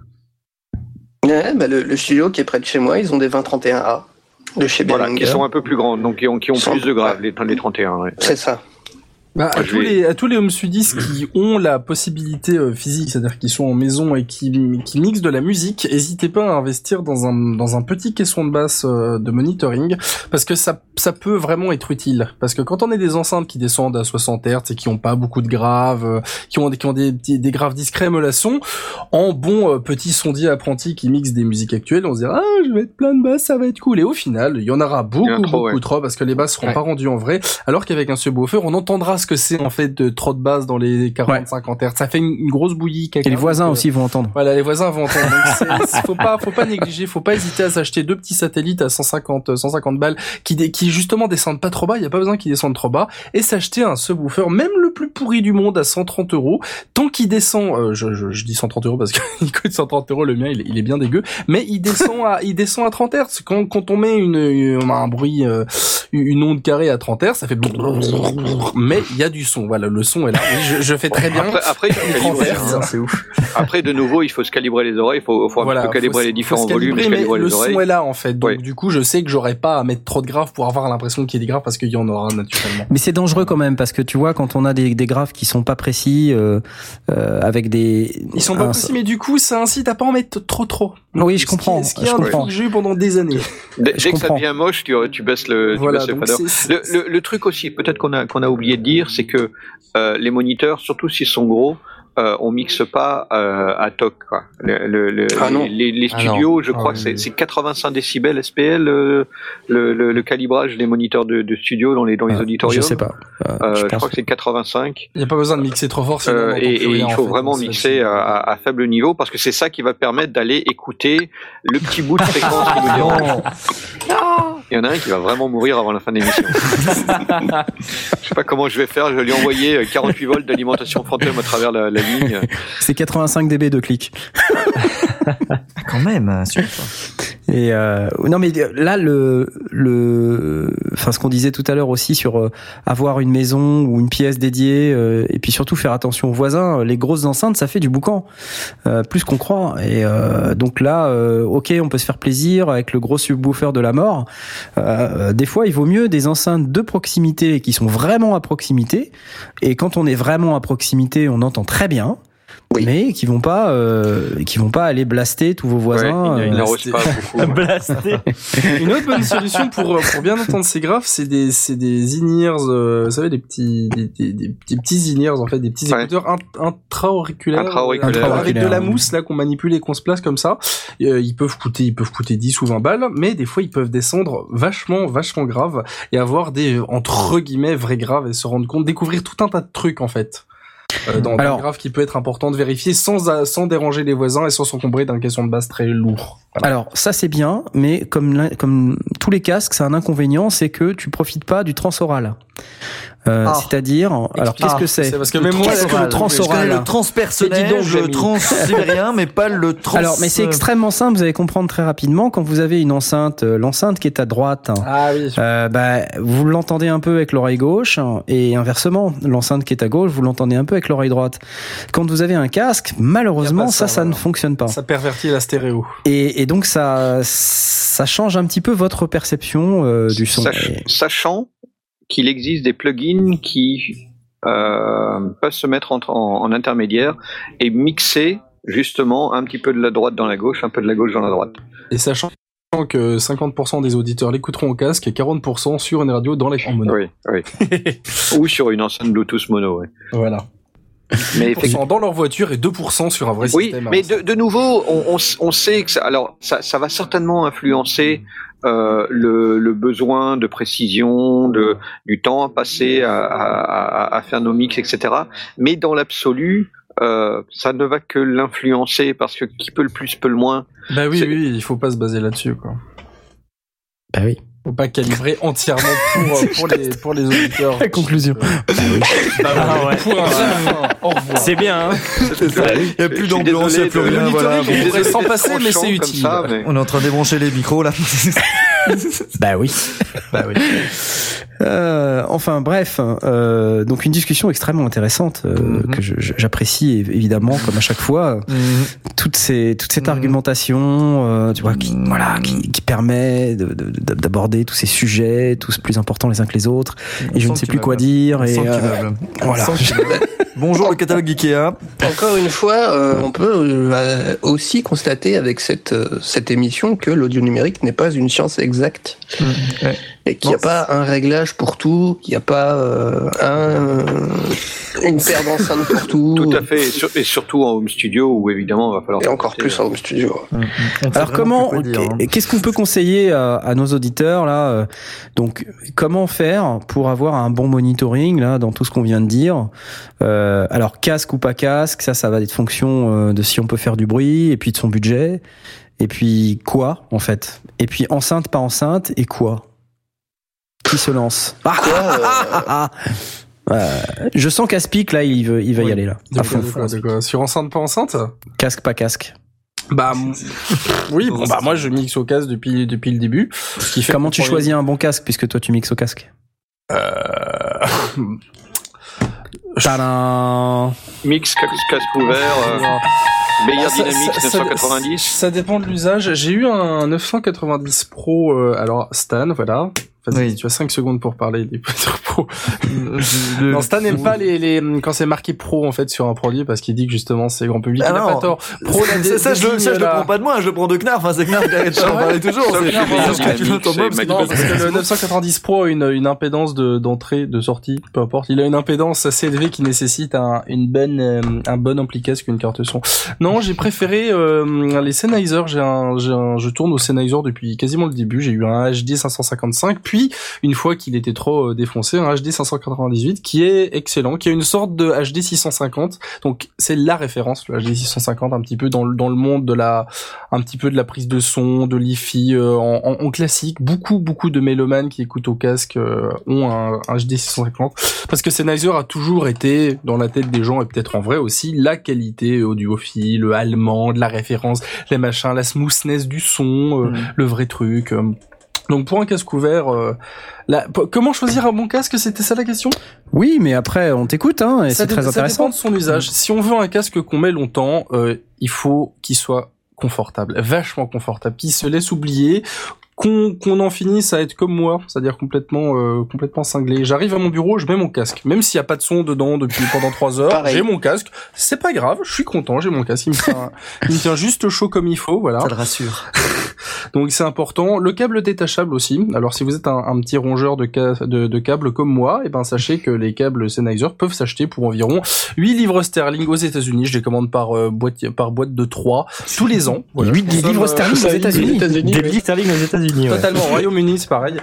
S3: Ouais, bah le studio qui est près de chez moi, ils ont des 2031A de chez Behringer.
S4: Voilà, qui sont un peu plus grandes, donc qui ont plus de graves, les 31. Ouais.
S3: C'est ça.
S5: Bah, à tous les home studistes qui ont la possibilité physique, c'est-à-dire qui sont en maison et qui mixent de la musique, n'hésitez pas à investir dans un petit caisson de basse de monitoring, parce que ça peut vraiment être utile. Parce que quand on a des enceintes qui descendent à 60 Hz et qui ont pas beaucoup de graves, qui ont des graves discrets mollassons, en bon petit sondier apprenti qui mixe des musiques actuelles, on se dira je vais mettre plein de basses, ça va être cool. Et au final, il y en aura beaucoup trop, parce que les basses seront pas rendues en vrai, alors qu'avec un subwoofer, on entendra ce que c'est en fait de trop de basses dans les 40-50 Hz. Ça fait une grosse bouillie.
S1: Et les voisins aussi vont entendre.
S5: Voilà, les voisins vont entendre. Donc faut pas négliger, faut pas hésiter à s'acheter 2 petits satellites à 150 balles qui justement descendent pas trop bas. Il y a pas besoin qu'ils descendent trop bas, et s'acheter un subwoofer, même le plus pourri du monde, à 130 €. Tant qu'il descend, je dis 130 € parce qu'il coûte 130 €. Le mien, il est bien dégueu, mais il descend à 30 Hz. Quand on met un bruit, une onde carrée à 30 Hz, ça fait mais il y a du son. Voilà, le son est là. Je fais très bien.
S4: Après,
S5: c'est ouf.
S4: Après, de nouveau, il faut se calibrer les oreilles. Il faut calibrer les différents volumes.
S5: Mais le son est là, en fait. Donc, du coup, je sais que j'aurais pas à mettre trop de graves pour avoir l'impression qu'il y a des graves, parce qu'il y en aura naturellement.
S1: Mais c'est dangereux quand même, parce que tu vois, quand on a des graves qui sont pas précis, avec des...
S5: Ils sont pas précis, mais du coup, ça incite à pas en mettre trop.
S1: Oui, je comprends.
S5: Ce qui est un défi que j'ai eu pendant des années.
S4: Dès que ça devient moche, tu baisses le fader. Le truc aussi, peut-être qu'on a oublié de dire, c'est que les moniteurs, surtout s'ils sont gros, on mixe pas à TOC, quoi. Les studios, je crois que c'est 85 décibels SPL le calibrage des moniteurs de studio dans les auditoriums.
S1: Je sais pas.
S4: Je crois que c'est 85.
S5: Il y a pas besoin de mixer trop fort, sinon
S4: et il faut vraiment mixer à faible niveau, parce que c'est ça qui va permettre d'aller écouter le petit bout de fréquence qui nous dérange. Il y en a un qui va vraiment mourir avant la fin de l'émission. Je sais pas comment je vais faire, je vais lui envoyer 48 volts d'alimentation fantôme à travers la ligne.
S1: C'est 85 dB de clic.
S2: Quand même, super.
S1: Et non, mais là ce qu'on disait tout à l'heure aussi sur avoir une maison ou une pièce dédiée, et puis surtout faire attention aux voisins. Les grosses enceintes, ça fait du boucan, plus qu'on croit. Et donc là, ok, on peut se faire plaisir avec le gros subwoofer de la mort. Des fois, il vaut mieux des enceintes de proximité qui sont vraiment à proximité. Et quand on est vraiment à proximité, on entend très bien. mais qui vont pas aller blaster tous vos voisins.
S4: Ouais, ils n'arrosent pas beaucoup.
S6: Blaster.
S5: Une autre bonne solution pour bien entendre ces graphes, c'est des in-ears, vous savez, des petits in-ears, en fait, des petits écouteurs intra-auriculaires avec de la mousse, là, qu'on manipule et qu'on se place comme ça. Ils peuvent coûter 10 ou 20 balles, mais des fois, ils peuvent descendre vachement graves et avoir des, entre guillemets, vrais graves et se rendre compte, découvrir tout un tas de trucs, en fait. Dans le grave qui peut être important de vérifier sans déranger les voisins et sans s'encombrer d'un caisson de base très lourd. Voilà.
S1: Alors ça c'est bien, mais comme tous les casques, c'est un inconvénient, c'est que tu profites pas du transoral. C'est-à-dire, alors qu'est-ce que c'est?
S5: Parce que même moi,
S1: le transoral,
S2: le transpersonnel, le transsibérien, mais pas le trans.
S1: Alors, mais c'est extrêmement simple. Vous allez comprendre très rapidement quand vous avez une enceinte, l'enceinte qui est à droite.
S5: Ah oui.
S1: Vous l'entendez un peu avec l'oreille gauche et inversement, l'enceinte qui est à gauche, vous l'entendez un peu avec l'oreille droite. Quand vous avez un casque, malheureusement, ça ne fonctionne pas.
S5: Ça pervertit la stéréo.
S1: Et donc ça change un petit peu votre perception du son.
S4: Sachant qu'il existe des plugins qui peuvent se mettre en intermédiaire et mixer justement un petit peu de la droite dans la gauche, un peu de la gauche dans la droite.
S5: Et sachant que 50% des auditeurs l'écouteront au casque et 40% sur une radio en mono.
S4: Oui. Ou sur une enceinte Bluetooth mono, oui.
S5: Voilà.
S4: Mais
S5: 2% dans leur voiture et 2% sur un vrai système.
S4: Oui, mais de nouveau, on sait que ça va certainement influencer le besoin de précision, du temps à passer à faire nos mix, etc. Mais dans l'absolu, ça ne va que l'influencer parce que qui peut le plus peut le moins.
S5: Bah oui, il faut pas se baser là-dessus, quoi.
S1: Bah oui.
S5: Faut pas calibrer entièrement pour les auditeurs.
S1: La conclusion.
S6: C'est bien, hein.
S2: Il n'y a plus d'ambiance, il n'y a plus rien. Voilà.
S5: On pourrait s'en passer, mais c'est utile.
S4: Ça, mais...
S2: On est en train de débrancher les micros, là.
S1: Bah oui. Enfin bref, donc une discussion extrêmement intéressante que j'apprécie évidemment comme à chaque fois. Toute cette argumentation, tu vois, qui permet d'aborder tous ces sujets, tous plus importants les uns que les autres. Et je ne sais plus quoi dire. Et voilà.
S2: Bonjour le catalogue Ikea.
S3: Encore une fois, on peut aussi constater avec cette émission que l'audio numérique n'est pas une science exacte. Et qu'il n'y a pas un réglage pour tout, qu'il n'y a pas une paire d'enceintes pour tout.
S4: Tout à fait, et surtout en home studio où évidemment il va falloir...
S3: Et encore plus en home studio.
S1: Alors qu'est-ce qu'on peut conseiller à nos auditeurs là donc comment faire pour avoir un bon monitoring là dans tout ce qu'on vient de dire alors casque ou pas casque, ça va être fonction de si on peut faire du bruit et puis de son budget et puis quoi en fait, et puis enceinte pas enceinte et quoi. Qui se lance? Je sens qu'Aspic là il va y aller là. À fond.
S5: Sur enceinte pas enceinte?
S1: Casque pas casque.
S5: Oui, moi je mixe au casque depuis le début.
S1: Comment tu choisis un bon casque puisque toi tu mixes au casque? Tadam.
S4: Mix casque ouvert. Meilleur Dynamics 990.
S5: Ça dépend de l'usage. J'ai eu un 990 Pro, alors Stan, voilà. Vas-y, tu as 5 secondes pour parler des Pro. Non, Stan n'aime pas quand c'est marqué Pro en fait sur un produit parce qu'il dit que justement c'est grand public. Il a pas tort. Pro,
S2: ça je le prends pas de moi, je le prends de Knarf. C'est Knarf qui arrête d'en parler toujours.
S5: Parce que le 990 Pro a une impédance d'entrée, de sortie, peu importe. Il a une impédance assez élevée qui nécessite un bon ampli casque, une carte son. Non, j'ai préféré les Sennheiser. Je tourne au Sennheiser depuis quasiment le début. J'ai eu un HD 555, puis une fois qu'il était trop défoncé, un HD 598 qui est excellent, qui a une sorte de HD 650. Donc c'est la référence, le HD 650, un petit peu dans le monde un petit peu de la prise de son, de l'hi-fi en classique. Beaucoup de mélomanes qui écoutent au casque ont un HD 650 parce que Sennheiser a toujours été dans la tête des gens et peut-être en vrai aussi la qualité audiophile, le allemand, de la référence, les machins, la smoothness du son, le vrai truc. Donc pour un casque ouvert, comment choisir un bon casque, c'était ça la question?
S1: Oui, mais après on t'écoute, hein, et c'est très intéressant.
S5: Ça dépend de son usage. Si on veut un casque qu'on met longtemps, il faut qu'il soit confortable, vachement confortable, qui se laisse oublier, qu'on en finisse à être comme moi, c'est-à-dire complètement cinglé. J'arrive à mon bureau, je mets mon casque, même s'il y a pas de son dedans depuis pendant 3 heures.
S3: Pareil.
S5: J'ai mon casque, c'est pas grave, je suis content, j'ai mon casque, il me tient juste chaud comme il faut, voilà.
S2: Ça te rassure.
S5: Donc c'est important. Le câble détachable aussi. Alors si vous êtes un petit rongeur de câbles comme moi, et ben sachez que les câbles Sennheiser peuvent s'acheter pour environ 8 livres sterling aux États-Unis. Je les commande par boîte de 3 tous les ans. Voilà.
S1: 8 livres sterling aux États-Unis.
S6: Des livres sterling aux États-Unis. Ouais.
S5: Totalement. Au Royaume-Uni, c'est pareil.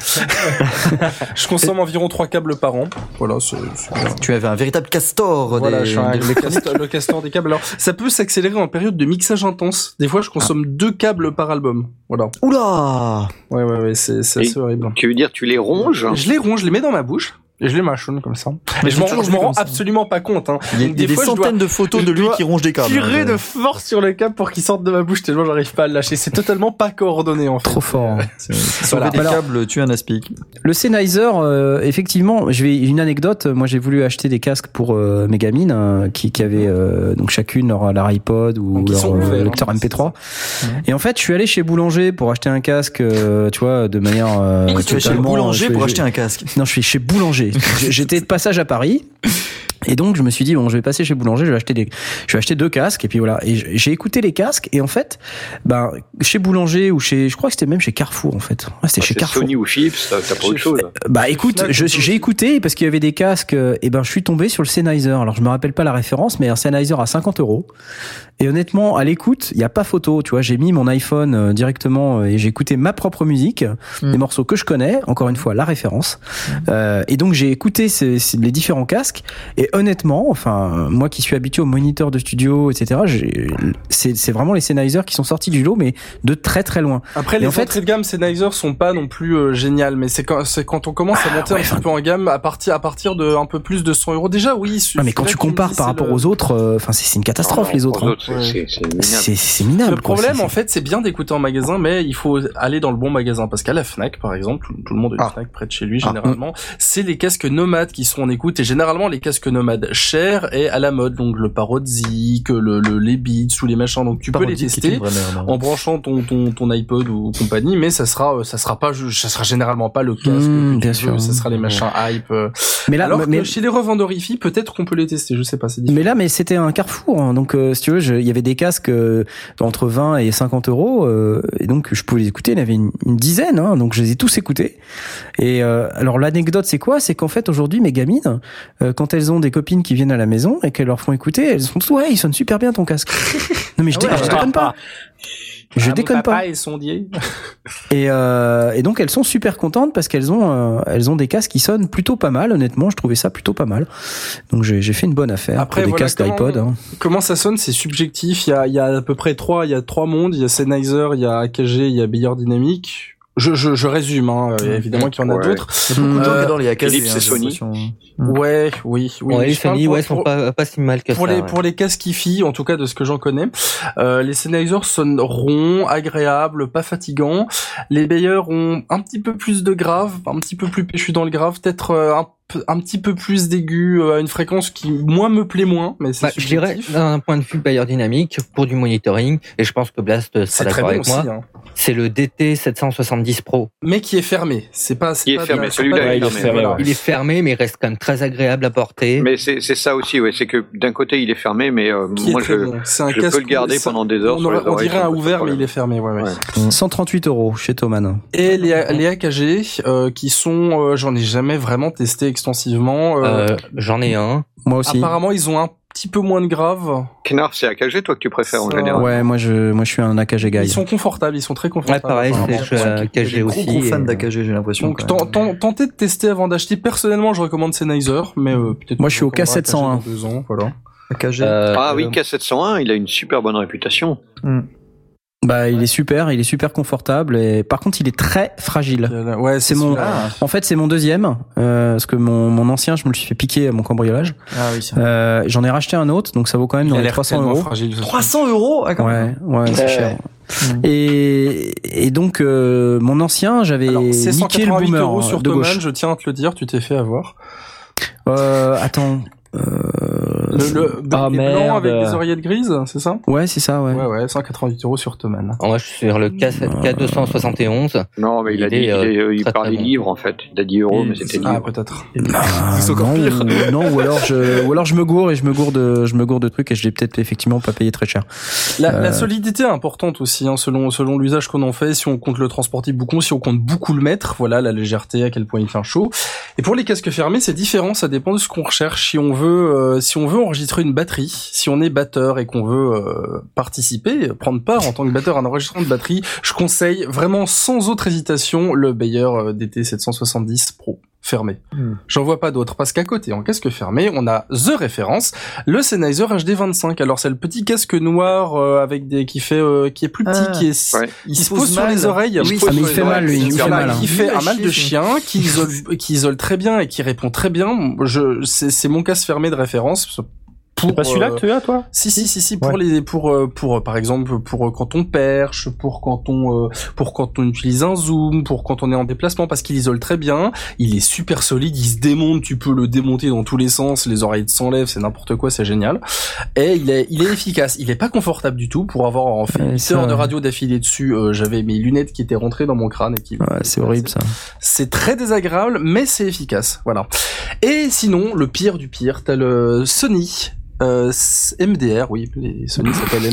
S5: Je consomme environ 3 câbles par an. Voilà, c'est
S2: Tu avais un véritable castor.
S5: Voilà, je suis le castor des câbles. Alors, ça peut s'accélérer en période de mixage intense. Des fois, je consomme 2 câbles par album. Voilà.
S2: Oula!
S5: Ouais, c'est assez horrible.
S4: Tu veux dire, tu les ronges?
S5: Je les ronge, je les mets dans ma bouche. Et je les mâchonne comme ça. Et je m'en rends absolument pas compte. Hein.
S2: Il y a des centaines de photos de lui qui ronge des câbles.
S5: Tirer de force sur le câble pour qu'il sorte de ma bouche tellement j'arrive pas à le lâcher. C'est totalement pas coordonné en fait.
S1: Trop fort.
S2: Sauver des câbles, tu es un aspic.
S1: Le Sennheiser, effectivement, une anecdote. Moi, j'ai voulu acheter des casques pour mes gamines qui avaient donc chacune leur iPod ou leur lecteur MP3. Et en fait, je suis allé chez Boulanger pour acheter un casque, tu vois, de manière.
S2: Tu es chez Boulanger pour acheter un casque?
S1: Non, je suis chez Boulanger. J'étais de passage à Paris. Et donc je me suis dit bon, je vais passer chez Boulanger, je vais acheter 2 casques et puis voilà. Et j'ai écouté les casques et en fait, chez Boulanger ou je crois que c'était même chez Carrefour en fait. Ouais, c'était chez Carrefour.
S4: Sony ou Philips, t'as pas autre chose.
S1: Écoute, j'ai écouté parce qu'il y avait des casques et je suis tombé sur le Sennheiser. Alors je me rappelle pas la référence, mais un Sennheiser à 50€. Et honnêtement, à l'écoute, il y a pas photo. Tu vois, j'ai mis mon iPhone directement et j'ai écouté ma propre musique, des morceaux que je connais. Encore une fois, la référence. Et donc j'ai écouté les différents casques. Et honnêtement, enfin, moi qui suis habitué aux moniteurs de studio, etc., c'est vraiment les Sennheiser qui sont sortis du lot, mais de très très loin.
S5: Après, les entrées de gamme Sennheiser sont pas non plus géniales, mais c'est quand on commence à monter un petit peu en gamme à partir de un peu plus de 100€. Déjà, oui.
S1: Mais quand tu compares par rapport aux autres, enfin, c'est une catastrophe les autres. C'est minable.
S5: Le problème, en fait, c'est bien d'écouter en magasin, mais il faut aller dans le bon magasin parce qu'à la Fnac, par exemple, tout le monde a une Fnac près de chez lui généralement. C'est les casques nomades qui sont en écoute et généralement les casque nomade cher et à la mode, donc le Parodic, les Beats ou les machins, donc tu peux les tester en branchant ton iPod ou compagnie, mais ça sera généralement pas le casque, bien sûr, ça sera les machins hype. Mais là, alors que chez les revendeurs hi-fi, peut-être qu'on peut les tester, je sais pas, c'est différent.
S1: Mais c'était un Carrefour, hein, donc si tu veux, il y avait des casques entre 20 et 50€, et donc je pouvais les écouter, il y en avait une dizaine, hein, donc je les ai tous écoutés. Et alors l'anecdote c'est quoi? C'est qu'en fait aujourd'hui mes gamines, quand elles ont des copines qui viennent à la maison et qu'elles leur font écouter, elles sont toutes, ouais, il sonne super bien ton casque. Non mais je déconne pas. Je déconne
S5: mon papa
S1: pas.
S5: Est sondier.
S1: Et donc elles sont super contentes parce qu'elles ont des casques qui sonnent plutôt pas mal. Honnêtement, je trouvais ça plutôt pas mal. Donc j'ai fait une bonne affaire.
S5: Après,
S1: pour des casques d'iPod. Hein.
S5: Comment ça sonne? C'est subjectif. Il y a à peu près trois mondes. Il y a Sennheiser, il y a AKG, il y a Beyer Dynamic. Je résume, hein. Évidemment qu'il y en a d'autres.
S2: Il y a beaucoup de gens qui adorent les AKG.
S4: Philips et Sony.
S5: Ouais, oui.
S7: Les Sony, sont pas si mal que ça.
S5: Pour les casques hi-fi, en tout cas de ce que j'en connais, les Sennheiser sonnent ronds, agréables, pas fatigants. Les Beyer ont un petit peu plus de grave, un petit peu plus péchu dans le grave, peut-être un petit peu plus d'aigu à une fréquence qui moi me plaît moins, mais c'est subjectif.
S7: Je dirais d'un point de vue Beyer Dynamic pour du monitoring, et je pense que Blast sera d'accord avec moi. Hein. C'est le DT 770 Pro,
S5: mais qui est fermé. C'est pas.
S4: Il est fermé. Celui-là, il est fermé.
S7: Il est fermé, mais il reste quand même très agréable à porter.
S4: Mais c'est ça aussi, ouais. C'est que d'un côté il est fermé, mais moi je peux le garder pendant des heures.
S5: On dirait un ouvert, mais il est fermé. Ouais.
S1: 138€ chez Thomann.
S5: Et les AKG qui sont, j'en ai jamais vraiment testé extensivement.
S7: J'en ai un.
S1: Moi aussi.
S5: Apparemment, ils ont un petit peu moins de grave.
S4: Knarf, c'est AKG, toi, que tu préfères en général?
S1: Ouais, moi je suis un AKG guy.
S5: Ils sont confortables, ils sont très confortables.
S7: Ouais, pareil, je suis AKG aussi.
S2: Gros fan d'AKG, j'ai l'impression.
S5: Donc, tentez de tester avant d'acheter. Personnellement, je recommande Sennheiser, mais peut-être.
S1: Moi, je suis au K701.
S5: Voilà.
S2: AKG.
S4: Oui, K701, il a une super bonne réputation.
S1: Il est super confortable et par contre il est très fragile.
S5: Ouais,
S1: en fait c'est mon deuxième parce que mon ancien je me le suis fait piquer à mon cambriolage.
S2: Ah oui.
S1: J'en ai racheté un autre donc ça vaut quand même dans les 300€.
S2: 300€? Ah,
S1: ouais, c'est cher. Et donc mon ancien j'avais niqué le boomer.
S5: 188€ sur
S1: de
S5: Thomann,
S1: gauche.
S5: je tiens à te le dire, tu t'es fait avoir.
S1: Attends.
S5: Les blancs avec des oreillettes grises, c'est ça?
S1: Ouais, c'est ça, ouais.
S5: Ouais, 188 € sur Thomann.
S7: Moi, je suis sur le K271.
S4: Non, mais il parle des livres, en fait. Il a dit euros, mais c'était livres.
S5: Ah, peut-être.
S1: C'est encore pire. Non, ou alors je me gourre et je me gourre de trucs et je l'ai peut-être effectivement pas payé très cher.
S5: La solidité est importante aussi, hein, selon l'usage qu'on en fait, si on compte le transportible ou si on compte beaucoup le mètre, voilà, la légèreté, à quel point il fait chaud. Et pour les casques fermés, c'est différent, ça dépend de ce qu'on recherche. Si on veut enregistrer une batterie, si on est batteur et qu'on veut participer, prendre part en tant que batteur à un enregistrement de batterie, je conseille vraiment sans autre hésitation le Beyer DT770 Pro. Fermé. J'en vois pas d'autres parce qu'à côté, en casque fermé, on a The Référence, le Sennheiser HD25. Alors c'est le petit casque noir avec qui est plus petit, il se pose sur les oreilles.
S1: Oui, mais il fait mal, lui. Il fait mal.
S5: Qui fait un mal de chien, qui isole très bien et qui répond très bien. C'est mon casque fermé de référence.
S6: C'est pas celui-là que tu as, toi?
S5: Si, pour par exemple, pour quand on perche, pour quand on utilise un zoom, pour quand on est en déplacement, parce qu'il isole très bien, il est super solide, il se démonte, tu peux le démonter dans tous les sens, les oreilles s'enlèvent, c'est n'importe quoi, c'est génial. Et il est efficace. Il est pas confortable du tout. Pour avoir fait 8 heures de radio d'affilée dessus, j'avais mes lunettes qui étaient rentrées dans mon crâne et
S1: c'est horrible, ça.
S5: C'est très désagréable, mais c'est efficace. Voilà. Et sinon, le pire du pire, t'as le Sony MDR, oui, les Sony s'appellent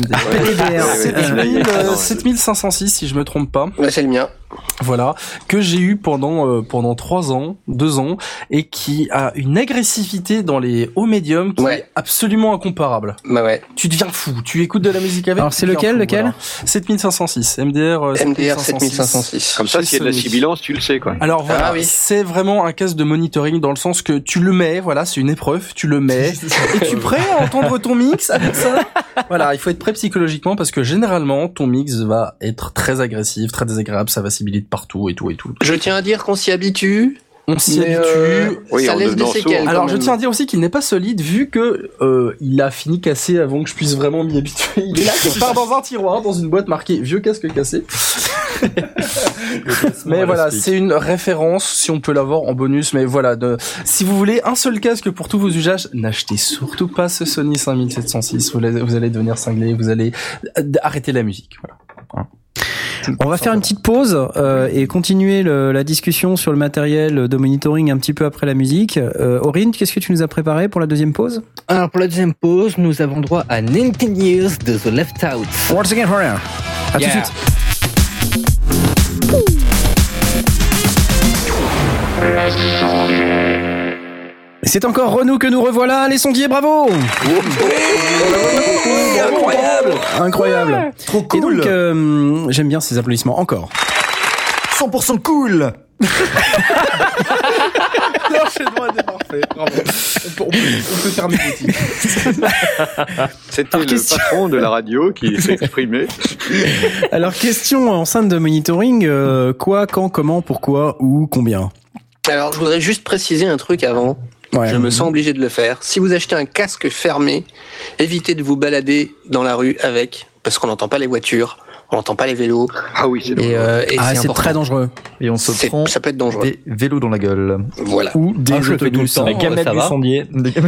S5: MDR. 7506 si je me trompe pas.
S3: Ouais, c'est le mien.
S5: Voilà, que j'ai eu pendant 2 ans, et qui a une agressivité dans les hauts médiums qui est absolument incomparable.
S3: Bah ouais.
S5: Tu deviens fou, tu écoutes de la musique avec.
S1: Alors c'est lequel
S5: voilà. 7506, MDR
S3: 7506.
S4: Comme ça, s'il y a de la sibilance, tu le sais, quoi.
S5: Alors voilà, c'est vraiment un casque de monitoring dans le sens que tu le mets, voilà, c'est une épreuve, tu le mets, et tu es prêt à entendre ton mix avec ça. Voilà, il faut être prêt psychologiquement parce que généralement, ton mix va être très agressif, très désagréable, ça va cibler de partout et tout.
S3: Je tiens à dire qu'on s'y habitue.
S5: On s'y habitue.
S3: Ça laisse des séquelles.
S5: Alors je tiens à dire aussi qu'il n'est pas solide vu que il a fini cassé avant que je puisse vraiment m'y habituer. Il est là, il part dans un tiroir, dans une boîte marquée vieux casque cassé. Mais voilà, c'est une référence si on peut l'avoir en bonus. Mais voilà, si vous voulez un seul casque pour tous vos usages, n'achetez surtout pas ce Sony 5706. Vous allez devenir cinglé, vous allez arrêter la musique. Voilà.
S1: On va faire une petite pause et continuer la discussion sur le matériel de monitoring un petit peu après la musique. Aurine, qu'est-ce que tu nous as préparé pour la deuxième pause?
S7: Alors pour la deuxième pause, nous avons droit à 19 Years de The Left Out.
S1: Once again for now. À tout de suite. C'est encore Renaud que nous revoilà, les sondiers, bravo! Incroyable! Ouais.
S2: Trop cool!
S1: Et donc, j'aime bien ces applaudissements, encore.
S2: 100% cool!
S5: L'enchaînement était parfait, bravo. On peut fermer boutique.
S4: C'était le patron de la radio qui s'est exprimé.
S1: Alors, question enceinte de monitoring, quoi, quand, comment, pourquoi, où, combien?
S3: Alors, je voudrais juste préciser un truc avant. Ouais. Je me sens obligé de le faire. Si vous achetez un casque fermé, évitez de vous balader dans la rue avec, parce qu'on n'entend pas les voitures, on n'entend pas les vélos.
S4: Ah oui, c'est dangereux.
S1: C'est très dangereux.
S2: Et on se prend
S3: ça peut être dangereux.
S2: Des vélos dans la gueule.
S3: Voilà.
S1: Ou des autobus.
S6: La gamelle du sondier.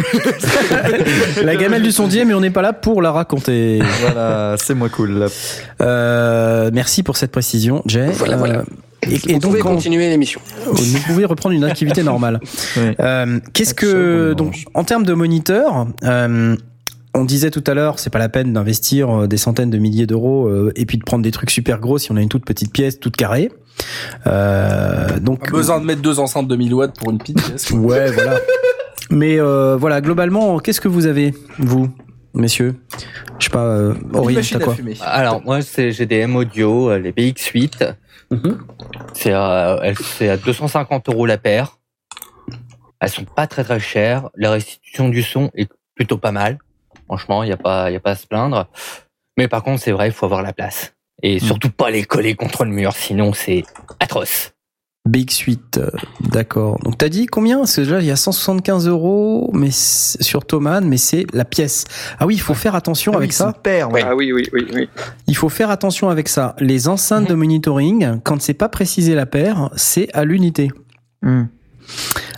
S1: La gamelle du sondier, mais on n'est pas là pour la raconter.
S2: Voilà, c'est moins cool.
S1: Merci pour cette précision, Jay.
S3: Voilà.
S1: Et
S3: vous
S1: donc,
S3: pouvez continuer l'émission.
S1: Vous pouvez reprendre une activité normale.
S2: Oui.
S1: Qu'est-ce que donc en termes de moniteur, on disait tout à l'heure, c'est pas la peine d'investir des centaines de milliers d'euros et puis de prendre des trucs super gros si on a une toute petite pièce, toute carrée. Donc
S5: besoin de mettre 2 enceintes de 1000 watts pour une petite pièce.
S1: Ouais, voilà. Mais voilà, globalement, qu'est-ce que vous avez, vous, messieurs? Je sais pas, Aurine, t'as quoi?
S7: Alors moi, j'ai des M Audio, les BX8. C'est à 250 € la paire. Elles sont pas très très chères. La restitution du son est plutôt pas mal. Franchement, il y a pas à se plaindre. Mais par contre, c'est vrai, il faut avoir la place. Et surtout pas les coller contre le mur, sinon c'est atroce.
S1: BX8, d'accord. Donc t'as dit combien? Parce que déjà il y a 175 €, mais sur Thomann, mais c'est la pièce. Ah oui, il faut faire attention avec ça.
S2: Paire, ouais.
S4: Ah oui.
S1: Il faut faire attention avec ça. Les enceintes de monitoring, quand c'est pas précisé la paire, c'est à l'unité.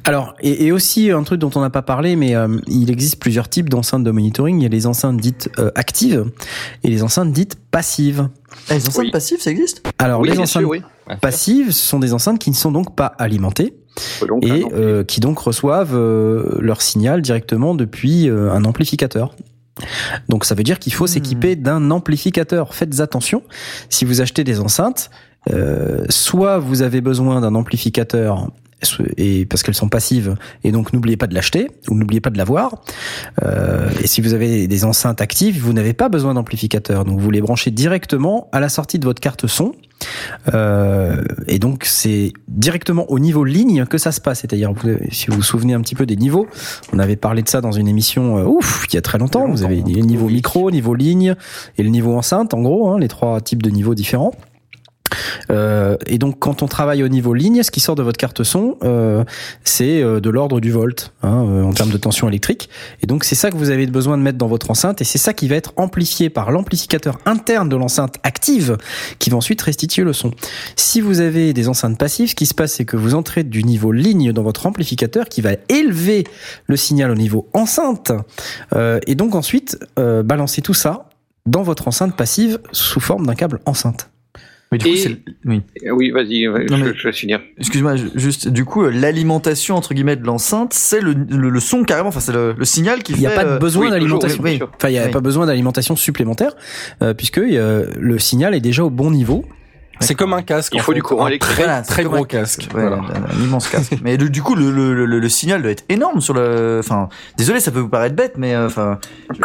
S1: Alors, et aussi un truc dont on n'a pas parlé, mais il existe plusieurs types d'enceintes de monitoring. Il y a les enceintes dites actives et les enceintes dites passives.
S2: Les enceintes passives, ça existe ?
S1: Alors, les enceintes passives, ce sont des enceintes qui ne sont donc pas alimentées et qui donc reçoivent leur signal directement depuis un amplificateur. Donc ça veut dire qu'il faut s'équiper d'un amplificateur. Faites attention, si vous achetez des enceintes, soit vous avez besoin d'un amplificateur et parce qu'elles sont passives, et donc n'oubliez pas de l'acheter ou n'oubliez pas de l'avoir. Et si vous avez des enceintes actives, vous n'avez pas besoin d'amplificateur, donc vous les branchez directement à la sortie de votre carte son. Et donc c'est directement au niveau ligne que ça se passe. C'est-à-dire, si vous vous souvenez un petit peu des niveaux, on avait parlé de ça dans une émission il y a très longtemps. Vous avez le niveau micro, niveau ligne et le niveau enceinte, en gros, les 3 types de niveaux différents. Et donc quand on travaille au niveau ligne, ce qui sort de votre carte son, c'est de l'ordre du volt en termes de tension électrique. Et donc c'est ça que vous avez besoin de mettre dans votre enceinte, et c'est ça qui va être amplifié par l'amplificateur interne de l'enceinte active, qui va ensuite restituer le son. Si vous avez des enceintes passives, ce qui se passe, c'est que vous entrez du niveau ligne dans votre amplificateur, qui va élever le signal au niveau enceinte, et donc ensuite balancer tout ça dans votre enceinte passive sous forme d'un câble enceinte.
S2: Mais du coup,
S4: oui, vas-y, je vais finir.
S2: Excuse-moi, juste, du coup, l'alimentation, entre guillemets, de l'enceinte, c'est le son carrément, enfin, c'est le signal qui fait...
S1: Il n'y a pas de besoin d'alimentation.
S2: Toujours,
S1: Enfin, il n'y a pas besoin d'alimentation supplémentaire, puisque le signal est déjà au bon niveau.
S5: C'est comme un casque.
S4: Il faut du courant électrique.
S5: Très gros casque.
S2: Voilà. Un immense casque. Mais du coup, le signal doit être énorme sur enfin, désolé, ça peut vous paraître bête, mais enfin,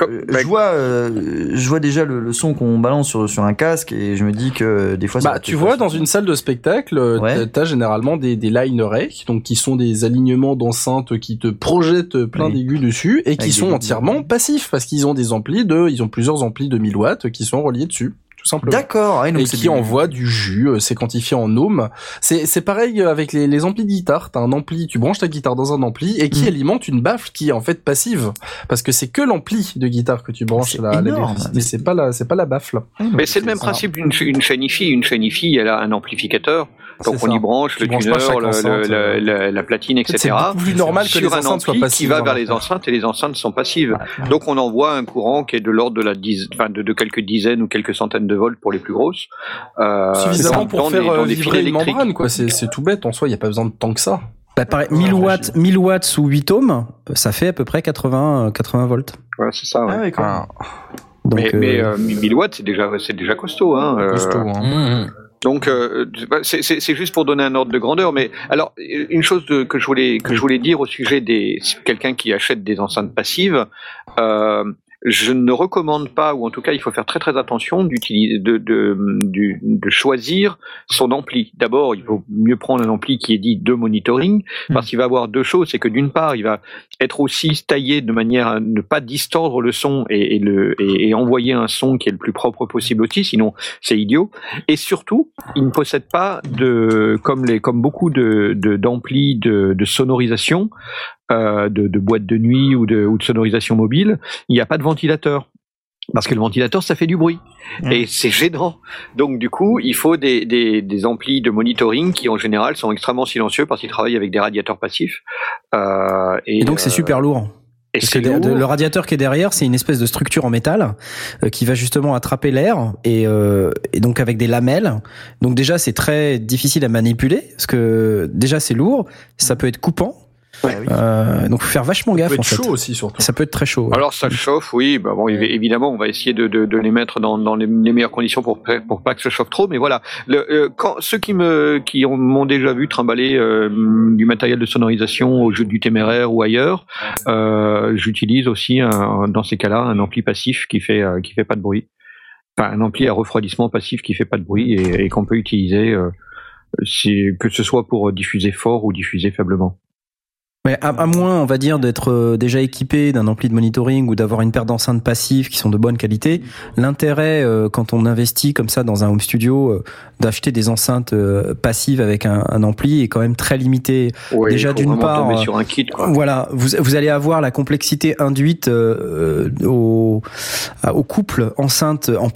S2: je vois déjà le son qu'on balance sur un casque, et je me dis que des fois.
S5: Tu vois, dans une salle de spectacle, t'as généralement des line array, donc qui sont des alignements d'enceintes qui te projettent plein d'aigus dessus et qui sont entièrement passifs parce qu'ils ont ils ont plusieurs amplis de 1000 watts qui sont reliés dessus. Tout simplement.
S2: D'accord.
S5: Et qui envoie du jus, c'est quantifié en ohms. C'est pareil avec les amplis de guitare. T'as un ampli, tu branches ta guitare dans un ampli et qui alimente une baffle qui est en fait passive, parce que c'est que l'ampli de guitare que tu branches l'électricité, c'est pas la baffle.
S4: Mais c'est le même principe d'une chaîne hi-fi. Une chaîne hi-fi, elle a un amplificateur. Donc on y branche le tuner, la platine, etc.
S5: C'est beaucoup plus normal que les enceintes soient passives.
S4: Qui va vers les enceintes, et les enceintes sont passives. Donc on envoie un courant qui est de l'ordre de quelques dizaines ou quelques centaines de volts pour les plus grosses.
S5: Suffisamment pour faire vibrer une membrane, quoi. C'est tout bête en soi. Il y a pas besoin de tant que ça.
S1: Pareil, 1000 watts sous 8 ohms, ça fait à peu près 80 volts.
S4: Ouais, c'est ça. Ouais.
S2: Ah oui, quand
S1: Donc,
S4: mais 1000 watts, c'est déjà costaud, Donc c'est juste pour donner un ordre de grandeur. Mais alors une chose que je voulais dire au sujet des quelqu'un qui achète des enceintes passives, je ne recommande pas, ou en tout cas il faut faire très très attention de choisir son ampli. D'abord, il vaut mieux prendre un ampli qui est dit de monitoring, parce qu'il va avoir deux choses. C'est que d'une part, il va être aussi taillé de manière à ne pas distordre le son et envoyer un son qui est le plus propre possible aussi, sinon c'est idiot. Et surtout, il ne possède pas comme beaucoup d'amplis de sonorisation, de boîtes de nuit ou de sonorisation mobile, il n'y a pas de ventilateur. Parce que le ventilateur, ça fait du bruit. Et c'est gênant. Donc, du coup, il faut des amplis de monitoring qui, en général, sont extrêmement silencieux parce qu'ils travaillent avec des radiateurs passifs.
S1: Et donc, c'est super lourd. Parce que le radiateur qui est derrière, c'est une espèce de structure en métal qui va justement attraper l'air et donc avec des lamelles. Donc déjà, c'est très difficile à manipuler parce que déjà, c'est lourd, ça peut être coupant. Ouais, oui. Donc faut faire vachement gaffe.
S5: Ça peut être
S1: en fait.
S5: Chaud aussi surtout.
S1: Ça peut être très chaud. Ouais.
S4: Alors ça chauffe, oui. Bah bon, évidemment, on va essayer de les mettre dans les meilleures conditions pour pas que ça chauffe trop. Mais voilà, quand ceux qui m'ont déjà vu trimballer du matériel de sonorisation au jeu du Téméraire ou ailleurs, j'utilise aussi dans ces cas-là un ampli passif qui fait pas de bruit. Enfin, un ampli à refroidissement passif qui fait pas de bruit et qu'on peut utiliser que ce soit pour diffuser fort ou diffuser faiblement.
S1: Mais à moins, on va dire, d'être déjà équipé d'un ampli de monitoring ou d'avoir une paire d'enceintes passives qui sont de bonne qualité, l'intérêt, quand on investit comme ça dans un home studio, d'acheter des enceintes passives avec un ampli est quand même très limité.
S4: Ouais,
S1: déjà d'une part,
S4: tomber sur un kit, quoi.
S1: Voilà, vous allez avoir la complexité induite au couple enceinte-ampli.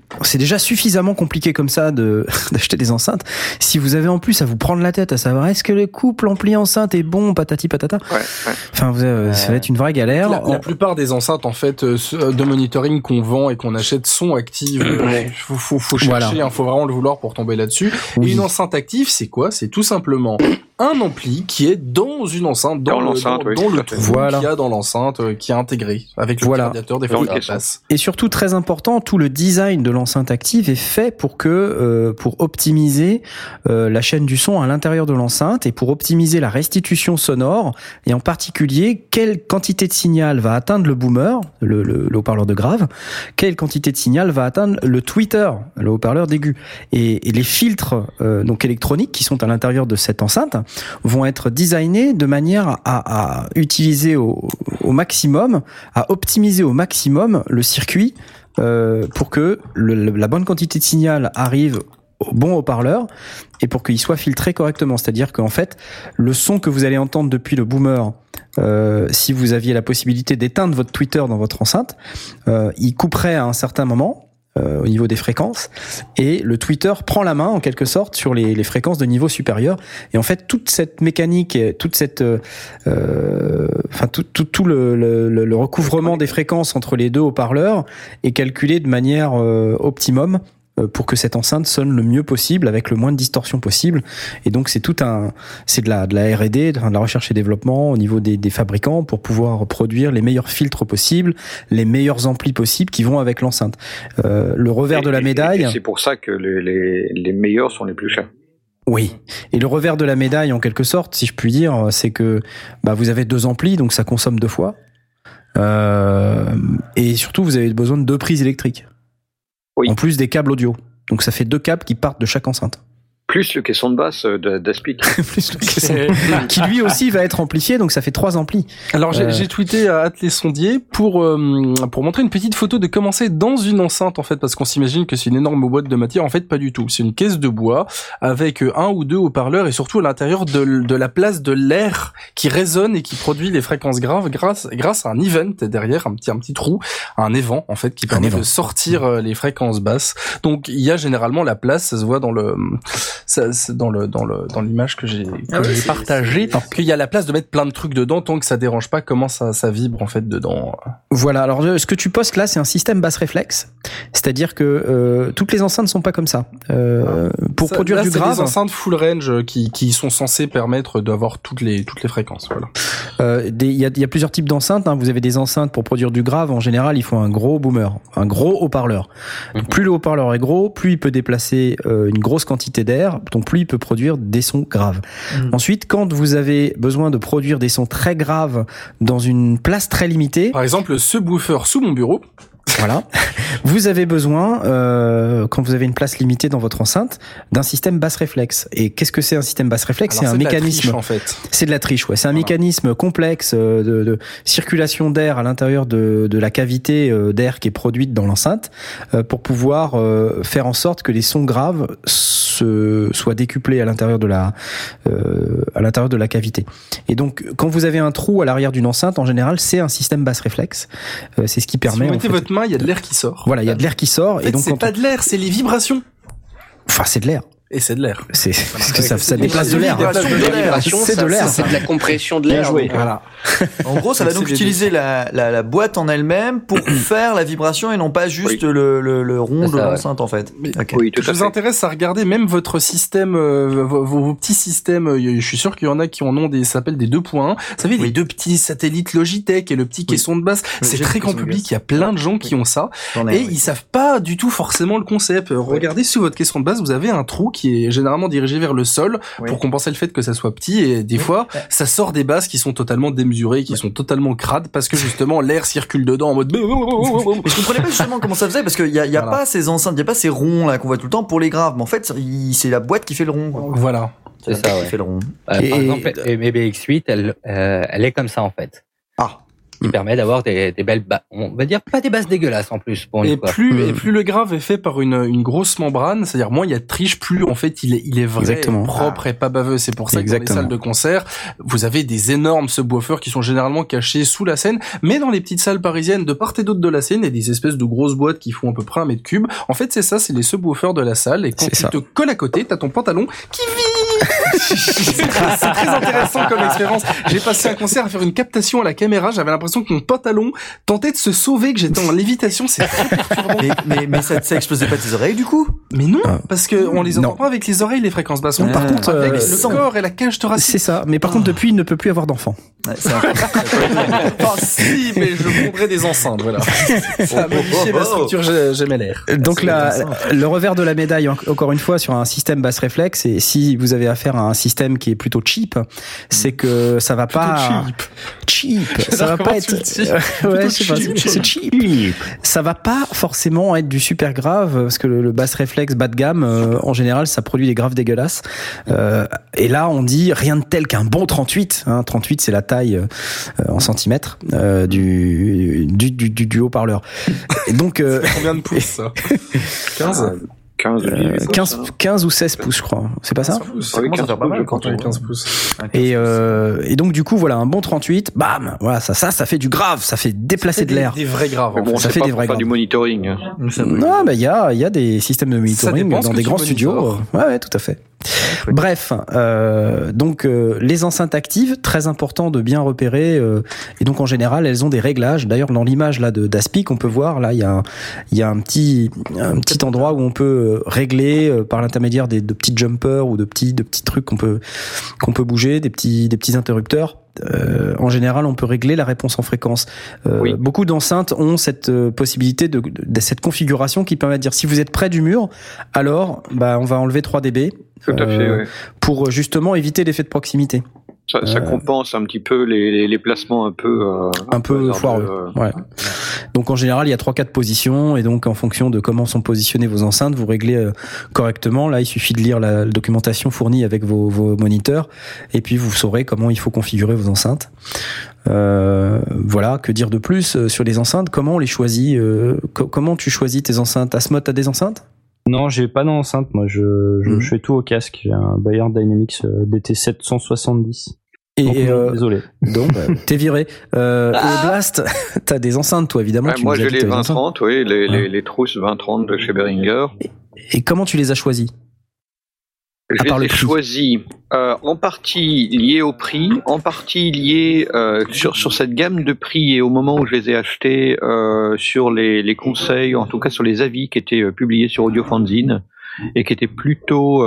S1: c'est déjà suffisamment compliqué comme ça d'acheter des enceintes. Si vous avez en plus à vous prendre la tête à savoir est-ce que le couple ampli enceinte est bon, patati patata. Enfin, ça va être une vraie galère.
S5: La plupart des enceintes en fait de monitoring qu'on vend et qu'on achète sont actives. Faut chercher, faut vraiment le vouloir pour tomber là-dessus.
S1: Oui.
S5: Et une enceinte active, c'est quoi? C'est tout simplement un ampli qui est dans une enceinte, dans le trou qu'il y a dans l'enceinte, qui est intégré avec le radiateur des fois qui passe.
S1: Et surtout très important, tout le design de l'enceinte active est fait pour optimiser la chaîne du son à l'intérieur de l'enceinte et pour optimiser la restitution sonore et en particulier quelle quantité de signal va atteindre le boomer, le haut-parleur de grave, quelle quantité de signal va atteindre le tweeter, le haut-parleur d'aigu. Et les filtres donc électroniques qui sont à l'intérieur de cette enceinte vont être designés de manière à utiliser au maximum, à optimiser au maximum le circuit pour que la bonne quantité de signal arrive au bon haut-parleur et pour qu'il soit filtré correctement. C'est-à-dire qu'en fait, le son que vous allez entendre depuis le boomer, si vous aviez la possibilité d'éteindre votre tweeter dans votre enceinte, il couperait à un certain moment au niveau des fréquences et le tweeter prend la main en quelque sorte sur les fréquences de niveau supérieur et en fait toute cette mécanique, toute cette tout le recouvrement des fréquences entre les deux haut-parleurs est calculé de manière optimum pour que cette enceinte sonne le mieux possible avec le moins de distorsion possible. Et donc c'est de la R&D, de la recherche et développement au niveau des fabricants pour pouvoir produire les meilleurs filtres possibles, les meilleurs amplis possibles qui vont avec l'enceinte. Le revers de la médaille.
S4: Et c'est pour ça que les meilleurs sont les plus chers.
S1: Oui. Et le revers de la médaille, en quelque sorte, si je puis dire, c'est que vous avez 2 amplis, donc ça consomme 2 fois. Et surtout, vous avez besoin de 2 prises électriques. Oui. En plus des câbles audio. Donc ça fait 2 câbles qui partent de chaque enceinte.
S4: Plus le caisson de basse d'Aspic.
S1: Plus le caisson qui lui aussi va être amplifié, donc ça fait 3 amplis.
S5: Alors j'ai tweeté à Atelier Sondier pour montrer une petite photo de comment c'est dans une enceinte en fait, parce qu'on s'imagine que c'est une énorme boîte de matière. En fait, pas du tout. C'est une caisse de bois avec 1 ou 2 haut-parleurs et surtout à l'intérieur de la place de l'air qui résonne et qui produit les fréquences graves grâce à un event derrière, un petit trou, un évent en fait qui permet de sortir les fréquences basses. Donc il y a généralement la place, ça se voit dans l'image que j'ai partagée, qu'il y a la place de mettre plein de trucs dedans tant que ça dérange pas comment ça vibre en fait dedans.
S1: Voilà, alors ce que tu postes là, c'est un système basse réflexe, c'est-à-dire que toutes les enceintes sont pas comme ça. Pour produire
S5: là,
S1: du grave,
S5: c'est des enceintes full range qui sont censées permettre d'avoir toutes les fréquences. Voilà.
S1: Il y a plusieurs types d'enceintes. Vous avez des enceintes pour produire du grave. En général, il faut un gros boomer, un gros haut-parleur. Donc, plus le haut-parleur est gros, plus il peut déplacer une grosse quantité d'air. Donc plus il peut produire des sons graves. Ensuite, quand vous avez besoin de produire des sons très graves dans une place très limitée,
S5: par exemple ce woofer sous mon bureau,
S1: voilà, vous avez besoin, quand vous avez une place limitée dans votre enceinte, d'un système basse réflexe. Et qu'est-ce que c'est un système basse réflexe?
S5: Alors,
S1: c'est un mécanisme.
S5: Triche, en fait.
S1: C'est de la triche, ouais. C'est un mécanisme complexe de circulation d'air à l'intérieur de la cavité d'air qui est produite dans l'enceinte pour pouvoir faire en sorte que les sons graves soient décuplés à l'intérieur de la cavité. Et donc, quand vous avez un trou à l'arrière d'une enceinte, en général, c'est un système basse réflexe. C'est ce qui permet.
S5: Si vous mettez votre main, il y a de l'air qui sort.
S1: Voilà, il y a de l'air qui sort.
S5: En fait,
S1: et donc
S5: c'est pas de l'air, c'est les vibrations.
S1: Enfin, c'est de l'air.
S5: Et c'est de l'air.
S1: Parce que ça déplace de l'air.
S3: C'est de l'air. C'est de la compression de l'air.
S2: Voilà. En gros, ça va donc utiliser la boîte en elle-même pour faire la vibration et non pas juste le rond de l'enceinte en fait.
S5: Okay. Oui, tout à fait. Ça vous intéresse à regarder même votre système, vos petits systèmes. Je suis sûr qu'il y en a qui en ont ça s'appelle des 2.1. Vous savez, les 2 petits satellites Logitech et le petit caisson de basse. C'est très grand public. Il y a plein de gens qui ont ça et ils savent pas du tout forcément le concept. Regardez sous votre caisson de basse, vous avez un trou qui est généralement dirigé vers le sol pour compenser le fait que ça soit petit et des fois ça sort des basses qui sont totalement démesurées, qui sont totalement crades parce que justement l'air circule dedans en mode.
S2: Je comprenais pas justement comment ça faisait parce qu'il y a pas ces enceintes, il y a pas ces ronds là qu'on voit tout le temps pour les graves, mais en fait c'est la boîte qui fait le rond.
S5: Voilà.
S7: C'est ça.
S2: Qui fait le rond.
S7: Par exemple, MBX8, elle est comme ça en fait.
S2: Ah.
S7: qui permet d'avoir des belles on va dire pas des basses dégueulasses en plus pour une fois.
S5: Et plus le grave est fait par une grosse membrane, c'est-à-dire moins il y a de triche, plus en fait il est vrai, propre et pas baveux. C'est pour ça que dans les salles de concert, vous avez des énormes subwoofers qui sont généralement cachés sous la scène, mais dans les petites salles parisiennes de part et d'autre de la scène, il y a des espèces de grosses boîtes qui font à peu près 1 mètre cube. En fait, c'est les subwoofers de la salle, et quand tu te colles à côté, t'as ton pantalon qui vit. C'est très intéressant comme expérience. J'ai passé un concert à faire une captation à la caméra, j'avais l'impression que mon pantalon tentait de se sauver, que j'étais en lévitation, c'est très perturbant.
S2: Mais ça explosait pas tes oreilles du coup?
S5: Mais non, parce que on les entend pas avec les oreilles, les fréquences basses. Par contre, avec le corps et la cage thoracique.
S1: C'est ça. Mais par contre, depuis, il ne peut plus avoir d'enfants.
S5: Ah si, mais je prendrai des enceintes, voilà. Ça a modifié la structure gémellaire.
S1: Donc le revers de la médaille, encore une fois, sur un système basse réflexe, et si vous avez affaire à un système qui est plutôt cheap, c'est que ça va pas cheap. Ça va pas être c'est cheap. Ça va pas forcément être du super grave, parce que le basse réflexe bas de gamme, en général, ça produit des graves dégueulasses. Et là, on dit rien de tel qu'un bon 38. 38, c'est la taille en centimètres du haut-parleur. Et donc
S5: combien de pouces ça?
S1: 15 ou 16 pouces, je crois. C'est pas ça?
S5: Ça commence à faire pas mal quand on a 15 pouces.
S1: Et donc, du coup, voilà, un bon 38, bam! Voilà, ça fait du grave, ça fait déplacer de l'air.
S5: Des vrais graves.
S4: Bon, ça fait des vrais graves. Du monitoring.
S1: Non, il y a des systèmes de monitoring dans des grands studios. Ouais, tout à fait. Bref, donc les enceintes actives, très important de bien repérer, et donc en général elles ont des réglages. D'ailleurs dans l'image là d'Aspic, on peut voir là il y a un petit endroit où on peut régler par l'intermédiaire de petits jumpers ou de petits trucs qu'on peut bouger, des petits interrupteurs. En général, on peut régler la réponse en fréquence. Beaucoup d'enceintes ont cette possibilité de cette configuration qui permet de dire si vous êtes près du mur, alors on va enlever 3 dB.
S4: Tout à fait,
S1: pour justement éviter l'effet de proximité.
S4: Ça compense un petit peu les placements un peu
S1: foireux. Ouais. Donc en général, il y a 3-4 positions, et donc en fonction de comment sont positionnées vos enceintes, vous réglez correctement. Là, il suffit de lire la documentation fournie avec vos moniteurs, et puis vous saurez comment il faut configurer vos enceintes. Voilà, que dire de plus sur les enceintes? Comment on les choisit? Comment tu choisis tes enceintes? Asmod, t'as des enceintes?
S6: Non, j'ai pas d'enceinte, moi je fais tout au casque. J'ai un Bayer Dynamics DT770. Désolé.
S1: Donc t'es viré. Et Blast, t'as des enceintes toi évidemment.
S4: Moi j'ai les 20-30, les trousses 20-30 de chez Behringer.
S1: Et comment tu les as choisis?
S4: Je les ai choisis en partie liés au prix, en partie liés sur cette gamme de prix, et au moment où je les ai achetés sur les conseils, en tout cas sur les avis qui étaient publiés sur Audio Fanzine, et qui étaient plutôt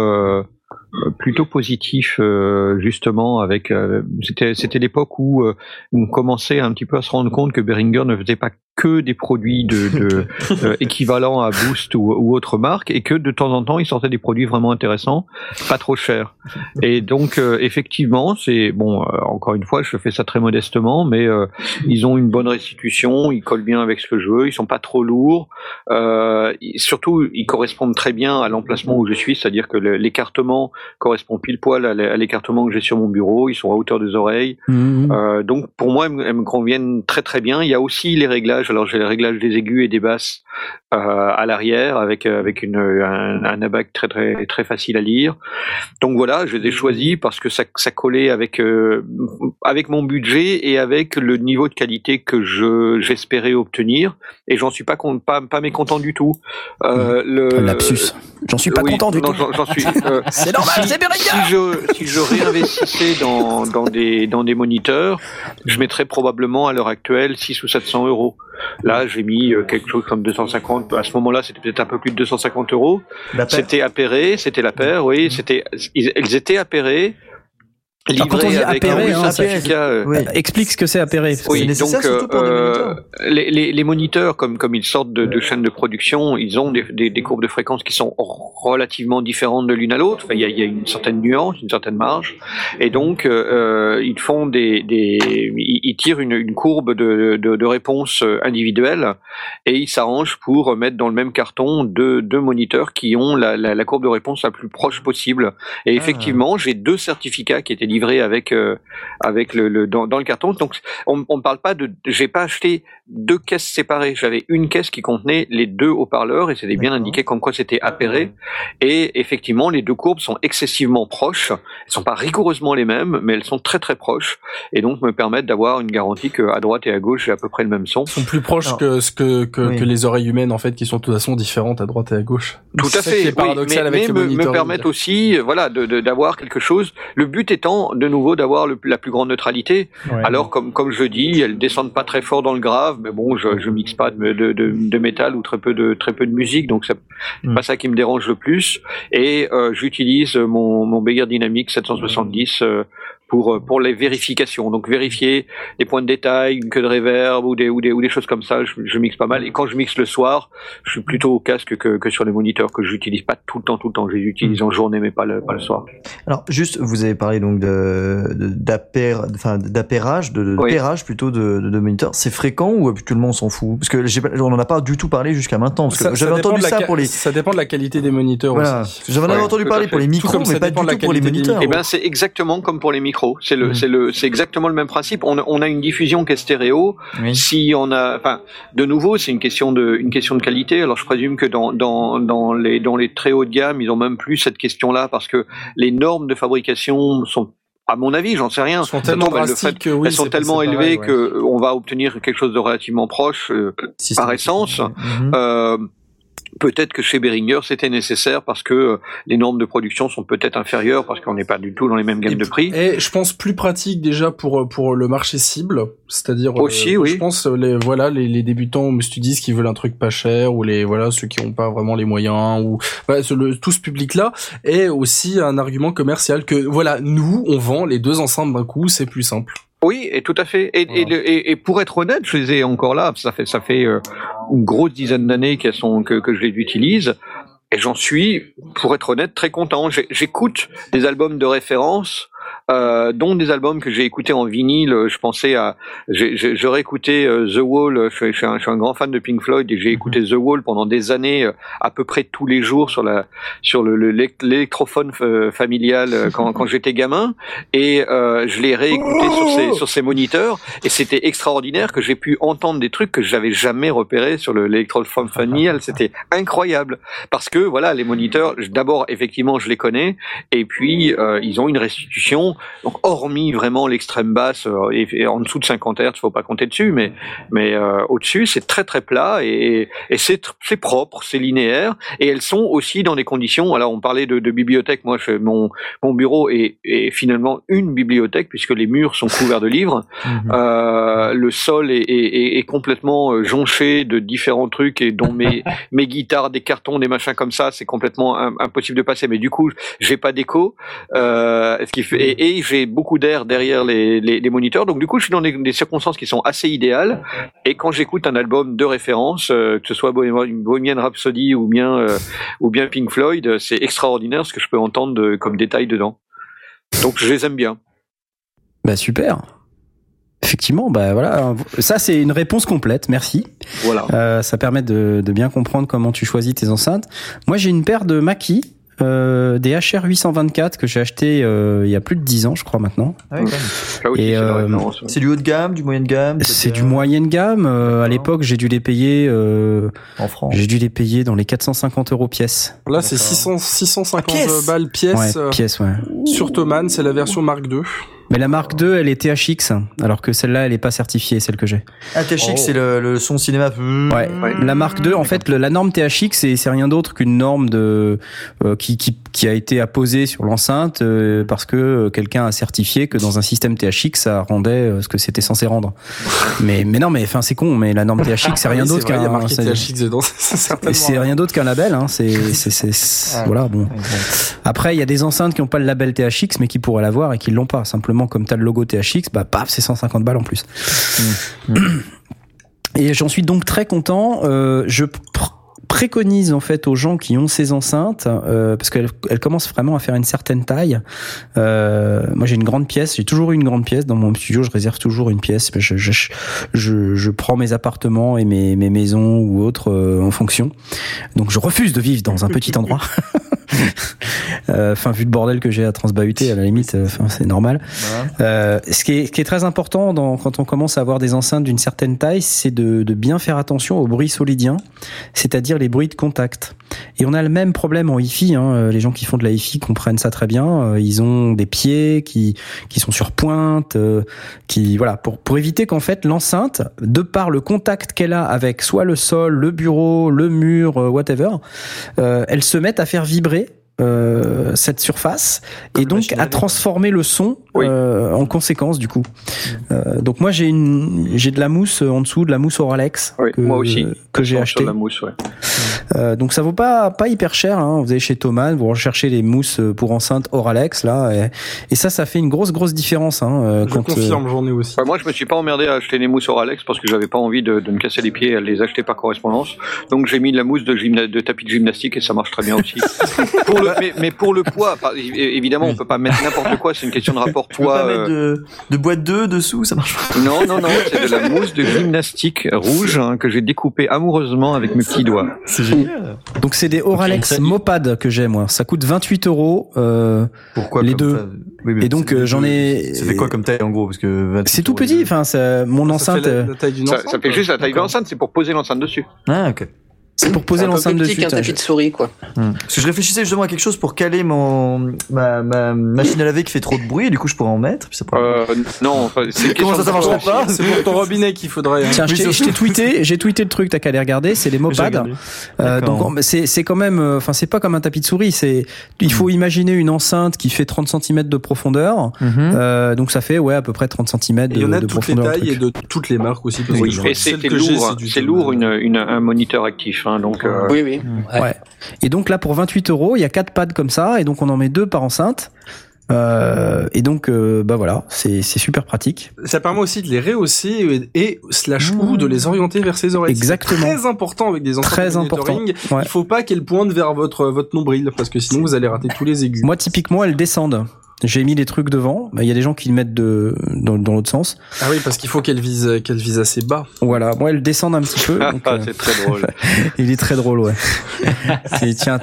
S4: positif, justement, avec c'était l'époque où on commençait un petit peu à se rendre compte que Behringer ne faisait pas que des produits de équivalents à Boost ou autre marque, et que de temps en temps ils sortaient des produits vraiment intéressants, pas trop chers. Et donc effectivement, c'est bon, encore une fois je fais ça très modestement, mais ils ont une bonne restitution, ils collent bien avec ce que je veux, ils sont pas trop lourds, surtout ils correspondent très bien à l'emplacement où je suis, c'est-à-dire que l'écartement correspond pile poil à l'écartement que j'ai sur mon bureau, ils sont à hauteur des oreilles, donc pour moi elles me conviennent très très bien. Il y a aussi les réglages, alors j'ai les réglages des aigus et des basses à l'arrière avec un abac très très très facile à lire. Donc voilà, je les ai choisis parce que ça collait avec mon budget et avec le niveau de qualité que j'espérais obtenir, et j'en suis pas mécontent du tout.
S1: Lapsus. J'en suis pas content du tout.
S4: J'en suis.
S1: C'est normal, c'est Behringer.
S4: Si je réinvestissais dans des moniteurs, je mettrais probablement à l'heure actuelle 600 ou 700 euros. Là, j'ai mis quelque chose comme 250. À ce moment-là, c'était peut-être un peu plus de 250 euros. C'était appairé, c'était la paire, oui. Elles étaient appairées.
S1: Alors, quand on dit appairer, explique ce que c'est appairer.
S4: Oui, donc les moniteurs, comme ils sortent de chaînes de production, ils ont des courbes de fréquence qui sont relativement différentes de l'une à l'autre. Enfin, il y a une certaine nuance, une certaine marge, et donc ils font ils tirent une courbe de réponse individuelle, et ils s'arrangent pour mettre dans le même carton deux moniteurs qui ont la courbe de réponse la plus proche possible. Et effectivement, j'ai 2 certificats qui étaient livré avec le dans le carton. Donc on parle pas de, j'ai pas acheté 2 caisses séparées. J'avais une caisse qui contenait les 2 haut-parleurs et c'était bien indiqué comme quoi c'était appairé. Et effectivement, les 2 courbes sont excessivement proches. Elles sont pas rigoureusement les mêmes, mais elles sont très très proches et donc me permettent d'avoir une garantie que à droite et à gauche j'ai à peu près le même son.
S5: Ils sont plus proches que les oreilles humaines en fait, qui sont de toute façon différentes à droite et à gauche.
S4: Tout à fait. Mais me permettent aussi, voilà, d'avoir quelque chose. Le but étant de nouveau d'avoir la plus grande neutralité. Ouais. Alors comme je dis, elles descendent pas très fort dans le grave, mais bon, je mixe pas de métal ou très peu de musique, donc c'est pas ça qui me dérange le plus. Et j'utilise mon Beyer Dynamic 770 pour les vérifications. Donc vérifier des points de détail, une queue de reverb ou des choses comme ça, je mixe pas mal. Et quand je mixe le soir, je suis plutôt au casque que sur les moniteurs que j'utilise pas tout le temps. Je les utilise en journée mais pas le soir.
S2: Alors juste, vous avez parlé donc d'appairage, de pairage plutôt de moniteurs. C'est fréquent ou habituellement on s'en fout? Parce que on en a pas du tout parlé jusqu'à maintenant. Parce que j'avais entendu ça pour les.
S5: Ça dépend de la qualité des moniteurs aussi.
S2: J'avais entendu parler pour les micros, mais pas du tout pour les moniteurs.
S4: Eh ben c'est exactement comme pour les micros. C'est exactement le même principe. On a une diffusion qui est stéréo. Oui. Si on a, enfin, de nouveau, c'est une question de qualité. Alors, je présume que dans les très hauts de gamme, ils ont même plus cette question-là parce que les normes de fabrication sont, à mon avis, j'en sais rien.
S5: Elles sont tellement drastiques
S4: elles sont tellement élevées que on va obtenir quelque chose de relativement proche par essence. Peut-être que chez Behringer c'était nécessaire parce que les normes de production sont peut-être inférieures parce qu'on n'est pas du tout dans les mêmes gammes de prix.
S5: Et je pense plus pratique déjà pour le marché cible, c'est-à-dire
S4: aussi oui.
S5: Je pense les débutants ou studistes qui veulent un truc pas cher ou ceux qui ont pas vraiment les moyens ou tout ce public-là est aussi un argument commercial que nous on vend les 2 ensemble d'un coup, c'est plus simple.
S4: Oui, et tout à fait. Et pour être honnête, je les ai encore là. Ça fait une grosse dizaine d'années que je les utilise. Et j'en suis, pour être honnête, très content. J'écoute des albums de référence, dont des albums que j'ai écoutés en vinyle. Je pensais j'aurais écouté The Wall. Je suis un grand fan de Pink Floyd et j'ai écouté The Wall pendant des années, à peu près tous les jours sur l'électrophone familial quand j'étais gamin. Et je l'ai réécouté sur ces moniteurs et c'était extraordinaire que j'ai pu entendre des trucs que j'avais jamais repérés sur l'électrophone familial. C'était incroyable parce que les moniteurs, d'abord effectivement je les connais et puis ils ont une restitution. Donc hormis vraiment l'extrême basse et en dessous de 50 Hz, faut pas compter dessus, mais au-dessus c'est très très plat et c'est propre, c'est linéaire et elles sont aussi dans des conditions. Alors on parlait de bibliothèque, moi mon bureau est finalement une bibliothèque puisque les murs sont couverts de livres, le sol est complètement jonché de différents trucs et dont mes guitares, des cartons, des machins comme ça, c'est complètement impossible de passer. Mais du coup j'ai pas d'écho, ce qui fait et j'ai beaucoup d'air derrière les moniteurs, donc du coup je suis dans des circonstances qui sont assez idéales et quand j'écoute un album de référence, que ce soit Bohemian Rhapsody ou bien Pink Floyd, c'est extraordinaire ce que je peux entendre comme détail dedans, donc je les aime bien.
S1: Super. Effectivement, ça c'est une réponse complète, merci.
S4: Voilà.
S1: Ça permet de bien comprendre comment tu choisis tes enceintes. Moi j'ai une paire de Mackie, des HR 824 que j'ai acheté il y a plus de 10 ans je crois maintenant.
S2: Et c'est du haut de gamme, du moyen de gamme?
S1: C'est du moyen de gamme. À l'époque j'ai dû les payer
S2: en France.
S1: J'ai dû les payer dans les 450 € pièce.
S5: Là c'est 650 balles pièce.
S1: Pièce,
S5: sur Thomann, c'est la version Mark II.
S1: Mais la Mark II, elle est THX, alors que celle-là, elle est pas certifiée, celle que j'ai.
S2: Ah, THX, c'est le son cinéma.
S1: Ouais. La Mark II, en fait, la norme THX, c'est rien d'autre qu'une norme qui a été apposée sur l'enceinte parce que quelqu'un a certifié que dans un système THX, ça rendait ce que c'était censé rendre. mais non, c'est con. Mais la norme THX, c'est rien d'autre qu'un. C'est rien d'autre qu'un label. Hein. Voilà. Bon. Après, il y a des enceintes qui ont pas le label THX, mais qui pourraient l'avoir et qui l'ont pas. Simplement, comme t'as le logo THX, c'est 150 balles en plus. Et j'en suis donc très content. Je préconise en fait aux gens qui ont ces enceintes, parce qu'elles commencent vraiment à faire une certaine taille. Moi, j'ai une grande pièce. J'ai toujours eu une grande pièce dans mon studio. Je réserve toujours une pièce. Je prends mes appartements et mes maisons ou autres en fonction. Donc, je refuse de vivre dans un petit endroit. Enfin, vu le bordel que j'ai à transbahuter, à la limite, c'est normal. Ce qui est très important quand on commence à avoir des enceintes d'une certaine taille, c'est de bien faire attention aux bruits solidiens, c'est-à-dire les bruits de contact. Et on a le même problème en hi-fi, hein. Les gens qui font de la hi-fi comprennent ça très bien. Ils ont des pieds qui sont sur pointe, voilà, pour éviter qu'en fait l'enceinte, de par le contact qu'elle a avec soit le sol, le bureau, le mur, whatever, elle se mette à faire vibrer cette surface et donc à transformer le son en conséquence du coup. Donc moi j'ai de la mousse en dessous, de la mousse Oralex
S4: moi aussi
S1: que j'ai acheté.
S4: La mousse,
S1: donc ça vaut pas hyper cher, hein. Vous allez chez Thomann, vous recherchez les mousses pour enceinte Oralex là et ça fait une grosse différence, hein.
S5: Je confirme, j'en ai aussi.
S4: Moi je me suis pas emmerdé à acheter les mousses Oralex parce que j'avais pas envie de me casser les pieds et à les acheter par correspondance. Donc j'ai mis de la mousse de tapis de gymnastique et ça marche très bien aussi. Mais pour le poids, évidemment, on peut pas mettre n'importe quoi. C'est une question de rapport poids.
S2: On peut pas mettre de boîte 2 dessous, ça marche pas.
S4: Non, c'est de la mousse de gymnastique rouge que j'ai découpée amoureusement avec mes petits doigts.
S2: C'est génial.
S1: Donc c'est des Oralex Mopad que j'ai moi. Ça coûte 28 €.
S2: Pourquoi
S1: les deux? Et donc j'en ai.
S2: Ça fait quoi comme taille en gros? Parce que
S1: c'est tout petit. Enfin, mon enceinte.
S4: Ça fait juste la taille de l'enceinte. C'est pour poser l'enceinte dessus.
S2: Ah ok.
S1: C'est pour poser l'enceinte dessus.
S3: C'est un tapis de souris, quoi.
S2: Parce que je réfléchissais justement à quelque chose pour caler ma machine à laver qui fait trop de bruit, et du coup je pourrais en mettre. Puis ça pourrait...
S4: Non, c'est
S2: comment ça marcherait pas?
S5: C'est pour ton robinet qu'il faudrait.
S1: Tiens, j'ai tweeté le truc, t'as qu'à aller regarder. C'est les Mopad. Donc c'est quand même, enfin c'est pas comme un tapis de souris. Il faut imaginer une enceinte qui fait 30 cm de profondeur. Donc ça fait à peu près 30 cm de profondeur. Il y en a de toutes les tailles
S5: et de toutes les marques aussi.
S4: Oui, et c'est lourd, un moniteur actif. Donc,
S3: Oui.
S1: Ouais. Et donc là, pour 28 €, il y a 4 pads comme ça, et donc on en met 2 par enceinte. Et donc, voilà, c'est super pratique.
S5: Ça permet aussi de les rehausser ou de les orienter vers ses oreilles.
S1: Exactement.
S5: C'est très important avec des enceintes de monitoring. Il faut pas qu'elles pointent vers votre nombril, parce que sinon vous allez rater tous les aigus.
S1: Moi, typiquement, elles descendent. J'ai mis des trucs devant. Il y a des gens qui le mettent dans l'autre sens.
S5: Ah oui, parce qu'il faut qu'elle vise assez bas.
S1: Voilà. Moi, elle descend un petit peu. Donc,
S4: c'est très drôle.
S1: Il est très drôle, ouais. Tiens.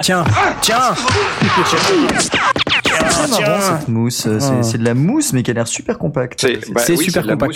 S2: C'est marrant cette mousse. C'est de la mousse, mais qui a l'air super compacte.
S1: C'est super compact.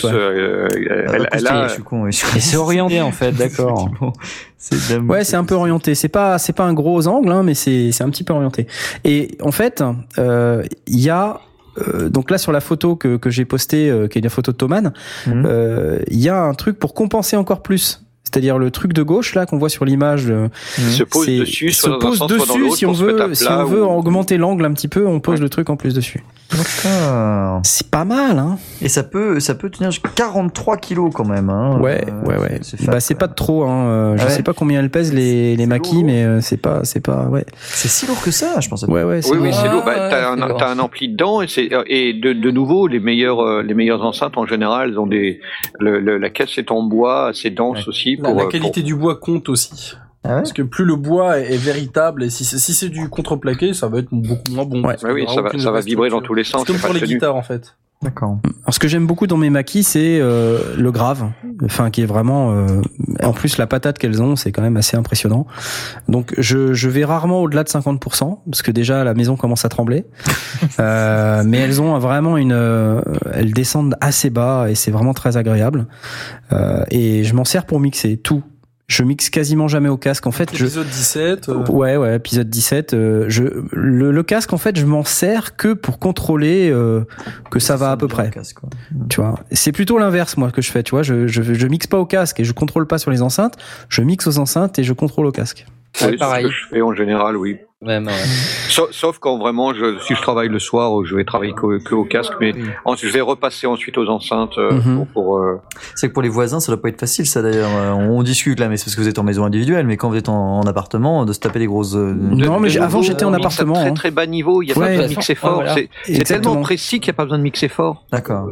S2: Je suis con.
S6: Et c'est orienté en fait, d'accord.
S1: Ouais, c'est un peu orienté. C'est pas un gros angle, hein, mais c'est un petit peu orienté. Et en fait, il y a donc là sur la photo que j'ai postée, qui est une photo de Thomann, il y a un truc pour compenser encore plus. C'est-à-dire le truc de gauche là qu'on voit sur l'image
S4: se pose dessus
S1: si on veut augmenter l'angle un petit peu, on pose le truc en plus dessus.
S2: D'accord.
S1: C'est pas mal, hein.
S2: Et ça peut tenir jusqu'à 43 kilos quand même, hein.
S1: Ouais. C'est pas de trop, hein. Je sais pas combien elles pèsent les maquis, mais c'est pas ouais.
S2: C'est si lourd que ça, je pensais.
S1: Ouais,
S4: oui, c'est lourd. T'as un ampli dedans et de nouveau les meilleures enceintes en général, elles ont la caisse est en bois, assez dense aussi.
S5: La qualité du bois compte aussi. Ah ouais, parce que plus le bois est véritable, et si c'est du contreplaqué, ça va être beaucoup moins bon.
S4: Ouais, oui, ça va vibrer dans tous les sens.
S5: C'est comme pour les guitares en fait.
S2: D'accord.
S1: Alors ce que j'aime beaucoup dans mes maquis, c'est le grave, enfin qui est vraiment. En plus, la patate qu'elles ont, c'est quand même assez impressionnant. Donc je vais rarement au-delà de 50%, parce que déjà la maison commence à trembler. Mais elles ont vraiment elles descendent assez bas et c'est vraiment très agréable. Et je m'en sers pour mixer tout. Je mixe quasiment jamais au casque. En fait,
S5: épisode 17.
S1: Ouais, épisode 17. Le casque, en fait, je m'en sers que pour contrôler que ça va à peu près.
S2: Casque, quoi.
S1: Tu vois, c'est plutôt l'inverse moi que je fais. Tu vois, je mixe pas au casque et je contrôle pas sur les enceintes. Je mixe aux enceintes et je contrôle au casque.
S4: Oui, pareil. C'est ce que je fais en général, oui.
S7: Ouais.
S4: Sauf quand vraiment, si je travaille le soir, je vais travailler que au casque, mais je vais repasser ensuite aux enceintes
S2: C'est que pour les voisins, ça doit pas être facile, ça d'ailleurs. On discute là, mais c'est parce que vous êtes en maison individuelle, mais quand vous êtes en appartement, de se taper des grosses.
S1: Non, mais avant j'étais en appartement.
S4: Très très bas niveau, il y a pas besoin de mixer fort.
S1: Voilà.
S4: C'est tellement précis qu'il y a pas besoin de mixer fort.
S2: D'accord.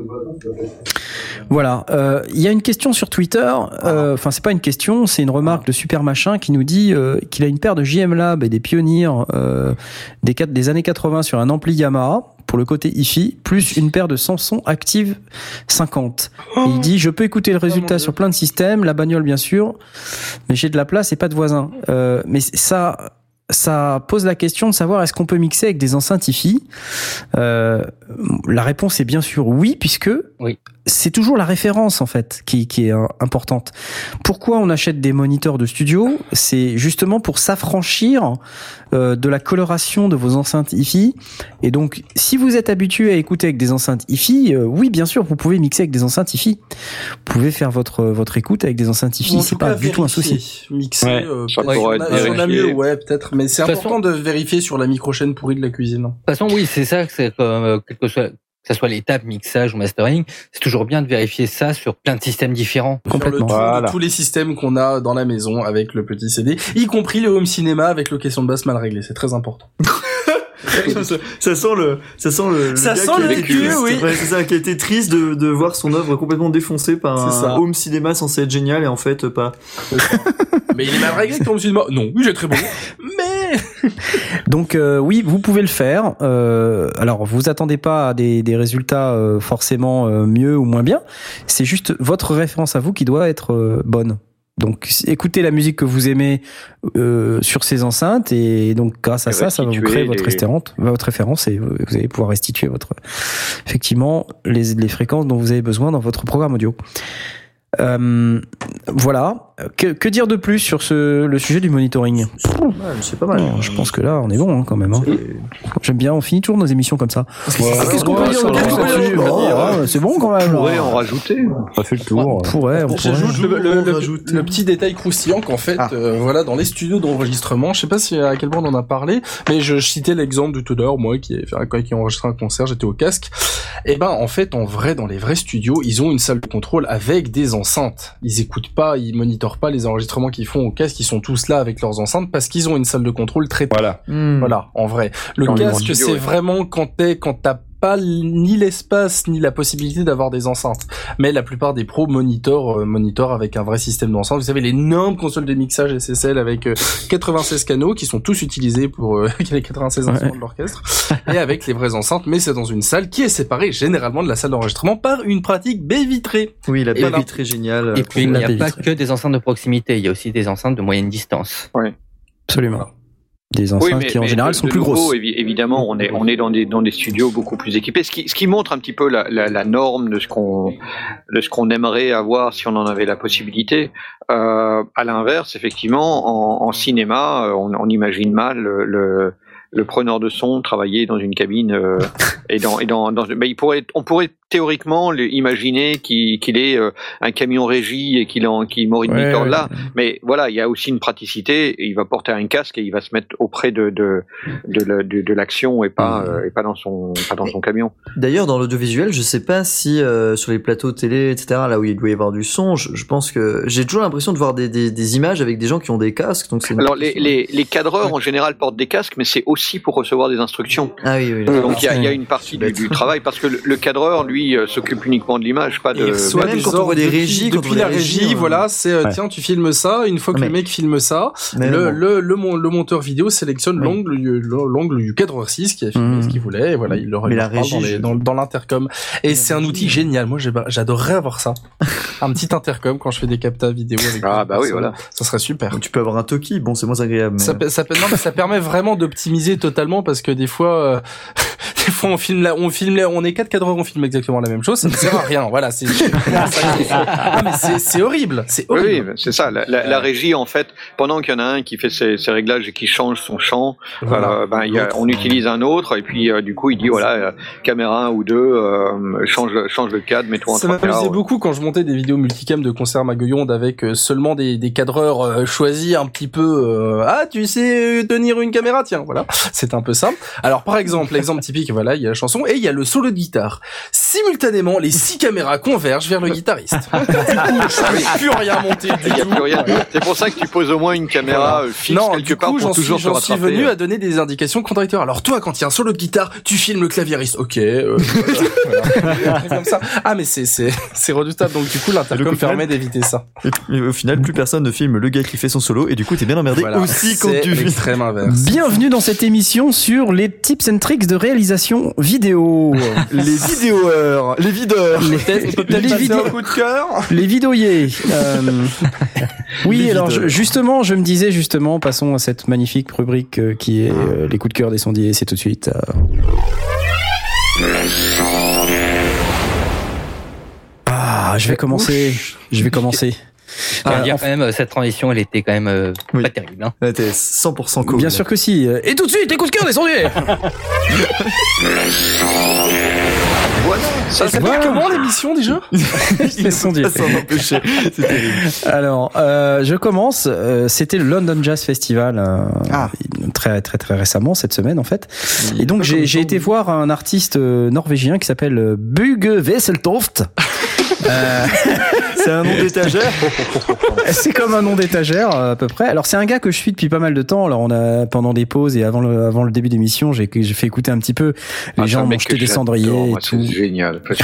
S1: Voilà. Il y a une question sur Twitter. Enfin, c'est pas une question, c'est une remarque de Super Machin qui nous dit qu'il a une paire de JM Lab et des Pioneer des années 80 sur un ampli Yamaha pour le côté hi-fi, plus une paire de Samson Active 50. Et il dit, je peux écouter le résultat sur plein de systèmes, la bagnole bien sûr, mais j'ai de la place et pas de voisins. Mais ça, ça pose la question de savoir est-ce qu'on peut mixer avec des enceintes hi-fi. La réponse est bien sûr oui, puisque c'est toujours la référence en fait qui est importante. Pourquoi on achète des moniteurs de studio ? C'est justement pour s'affranchir de la coloration de vos enceintes hi-fi. Et donc, si vous êtes habitué à écouter avec des enceintes hi-fi, oui, bien sûr, vous pouvez mixer avec des enceintes hi-fi. Vous pouvez faire votre écoute avec des enceintes hi-fi. C'est pas du tout un souci.
S5: Mixer, on a mieux, peut-être. Mais c'est important de vérifier sur la micro-chaîne pourrie de la cuisine.
S7: De toute façon, oui, c'est ça, c'est comme quelque chose. Que ça soit l'étape mixage ou mastering, c'est toujours bien de vérifier ça sur plein de systèmes différents.
S5: Complètement. De tous les systèmes qu'on a dans la maison avec le petit CD, y compris le home cinéma avec location de basse mal réglée. C'est très important.
S2: Ça sent le vécu, oui. Ouais, c'est ça, qui a été triste de voir son œuvre complètement défoncée par un home cinéma censé être génial et en fait pas.
S5: Mais il est mal réglé ton home cinéma. Non, oui, j'ai très bon. Mais
S1: donc oui, vous pouvez le faire. Alors vous attendez pas à des résultats forcément mieux ou moins bien. C'est juste votre référence à vous qui doit être bonne. Donc écoutez la musique que vous aimez sur ces enceintes et donc grâce à ça va vous créer votre référence et vous allez pouvoir restituer effectivement les fréquences dont vous avez besoin dans votre programme audio. Voilà. Que dire de plus sur le sujet du monitoring ?
S2: C'est pas mal.
S1: Je pense que là, on est bon quand même. Hein. J'aime bien, on finit toujours nos émissions comme ça. Qu'est-ce qu'on peut dire là-dessus ? C'est bon quand même.
S4: On pourrait en rajouter.
S1: On a fait le tour. On pourrait.
S5: J'ajoute le petit détail croustillant qu'en fait, dans les studios d'enregistrement, je sais pas à quel point on en a parlé, mais je citais l'exemple de tout à l'heure, moi qui a enregistré un concert, j'étais au casque. Et en fait, en vrai, dans les vrais studios, ils ont une salle de contrôle avec des enceintes. Ils écoutent pas, ils monitorent pas les enregistrements qu'ils font au casque, ils sont tous là avec leurs enceintes parce qu'ils ont une salle de contrôle très voilà, en vrai. Le casque, c'est vraiment quand t'as pas ni l'espace ni la possibilité d'avoir des enceintes. Mais la plupart des pros monitorent avec un vrai système d'enceintes. Vous savez, l'énorme console de mixage SSL avec 96 canaux qui sont tous utilisés pour les 96 instruments de l'orchestre et avec les vraies enceintes, mais c'est dans une salle qui est séparée généralement de la salle d'enregistrement par une pratique baie vitrée.
S2: Oui, la baie vitrée géniale.
S7: Et puis il n'y a pas que des enceintes de proximité, il y a aussi des enceintes de moyenne distance.
S4: Oui.
S1: Absolument. Des enceintes qui en général sont plus grosses.
S4: Évidemment, on est dans des studios beaucoup plus équipés, ce qui montre un petit peu la norme de ce qu'on aimerait avoir si on en avait la possibilité. À l'inverse, effectivement, en cinéma, on imagine mal le preneur de son travailler dans une cabine on pourrait théoriquement imaginer qu'il est un camion régie et qu'il monitor là, mais voilà, il y a aussi une praticité. Il va porter un casque et il va se mettre auprès de l'action et pas dans son camion.
S2: D'ailleurs, dans l'audiovisuel, je sais pas si sur les plateaux télé, etc., là où il doit y avoir du son, je pense que j'ai toujours l'impression de voir des images avec des gens qui ont des casques. Donc
S4: alors les cadreurs en général portent des casques, mais c'est aussi pour recevoir des instructions.
S2: Ah oui.
S4: Donc il y a une partie du travail parce que le cadreur lui s'occupe uniquement de l'image, pas de.
S5: Soit même quand on voit des régies, depuis la régie, voilà, c'est tiens, tu filmes ça. Une fois que le mec filme ça, le monteur vidéo sélectionne l'angle du cadreur 6 qui a filmé ce qu'il voulait. Et voilà, il le regarde dans l'intercom. Et c'est un outil génial. Moi, j'adorerais avoir ça. Un petit intercom quand je fais des captas vidéo avec.
S4: Oui, voilà.
S5: Ça serait super.
S2: Donc, tu peux avoir un Toki. Bon, c'est moins agréable. Mais...
S5: Ça permet vraiment d'optimiser totalement parce que des fois on est 4 cadreurs, on filme exactement la même chose, ça ne sert à rien. Voilà, c'est c'est horrible. C'est horrible.
S4: Oui, c'est ça. La régie, en fait, pendant qu'il y en a un qui fait ses réglages et qui change son champ, on utilise un autre et puis du coup il dit caméra 1 ou 2, change le cadre, mets-toi en 3
S5: Ça m'amusait beaucoup quand je montais des vidéos multicam de concerts Magueillonde avec seulement des cadreurs choisis un petit peu. Tu sais tenir une caméra, tiens, voilà. C'est un peu ça. Alors par exemple, l'exemple typique, voilà, il y a la chanson et il y a le solo de guitare. Simultanément, les 6 caméras convergent vers le guitariste. Du coup, je ne peux plus rien monter du tout.
S4: Plus rien. C'est pour ça que tu poses au moins une caméra fixe quelque part pour toujours te rattraper.
S5: J'en suis venu à donner des indications contradictoires. Alors toi, quand il y a un solo de guitare, tu filmes le claviériste. Ok. Voilà. Comme ça. Ah mais c'est redoutable. Donc du coup, l'intercom permet d'éviter ça.
S2: Et au final, plus personne ne filme le gars qui fait son solo et du coup, t'es bien emmerdé aussi quand tu filmes.
S5: L'extrême inverse.
S1: Bienvenue dans cette émission sur les tips and tricks de réalisation vidéo.
S2: Les vidéos videurs. Les videurs.
S5: On peut peut-être passer un coup de cœur.
S1: Les vidoyers. Oui,
S2: Les
S1: alors
S2: videurs.
S1: justement, je me disais passons à cette magnifique rubrique qui est les coups de cœur des sondiers. C'est tout de suite. Je vais commencer.
S7: Quand même, cette transition, elle était quand même pas terrible. Hein.
S2: Elle était 100% cool.
S1: Bien sûr que si. Et tout de suite, les coups de cœur des sondiers.
S5: Voilà. Ça s'appelle comment l'émission déjà?
S1: Les sondiers.
S2: Ça s'en empêchait. C'est terrible.
S1: Alors, je commence. C'était le London Jazz Festival, très très très récemment cette semaine en fait. Et donc j'ai été voir un artiste norvégien qui s'appelle Bugge Wesseltoft.
S2: C'est un nom d'étagère.
S1: C'est comme un nom d'étagère à peu près. Alors c'est un gars que je suis depuis pas mal de temps. Alors on a pendant des pauses et avant le début d'émission, j'ai fait écouter un petit peu. Les gens m'ont jeté des cendriers et tout.
S4: C'est génial.
S2: Il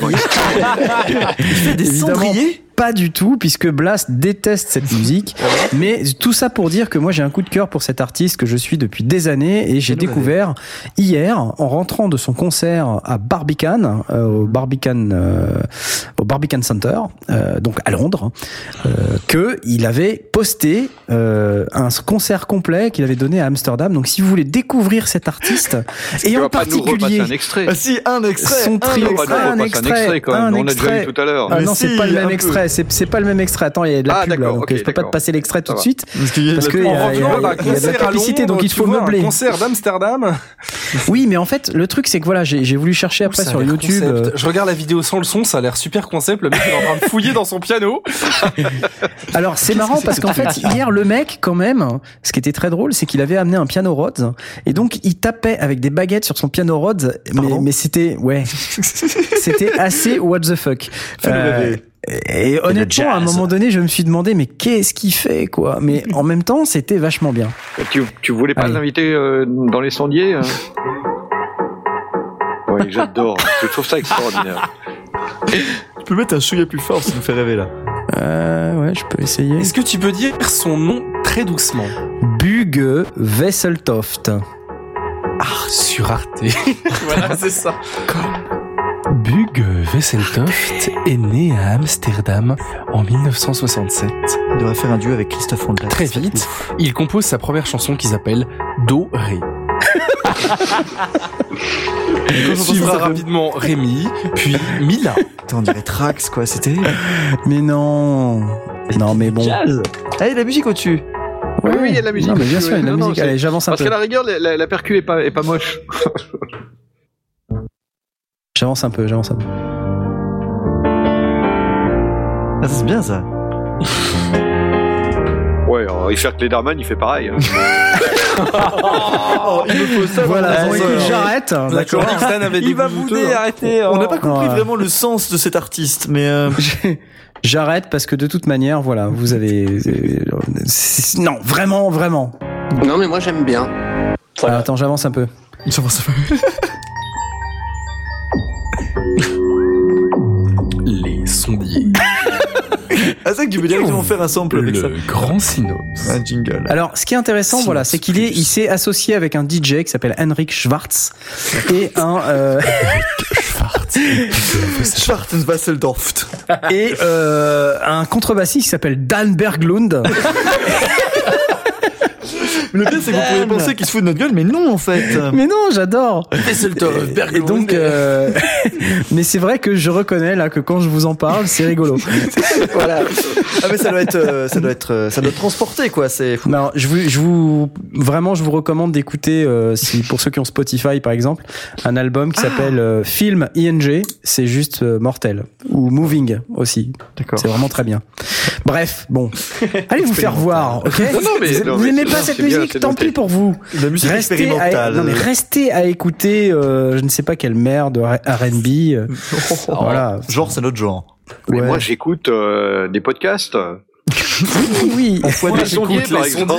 S2: fait des cendriers.
S1: Pas du tout, puisque Blast déteste cette musique. Mais tout ça pour dire que moi j'ai un coup de cœur pour cet artiste que je suis depuis des années et j'ai découvert hier en rentrant de son concert à Barbican, au Barbican Center, donc à Londres, que il avait posté un concert complet qu'il avait donné à Amsterdam. Donc si vous voulez découvrir cet artiste et en particulier,
S4: un extrait.
S2: Ah si, un extrait.
S1: Son trio,
S4: un extrait quand même. On l'a déjà vu tout à l'heure.
S1: Ah non,
S2: si,
S1: c'est pas le même
S2: un peu.
S1: extrait. C'est pas le même extrait. Attends, il y a de la pub là, donc je peux pas te passer l'extrait tout de suite parce qu'il y a de la publicité, donc il faut meubler.
S5: Un concert d'Amsterdam.
S1: Oui, mais en fait, le truc c'est que voilà, j'ai voulu chercher après sur YouTube.
S5: Je regarde la vidéo sans le son, ça a l'air super concept. Le mec il est en train de fouiller dans son piano.
S1: Alors c'est marrant parce qu'en fait hier le mec quand même, ce qui était très drôle, c'est qu'il avait amené un piano Rhodes et donc il tapait avec des baguettes sur son piano Rhodes, mais c'était c'était assez what the fuck. Et honnêtement, à un moment donné, je me suis demandé, mais qu'est-ce qu'il fait, quoi? Mais en même temps, c'était vachement bien.
S4: Tu voulais pas l'inviter dans les sondiers Oui, j'adore. Je trouve ça extraordinaire.
S2: Tu peux mettre un chouïa plus fort, ça nous fait rêver là.
S1: Ouais, je peux essayer.
S5: Est-ce que tu peux dire son nom très doucement?
S1: Bugge Wesseltoft.
S5: Sur Arte. Voilà, c'est ça. Bugge Wesseltoft est né à Amsterdam en 1967.
S2: Il devrait faire un duo avec Christophe Ondelat.
S5: Très vite, il compose sa première chanson qui s'appelle Do Ré. Suivra rapidement Rémi, puis Mila.
S2: On dirait Trax, quoi, c'était.
S1: Mais non, mais bon.
S2: Jazz. Ah, il y a la musique au-dessus.
S4: Oui, il y a de la musique.
S1: Non, mais bien sûr, il y a de la musique. Allez, j'avance un peu.
S4: Parce qu'à la rigueur, la percu est pas moche.
S1: J'avance un peu.
S2: Ah, c'est bien ça.
S4: Ouais, Richard Klederman, il fait pareil.
S2: Il me faut ça.
S1: Voilà, j'arrête.
S5: D'accord.
S2: Il va bouder, arrêtez. On n'a pas compris vraiment le sens de cet artiste, mais
S1: j'arrête parce que de toute manière, voilà, vous avez non, vraiment.
S3: Non, mais moi j'aime bien.
S1: Voilà. Attends, j'avance un peu.
S5: Les sondiers.
S2: Ah, c'est que tu veux dire qu'ils vont faire un sample avec ça.
S5: Le grand synopsis.
S2: Un jingle.
S1: Alors, ce qui est intéressant, voilà, c'est il s'est associé avec un DJ qui s'appelle Henrik Schwarz et un
S2: Schwarzenwasseldorft
S1: et un contrebassiste qui s'appelle Dan Berglund.
S2: Le pire, c'est que vous pourriez penser qu'il se fout de notre gueule, mais non, en fait.
S1: Mais non, j'adore. Et donc, mais c'est vrai que je reconnais là que quand je vous en parle, c'est rigolo.
S3: Voilà.
S2: Ah, mais ça doit transporter, quoi. C'est.
S1: Non, je vous recommande d'écouter, pour ceux qui ont Spotify par exemple, un album qui s'appelle Film ING. C'est juste mortel. Ou Moving aussi.
S2: D'accord.
S1: C'est vraiment très bien. Bref, bon, allez vous faire voir. Ok. Vous n'aimez pas cette musique, tant pis pour vous.
S2: La musique expérimentale.
S1: Restez à écouter, je ne sais pas quelle merde, R&B. Voilà.
S2: Genre, c'est notre genre.
S4: Mais moi, j'écoute des podcasts.
S1: Oui.
S4: Les sondiers, par exemple.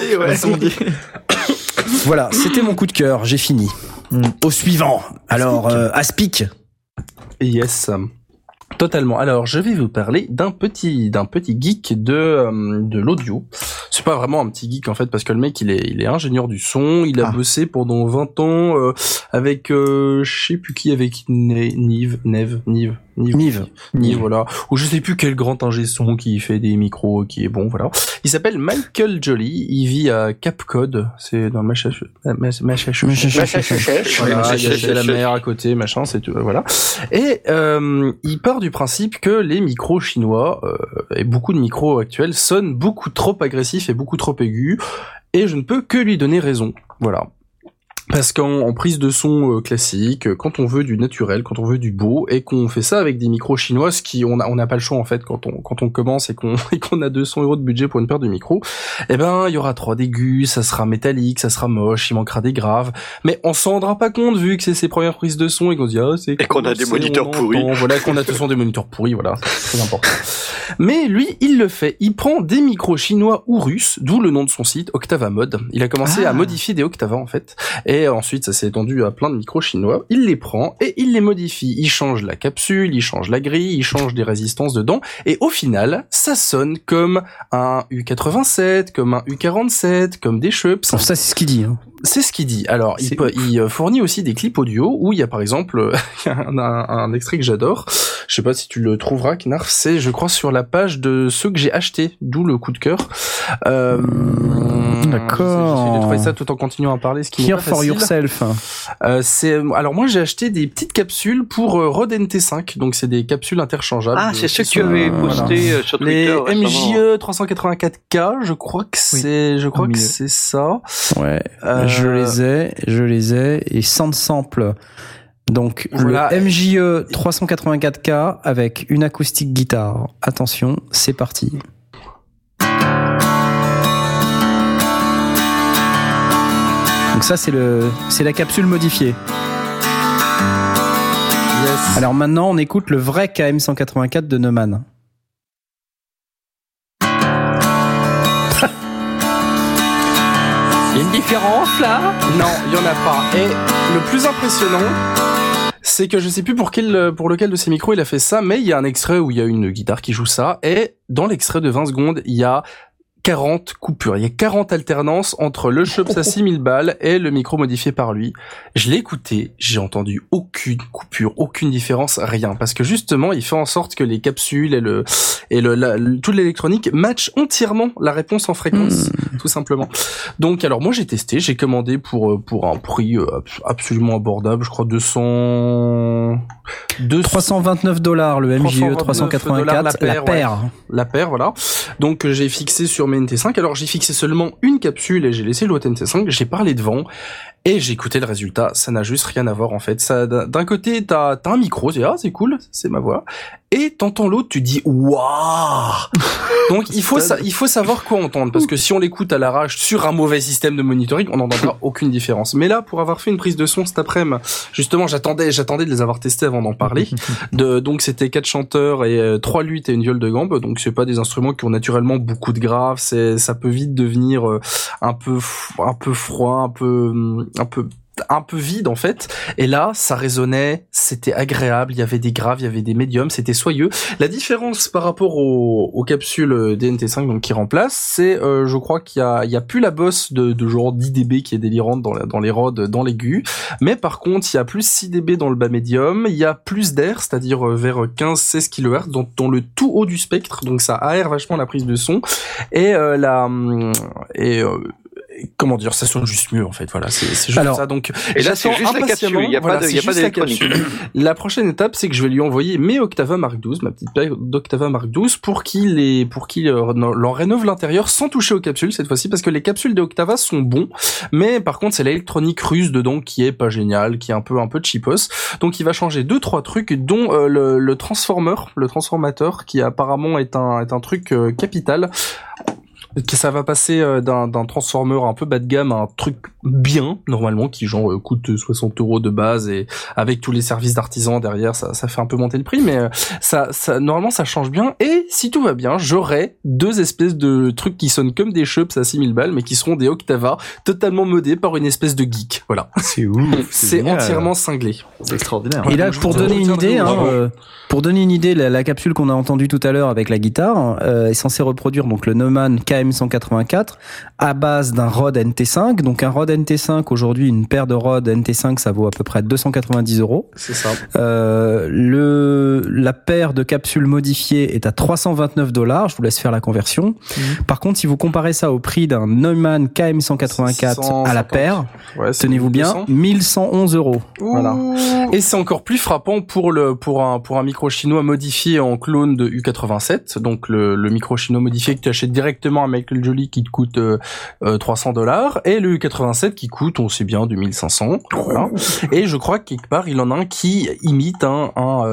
S1: Voilà, c'était mon coup de cœur. J'ai fini. Au suivant. Alors, Aspic.
S5: Yes. Totalement. Alors, je vais vous parler d'un petit geek de l'audio. C'est pas vraiment un petit geek en fait, parce que le mec il est ingénieur du son. Il a bossé pendant 20 ans avec je sais plus qui, avec Nive, voilà. Ou je sais plus quel grand ingé son qui fait des micros, qui est bon, voilà. Il s'appelle Michael Jolly. Il vit à Cape Cod. C'est dans le Massachusetts. Voilà, il y a la mer à côté, machin, c'est tout, voilà. Et il part du principe que les micros chinois et beaucoup de micros actuels sonnent beaucoup trop agressifs et beaucoup trop aigus, et je ne peux que lui donner raison. Voilà. Parce qu'en prise de son classique, quand on veut du naturel, quand on veut du beau, et qu'on fait ça avec des micros chinois, ce qui on n'a pas le choix en fait quand on commence et qu'on a 200 € de budget pour une paire de micros, eh ben il y aura 3 d'aigus, ça sera métallique, ça sera moche, il manquera des graves, mais on s'en rendra pas compte vu que c'est ses premières prises de son et qu'on se dit c'est
S4: et qu'on a des moniteurs pourris.
S5: Voilà, qu'on a de toute façon des moniteurs pourris, voilà, c'est très important. Mais lui, il le fait, il prend des micros chinois ou russes, d'où le nom de son site, Octava Mode. Il a commencé à modifier des Octava en fait. Et ensuite, ça s'est étendu à plein de micros chinois. Il les prend et il les modifie. Il change la capsule, il change la grille, il change des résistances dedans. Et au final, ça sonne comme un U87, comme un U47, comme des Shure.
S1: Ça, c'est ce qu'il dit. Hein.
S5: C'est ce qu'il dit. Alors, il fournit aussi des clips audio où il y a par exemple un extrait que j'adore. Je sais pas si tu le trouveras, Knarf. C'est, je crois, sur la page de ceux que j'ai achetés, d'où le coup de cœur.
S1: D'accord.
S5: J'essaie de trouver ça tout en continuant à parler. Ce qui
S1: Hear for yourself.
S5: Alors moi j'ai acheté des petites capsules pour Rode NT5, donc c'est des capsules interchangeables.
S4: Ah, c'est ceux que tu avais posté sur Twitter.
S5: Les MJE 384K, je crois que c'est ça.
S1: Ouais. Je les ai et sans sample. Donc voilà. Le MJE 384K avec une acoustique guitare. Attention, c'est parti. Donc ça c'est la capsule modifiée. Yes. Alors maintenant on écoute le vrai KM184 de Neumann.
S7: Il y a une différence là ?
S5: Non, il y en a pas. Et le plus impressionnant, c'est que je sais plus pour lequel de ces micros il a fait ça, mais il y a un extrait où il y a une guitare qui joue ça, et dans l'extrait de 20 secondes, il y a 40 coupures, il y a 40 alternances entre le Shure à 6000 balles et le micro modifié par lui. Je l'ai écouté, j'ai entendu aucune coupure, aucune différence, rien. Parce que justement, il fait en sorte que les capsules et toute l'électronique matchent entièrement la réponse en fréquence, tout simplement. Donc, alors moi j'ai testé, j'ai commandé pour un prix absolument abordable, je crois 329$
S1: le MJE 384,
S5: la paire, voilà. Donc j'ai fixé sur mes NT5. Alors j'ai fixé seulement une capsule et j'ai laissé l'autre NT5. J'ai parlé devant et j'ai écouté le résultat. Ça n'a juste rien à voir en fait. Ça, d'un côté t'as un micro, tu dis c'est cool, c'est ma voix. Et t'entends l'autre, tu dis waouh. Donc il faut savoir quoi entendre, parce que si on l'écoute à l'arrache sur un mauvais système de monitoring, on n'entendra aucune différence. Mais là, pour avoir fait une prise de son cet après-midi, justement, j'attendais de les avoir testés avant d'en parler. Donc c'était 4 chanteurs et 3 luttes et une viole de gambe. Donc c'est pas des instruments qui ont naturellement beaucoup de graves. Ça peut vite devenir un peu froid, un peu vide en fait, et là ça résonnait, c'était agréable, il y avait des graves, il y avait des médiums, c'était soyeux. La différence par rapport aux capsules DNT5 donc qui remplacent, c'est je crois qu'il y a plus la bosse de genre 10 dB qui est délirante dans les Rhodes, dans l'aigu, mais par contre il y a plus 6 dB dans le bas médium, il y a plus d'air, c'est-à-dire vers 15-16 kHz dans le tout haut du spectre, donc ça aère vachement la prise de son, et comment dire, ça sonne juste mieux en fait, voilà, c'est juste ça. Donc
S4: et là c'est juste la capsule, il y a pas d'électronique.
S5: La prochaine étape, c'est que je vais lui envoyer mes Octava Mark XII, ma petite paire d'Octava Mark XII, pour qu'il leur rénove l'intérieur sans toucher aux capsules cette fois-ci, parce que les capsules des Octava sont bons, mais par contre c'est l'électronique russe dedans qui est pas géniale, qui est un peu cheapos. Donc il va changer 2-3 trucs, dont le transformateur, qui apparemment est un truc capital. que ça va passer d'un transformer un peu bas de gamme à un truc bien normalement qui genre coûte 60 € de base et avec tous les services d'artisans derrière ça fait un peu monter le prix, mais ça normalement ça change bien. Et si tout va bien, j'aurai 2 espèces de trucs qui sonnent comme des chups à 6000 balles mais qui seront des Octava totalement modés par une espèce de geek. Voilà.
S2: C'est ouf.
S5: C'est entièrement cinglé.
S2: C'est extraordinaire.
S1: Et là, pour donner une idée, la capsule qu'on a entendue tout à l'heure avec la guitare est censée reproduire donc le Neumann KM184 à base d'un Rode NT5. Donc un Rode NT5 aujourd'hui, une paire de Rode NT5, ça vaut à peu près 290 €.
S5: C'est ça.
S1: La paire de capsules modifiées est à 329 $. Je vous laisse faire la conversion. Par contre, si vous comparez ça au prix d'un Neumann KM184 à la paire, tenez-vous bien, 1111 €. Voilà.
S5: Et c'est encore plus frappant pour un micro chinois modifié en clone de U87, donc le micro chinois modifié que tu achètes directement à Michael Joly qui te coûte 300 $, et le U87 qui coûte, on sait bien, 2500. Voilà. Et je crois que quelque part il en a un qui imite un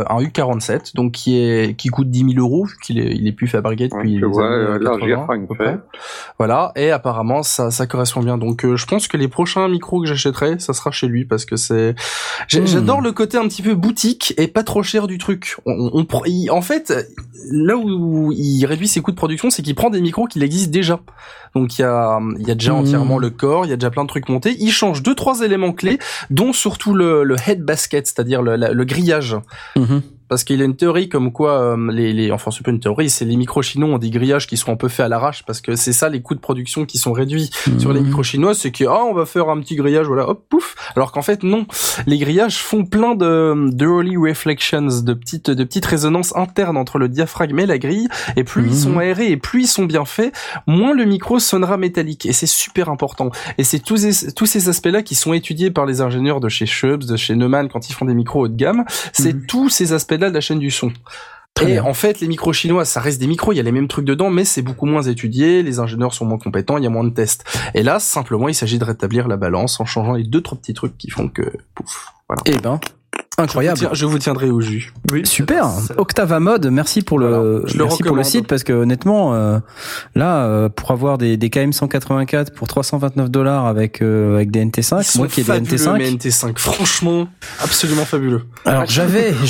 S5: U47, donc qui coûte 10 000 €, vu qu'il est plus fabriqué depuis les années 80. Voilà. Et apparemment ça correspond bien. Donc je pense que les prochains micros que j'achèterai, ça sera chez lui, parce que j'adore le côté un petit peu boutique et pas trop cher du truc. En fait, là où il réduit ses coûts de production, c'est qu'il prend des micros qui existent déjà. Donc il y a déjà entièrement le corps, il y a déjà plein de trucs montés. Il change 2-3 éléments clés, dont surtout le head basket, c'est-à-dire le grillage. Parce qu'il y a une théorie comme quoi enfin c'est pas une théorie, c'est les micros chinois ont des grillages qui sont un peu faits à l'arrache, parce que c'est ça les coûts de production qui sont réduits sur les micros chinois, c'est que on va faire un petit grillage, voilà, hop, pouf. Alors qu'en fait non, les grillages font plein de early reflections, de petites résonances internes entre le diaphragme et la grille, et plus ils sont aérés et plus ils sont bien faits, moins le micro sonnera métallique, et c'est super important. Et c'est tous ces aspects-là qui sont étudiés par les ingénieurs de chez Schubs, de chez Neumann quand ils font des micros haut de gamme. C'est tous ces aspects-là de la chaîne du son. En fait, les micros chinois, ça reste des micros, il y a les mêmes trucs dedans, mais c'est beaucoup moins étudié, les ingénieurs sont moins compétents, il y a moins de tests. Et là, simplement, il s'agit de rétablir la balance en changeant les 2-3 petits trucs qui font que, pouf, voilà.
S1: Eh ben, incroyable.
S5: Je vous tiendrai au jus.
S1: Oui, super. Octava Mode, merci pour le site, parce que honnêtement, pour avoir des KM184 pour 329 $ avec des NT5, moi qui ai des NT5.
S5: Mais NT5, franchement, absolument fabuleux.
S1: Alors j'avais 2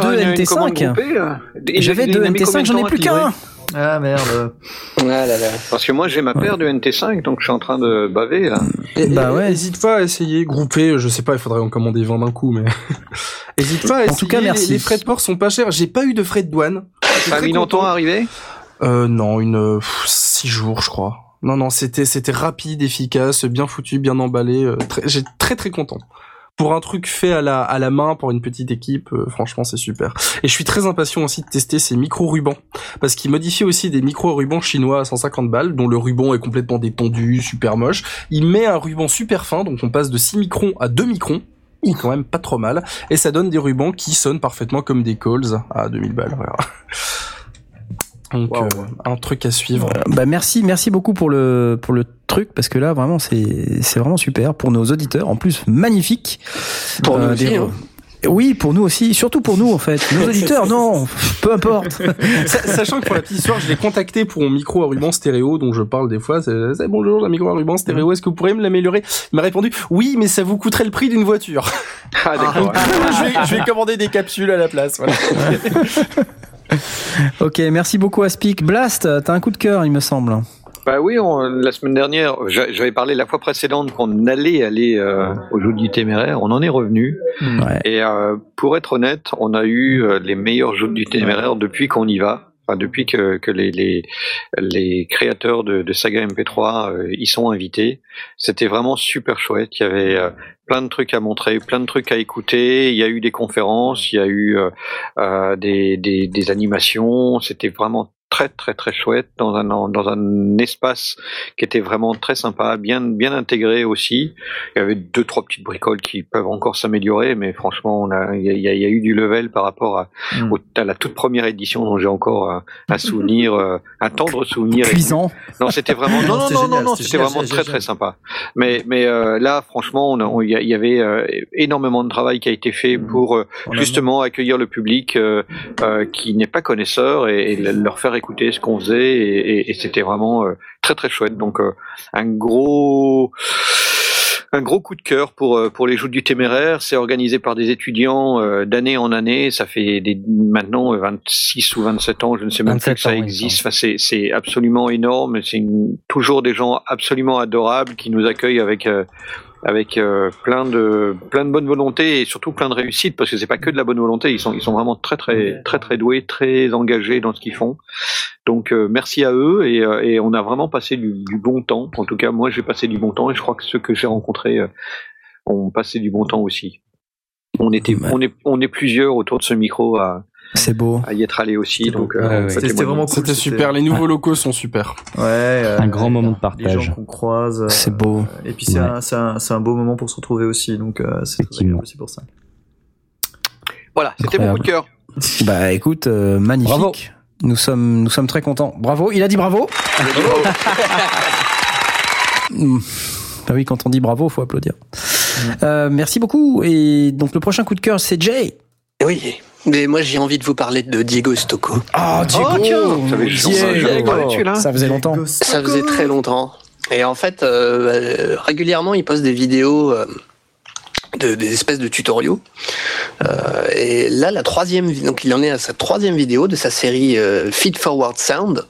S1: NT5. J'avais 2 NT5, j'en ai plus qu'un.
S2: Ah merde.
S3: Ah là là.
S4: Parce que moi j'ai ma paire de NT5, donc je suis en train de baver là.
S5: Hésite pas à essayer, grouper, je sais pas, il faudrait en commander 20 d'un coup, mais hésite pas à essayer.
S1: En tout cas, merci.
S5: Les frais de port sont pas chers, j'ai pas eu de frais de douane.
S4: Ça a mis longtemps à arriver?
S5: Non, 6 jours je crois. Non, c'était rapide, efficace, bien foutu, bien emballé, j'ai très content. Pour un truc fait à la main, pour une petite équipe, franchement, c'est super. Et je suis très impatient aussi de tester ces micro-rubans. Parce qu'ils modifient aussi des micro-rubans chinois à 150 balles, dont le ruban est complètement détendu, super moche. Il met un ruban super fin, donc on passe de 6 microns à 2 microns. Il est quand même pas trop mal. Et ça donne des rubans qui sonnent parfaitement comme des calls à 2000 balles, voilà. Donc, un truc à suivre.
S1: Merci beaucoup pour le truc, parce que là vraiment c'est vraiment super pour nos auditeurs, en plus magnifique.
S3: Pour nous aussi,
S1: Oui, pour nous aussi, surtout pour nous en fait. Nos auditeurs, non, peu importe.
S5: Sachant que pour la petite histoire, je l'ai contacté pour mon micro à ruban stéréo dont je parle des fois. C'est bonjour, un micro à ruban stéréo, est-ce que vous pourriez me l'améliorer? Il m'a répondu oui, mais ça vous coûterait le prix d'une voiture.
S4: Ah d'accord.
S5: Je vais commander des capsules à la place. Voilà.
S1: Ok, merci beaucoup Aspic. Blast, t'as un coup de cœur, il me semble.
S4: Bah oui, la semaine dernière, j'avais parlé la fois précédente qu'on allait aller au Jeux du Téméraire, on en est revenu. Ouais. Et pour être honnête, on a eu les meilleurs Jeux du Téméraire depuis qu'on y va. Enfin, depuis que les créateurs de Saga MP3 y sont invités. C'était vraiment super chouette. Il y avait plein de trucs à montrer, plein de trucs à écouter. Il y a eu des conférences, il y a eu des animations. C'était vraiment très chouette dans un espace qui était vraiment très sympa, bien intégré aussi. Il y avait 2-3 petites bricoles qui peuvent encore s'améliorer, mais franchement il y a eu du level par rapport à la toute première édition dont j'ai encore un souvenir, un tendre souvenir.
S1: Cuisant.
S4: Non, c'était vraiment non, c'était vraiment très sympa. Mais là franchement il y avait énormément de travail qui a été fait pour justement accueillir le public qui n'est pas connaisseur et leur faire écouter écouter ce qu'on faisait et c'était vraiment très très chouette. Donc un gros coup de cœur pour les Joutes du Téméraire. C'est organisé par des étudiants d'année en année. Ça fait maintenant 26 ou 27 ans, je ne sais même plus que ça existe. Enfin, c'est absolument énorme. C'est toujours des gens absolument adorables qui nous accueillent avec plein de bonne volonté et surtout plein de réussite, parce que c'est pas que de la bonne volonté. Ils sont vraiment très doués, très engagés dans ce qu'ils font. Donc merci à eux et on a vraiment passé du bon temps. En tout cas, moi j'ai passé du bon temps et je crois que ceux que j'ai rencontrés ont passé du bon temps aussi. On est plusieurs autour de ce micro à y être allés aussi. Donc
S5: c'était vraiment cool. C'était super. Les nouveaux locaux sont super.
S2: Ouais.
S6: Un grand moment de partage.
S2: Les gens qu'on croise.
S1: C'est beau.
S2: Et puis c'est un beau moment pour se retrouver aussi. Donc c'est très agréable aussi pour ça.
S4: Voilà, c'était mon coup de cœur.
S1: Bah écoute, magnifique.
S6: Bravo.
S1: Nous sommes très contents. Bravo. Il a dit bravo. Bah oui, quand on dit bravo, faut applaudir. Merci beaucoup. Et donc le prochain coup de cœur, c'est Jay.
S3: Oui, mais moi j'ai envie de vous parler de Diego Stocco.
S1: Oh Diego, ça faisait longtemps.
S3: Ça faisait très longtemps. Et en fait, régulièrement, il poste des vidéos, des espèces de tutoriaux. Et là, donc il en est à sa 3e vidéo de sa série Feed Forward Sound.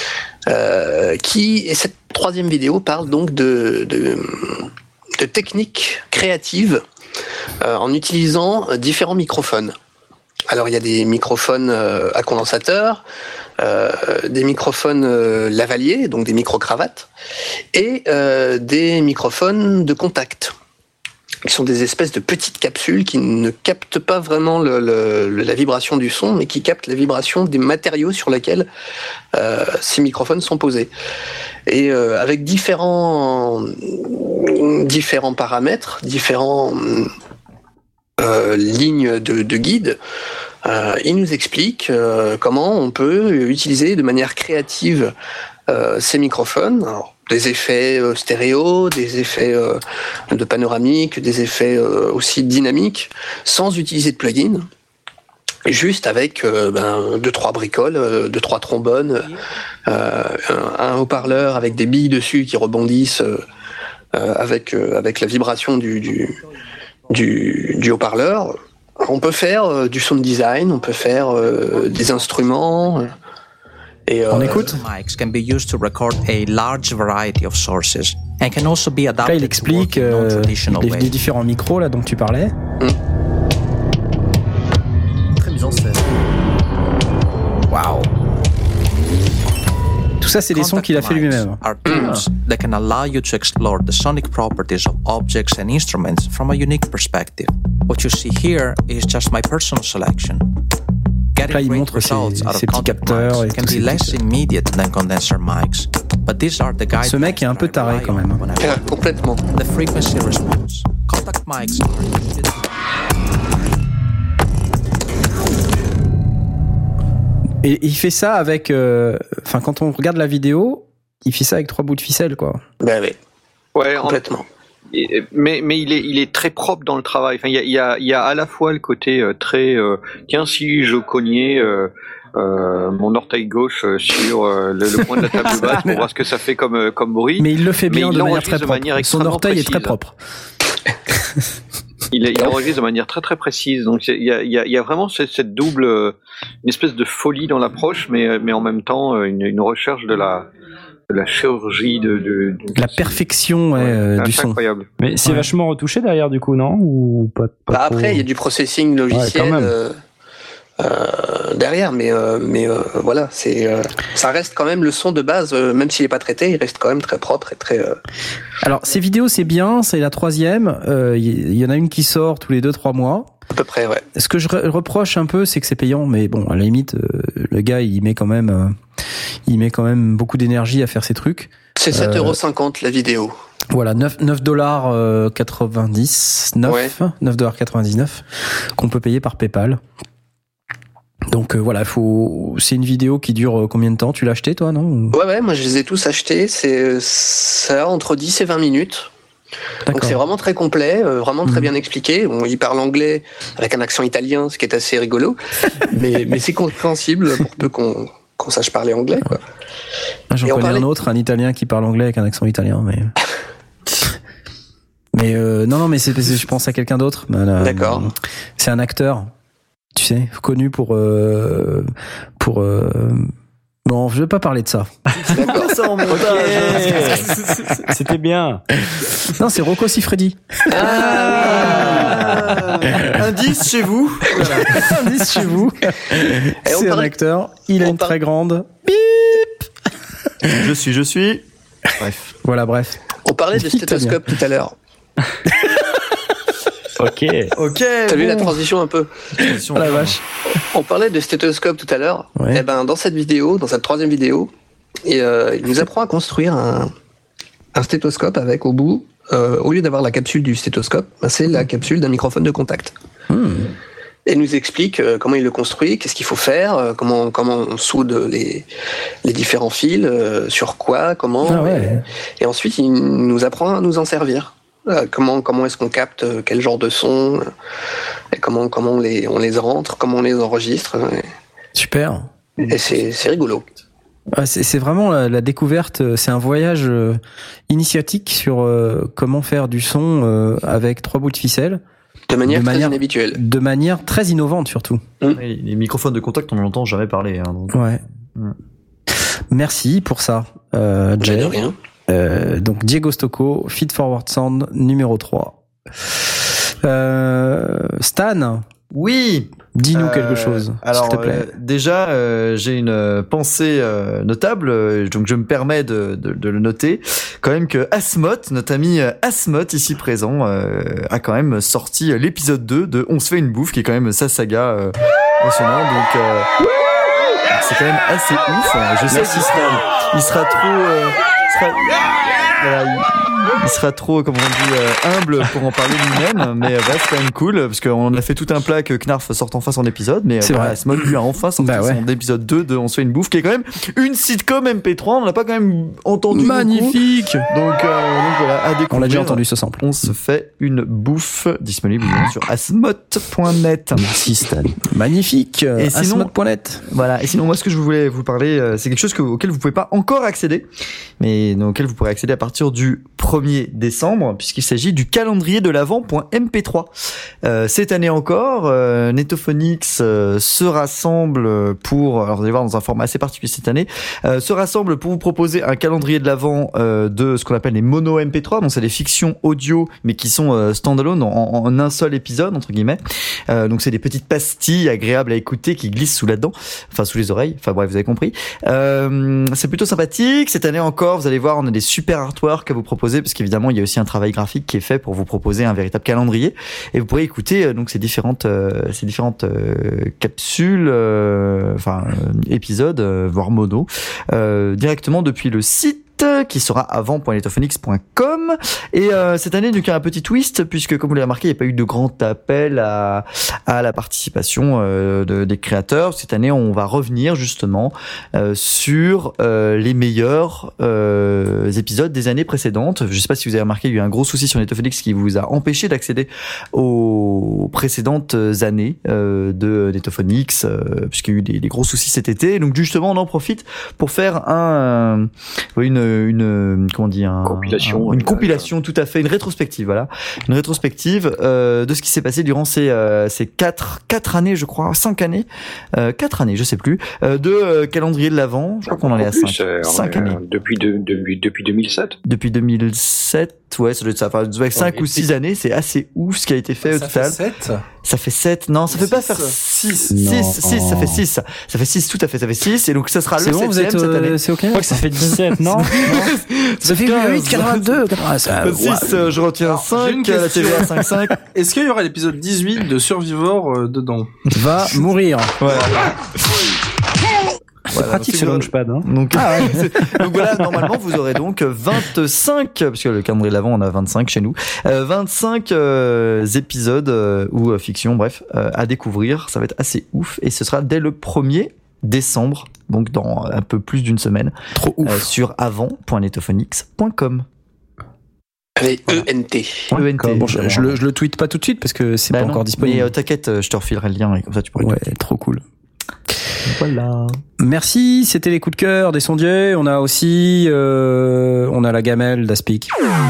S3: Et cette 3e vidéo parle donc de techniques créatives en utilisant différents microphones. Alors il y a des microphones à condensateur, des microphones lavaliers, donc des micro-cravates, et des microphones de contact, qui sont des espèces de petites capsules qui ne captent pas vraiment la vibration du son, mais qui captent la vibration des matériaux sur lesquels ces microphones sont posés. Et avec différents paramètres, différents lignes de guide, il nous explique comment on peut utiliser de manière créative ces microphones. Alors, des effets stéréo, des effets de panoramique, des effets aussi dynamiques, sans utiliser de plugin, juste avec 2-3 bricoles, 2-3 trombones, un haut-parleur avec des billes dessus qui rebondissent avec la vibration du haut-parleur. On peut faire du sound design, on peut faire des instruments.
S1: On écoute. Là, il explique les différents micros là dont tu parlais.
S2: Très mise en scène.
S1: Waouh. Tout ça, c'est des sons qu'il a fait lui-même.
S12: Are tools that can allow you to explore the sonic properties of objects and instruments from a unique perspective. What you see here is just my personal selection.
S1: Là, il montre ses petits capteurs et tout ça. Ce mec est un peu taré quand même.
S3: Complètement.
S12: The frequency response. Contact mics
S1: Et il fait ça avec... quand on regarde la vidéo, il fait ça avec 3 bouts de ficelle, quoi.
S3: Ben oui.
S4: Ouais,
S3: complètement.
S4: Mais il est très propre dans le travail. Enfin, il y a à la fois le côté très tiens, si je cognais mon orteil gauche sur le point de la table basse pour voir ce que ça fait comme bruit.
S1: Mais il le fait bien de manière très propre. Son orteil est très propre.
S4: Il enregistre de manière très très précise. Donc il y a vraiment cette double, une espèce de folie dans l'approche, mais en même temps une recherche de la chirurgie de
S1: la perfection du son.
S4: Incroyable.
S6: Mais c'est vachement retouché derrière du coup, non? Ou pas
S3: après, il y a du processing logiciel derrière, mais voilà, ça reste quand même le son de base, même s'il est pas traité, il reste quand même très propre et très.
S1: Alors ces vidéos, c'est bien, c'est la 3e. Il y en a une qui sort tous les 2-3 mois.
S3: À peu près, ouais.
S1: Ce que je reproche un peu, c'est que c'est payant, mais bon, à la limite, le gars, il met quand même beaucoup d'énergie à faire ces trucs.
S3: C'est 7,50€ la vidéo.
S1: Voilà, $9.99,
S3: ouais.
S1: $9.99 qu'on peut payer par PayPal. Donc voilà, c'est une vidéo qui dure combien de temps? Tu l'as acheté toi, non?
S3: Ouais, moi je les ai tous achetés. Ça a entre 10 et 20 minutes.
S1: D'accord.
S3: Donc c'est vraiment très complet, vraiment très bien expliqué. Il parle anglais avec un accent italien, ce qui est assez rigolo, mais c'est compréhensible pour peu qu'on sache parler anglais, quoi.
S1: J'en connais un autre, un Italien qui parle anglais avec un accent italien, mais. Non, mais je pense à quelqu'un d'autre.
S3: D'accord.
S1: C'est un acteur, tu sais, connu pour. Bon, je vais pas parler de ça.
S3: D'accord,
S2: ça en montage.
S6: C'était bien.
S1: Non, c'est Rocco Siffredi.
S2: Indice chez vous.
S1: Voilà. Indice chez vous. C'est un acteur. Il a une très grande. Bip.
S2: Je suis. Bref.
S1: Voilà, bref.
S3: On parlait de stéthoscope tout à l'heure.
S6: Ok.
S3: T'as vu la transition un peu?
S1: Oh la vache.
S3: On parlait de stéthoscope tout à l'heure.
S1: Ouais.
S3: Et ben dans cette vidéo, dans cette troisième vidéo, il nous apprend à construire un stéthoscope avec au bout, au lieu d'avoir la capsule du stéthoscope, c'est la capsule d'un microphone de contact. Et il nous explique comment il le construit, qu'est-ce qu'il faut faire, comment on soude les différents fils, sur quoi, comment.
S1: Ah ouais.
S3: Et ensuite, il nous apprend à nous en servir. Comment est-ce qu'on capte quel genre de son, et comment on les rentre, comment on les enregistre.
S1: Super.
S3: Et c'est rigolo.
S1: C'est vraiment la découverte, c'est un voyage initiatique sur comment faire du son avec 3 bouts de ficelle.
S3: De manière très inhabituelle.
S1: De manière très innovante surtout.
S2: Les microphones de contact, on n'entend jamais parler. Donc.
S1: Ouais. Merci pour ça, Jay.
S3: De rien.
S1: Donc Diego Stocco, Feed Forward Sound numéro 3. Stan.
S2: Oui.
S1: Dis-nous quelque chose,
S2: alors,
S1: s'il te plaît.
S2: Déjà, j'ai une pensée notable, donc je me permets de le noter. Quand même que Asmoth, notre ami Asmoth ici présent, a quand même sorti l'épisode 2 de On se fait une bouffe, qui est quand même sa saga impressionnante. Donc c'est quand même assez ouf. Je sais qu'il sera trop... il sera trop, comme on dit, humble pour en parler lui-même, mais bref, c'est quand même cool, parce qu'on a fait tout un plat que Knarf sorte enfin son épisode, mais Asmoth lui a enfin sorti son épisode 2 de On se fait une bouffe, qui est quand même une sitcom MP3, on l'a pas quand même entendu.
S1: Magnifique.
S2: Donc voilà, à découvrir.
S1: On l'a déjà entendu ce sample.
S2: On se fait une bouffe, disponible sur asmoth.net.
S1: Merci Stan. Magnifique. Asmoth.net.
S2: Voilà. Et sinon, moi, ce que je voulais vous parler, c'est quelque chose auquel vous pouvez pas encore accéder, mais auquel vous pourrez accéder à partir du 1er décembre, puisqu'il s'agit du calendrier de l'Avent.mp3. Cette année encore, Netophonix se rassemble pour, alors vous allez voir dans un format assez particulier cette année, se rassemble pour vous proposer un calendrier de l'Avent de ce qu'on appelle les mono MP3, donc c'est des fictions audio, mais qui sont standalone en un seul épisode, entre guillemets. Donc c'est des petites pastilles agréables à écouter qui glissent sous les oreilles, enfin bref, vous avez compris. C'est plutôt sympathique. Cette année encore, vous allez voir, on a des super artworks à vous proposer, parce qu'évidemment il y a aussi un travail graphique qui est fait pour vous proposer un véritable calendrier, et vous pourrez écouter donc ces différentes capsules, épisodes, voire mono, directement depuis le site qui sera avant.netophonix.com. Et cette année, donc, il y a un petit twist, puisque comme vous l'avez remarqué, il n'y a pas eu de grand appel à la participation des créateurs. Cette année, on va revenir justement sur les meilleurs épisodes des années précédentes. Je ne sais pas si vous avez remarqué, il y a eu un gros souci sur Netophonix qui vous a empêché d'accéder aux précédentes années de Netophonix, puisqu'il y a eu des gros soucis cet été. Donc justement, on en profite pour faire une compilation, tout à fait, une rétrospective, voilà, une rétrospective de ce qui s'est passé durant ces 4 années, je crois, 5 années, 4 années, je sais plus, de calendrier de l'Avent. Je crois qu'on en est à 5 années.
S4: Depuis 2007.
S2: Depuis 2007, ouais, ça doit être ça. Enfin, avec 5 ou 6 années, c'est assez ouf ce qui a été fait au total.
S5: Ça fait 7.
S2: Ça fait 7. Non, ça fait pas faire 6. 6, ça fait 6. Ça fait 6, tout à fait, ça fait 6. Et donc, ça sera le 7ème cette année.
S1: C'est ok.
S6: Je crois que ça fait 17, non?
S1: Ça fait 8, 82,
S2: 6, je retiens 5, la TVA 5.
S5: Est-ce qu'il y aura l'épisode 18 de Survivor dedans?
S1: Va mourir.
S2: Voilà.
S6: C'est pratique ce launchpad, hein.
S2: Donc voilà, normalement vous aurez donc 25, parce que le calendrier de l'Avent on a 25 chez nous, 25 épisodes ou fiction, bref, à découvrir. Ça va être assez ouf, et ce sera dès le 1er décembre, donc dans un peu plus d'une semaine.
S1: Trop ouf.
S2: Sur avant.netophonix.com.
S3: Avec ENT.
S1: Bon, je le tweete pas tout de suite parce que c'est pas encore disponible.
S2: Mais t'inquiète, je te refilerai le lien et comme ça tu pourrais.
S1: Ouais, trop cool.
S2: Voilà.
S1: Merci, c'était les coups de cœur des sondiers. On a aussi on a la gamelle d'Aspic.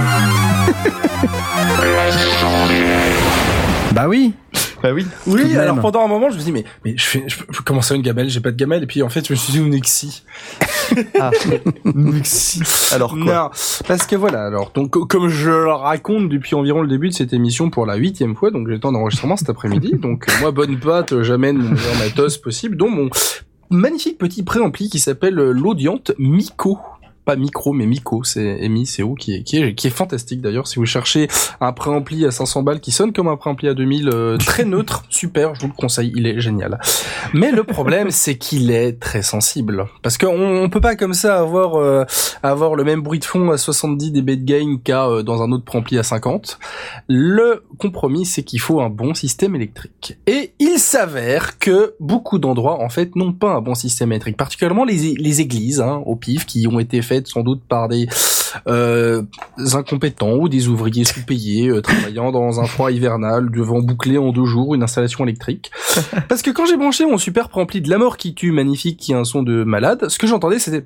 S1: Bah oui.
S5: Bah oui. Oui, alors pendant un moment, je me dis mais je comment ça une gamelle, j'ai pas de gamelle, et puis en fait, je me suis dit une Nexi.
S2: Ah, Nexi. Alors quoi?
S5: Non, parce que voilà, alors donc comme je le raconte depuis environ le début de cette émission pour la 8e fois, donc j'ai le temps d'enregistrement cet après-midi, donc moi bonne patte, j'amène mon meilleur matos possible, dont mon magnifique petit préampli qui s'appelle l'Audient Miko. Pas micro, mais Miko, c'est M-I-C-O, qui est fantastique d'ailleurs. Si vous cherchez un préampli à 500 balles qui sonne comme un préampli à 2000, très neutre, super, je vous le conseille, il est génial. Mais le problème, c'est qu'il est très sensible. Parce qu'on peut pas comme ça avoir le même bruit de fond à 70 dB de gain qu'à dans un autre préampli à 50. Le compromis, c'est qu'il faut un bon système électrique. Et il s'avère que beaucoup d'endroits, en fait, n'ont pas un bon système électrique. Particulièrement les églises, au pif, qui ont été faites sans doute par des incompétents ou des ouvriers sous-payés travaillant dans un froid hivernal, devant boucler en 2 jours une installation électrique. Parce que quand j'ai branché mon super préampli de la mort qui tue magnifique, qui a un son de malade, ce que j'entendais c'était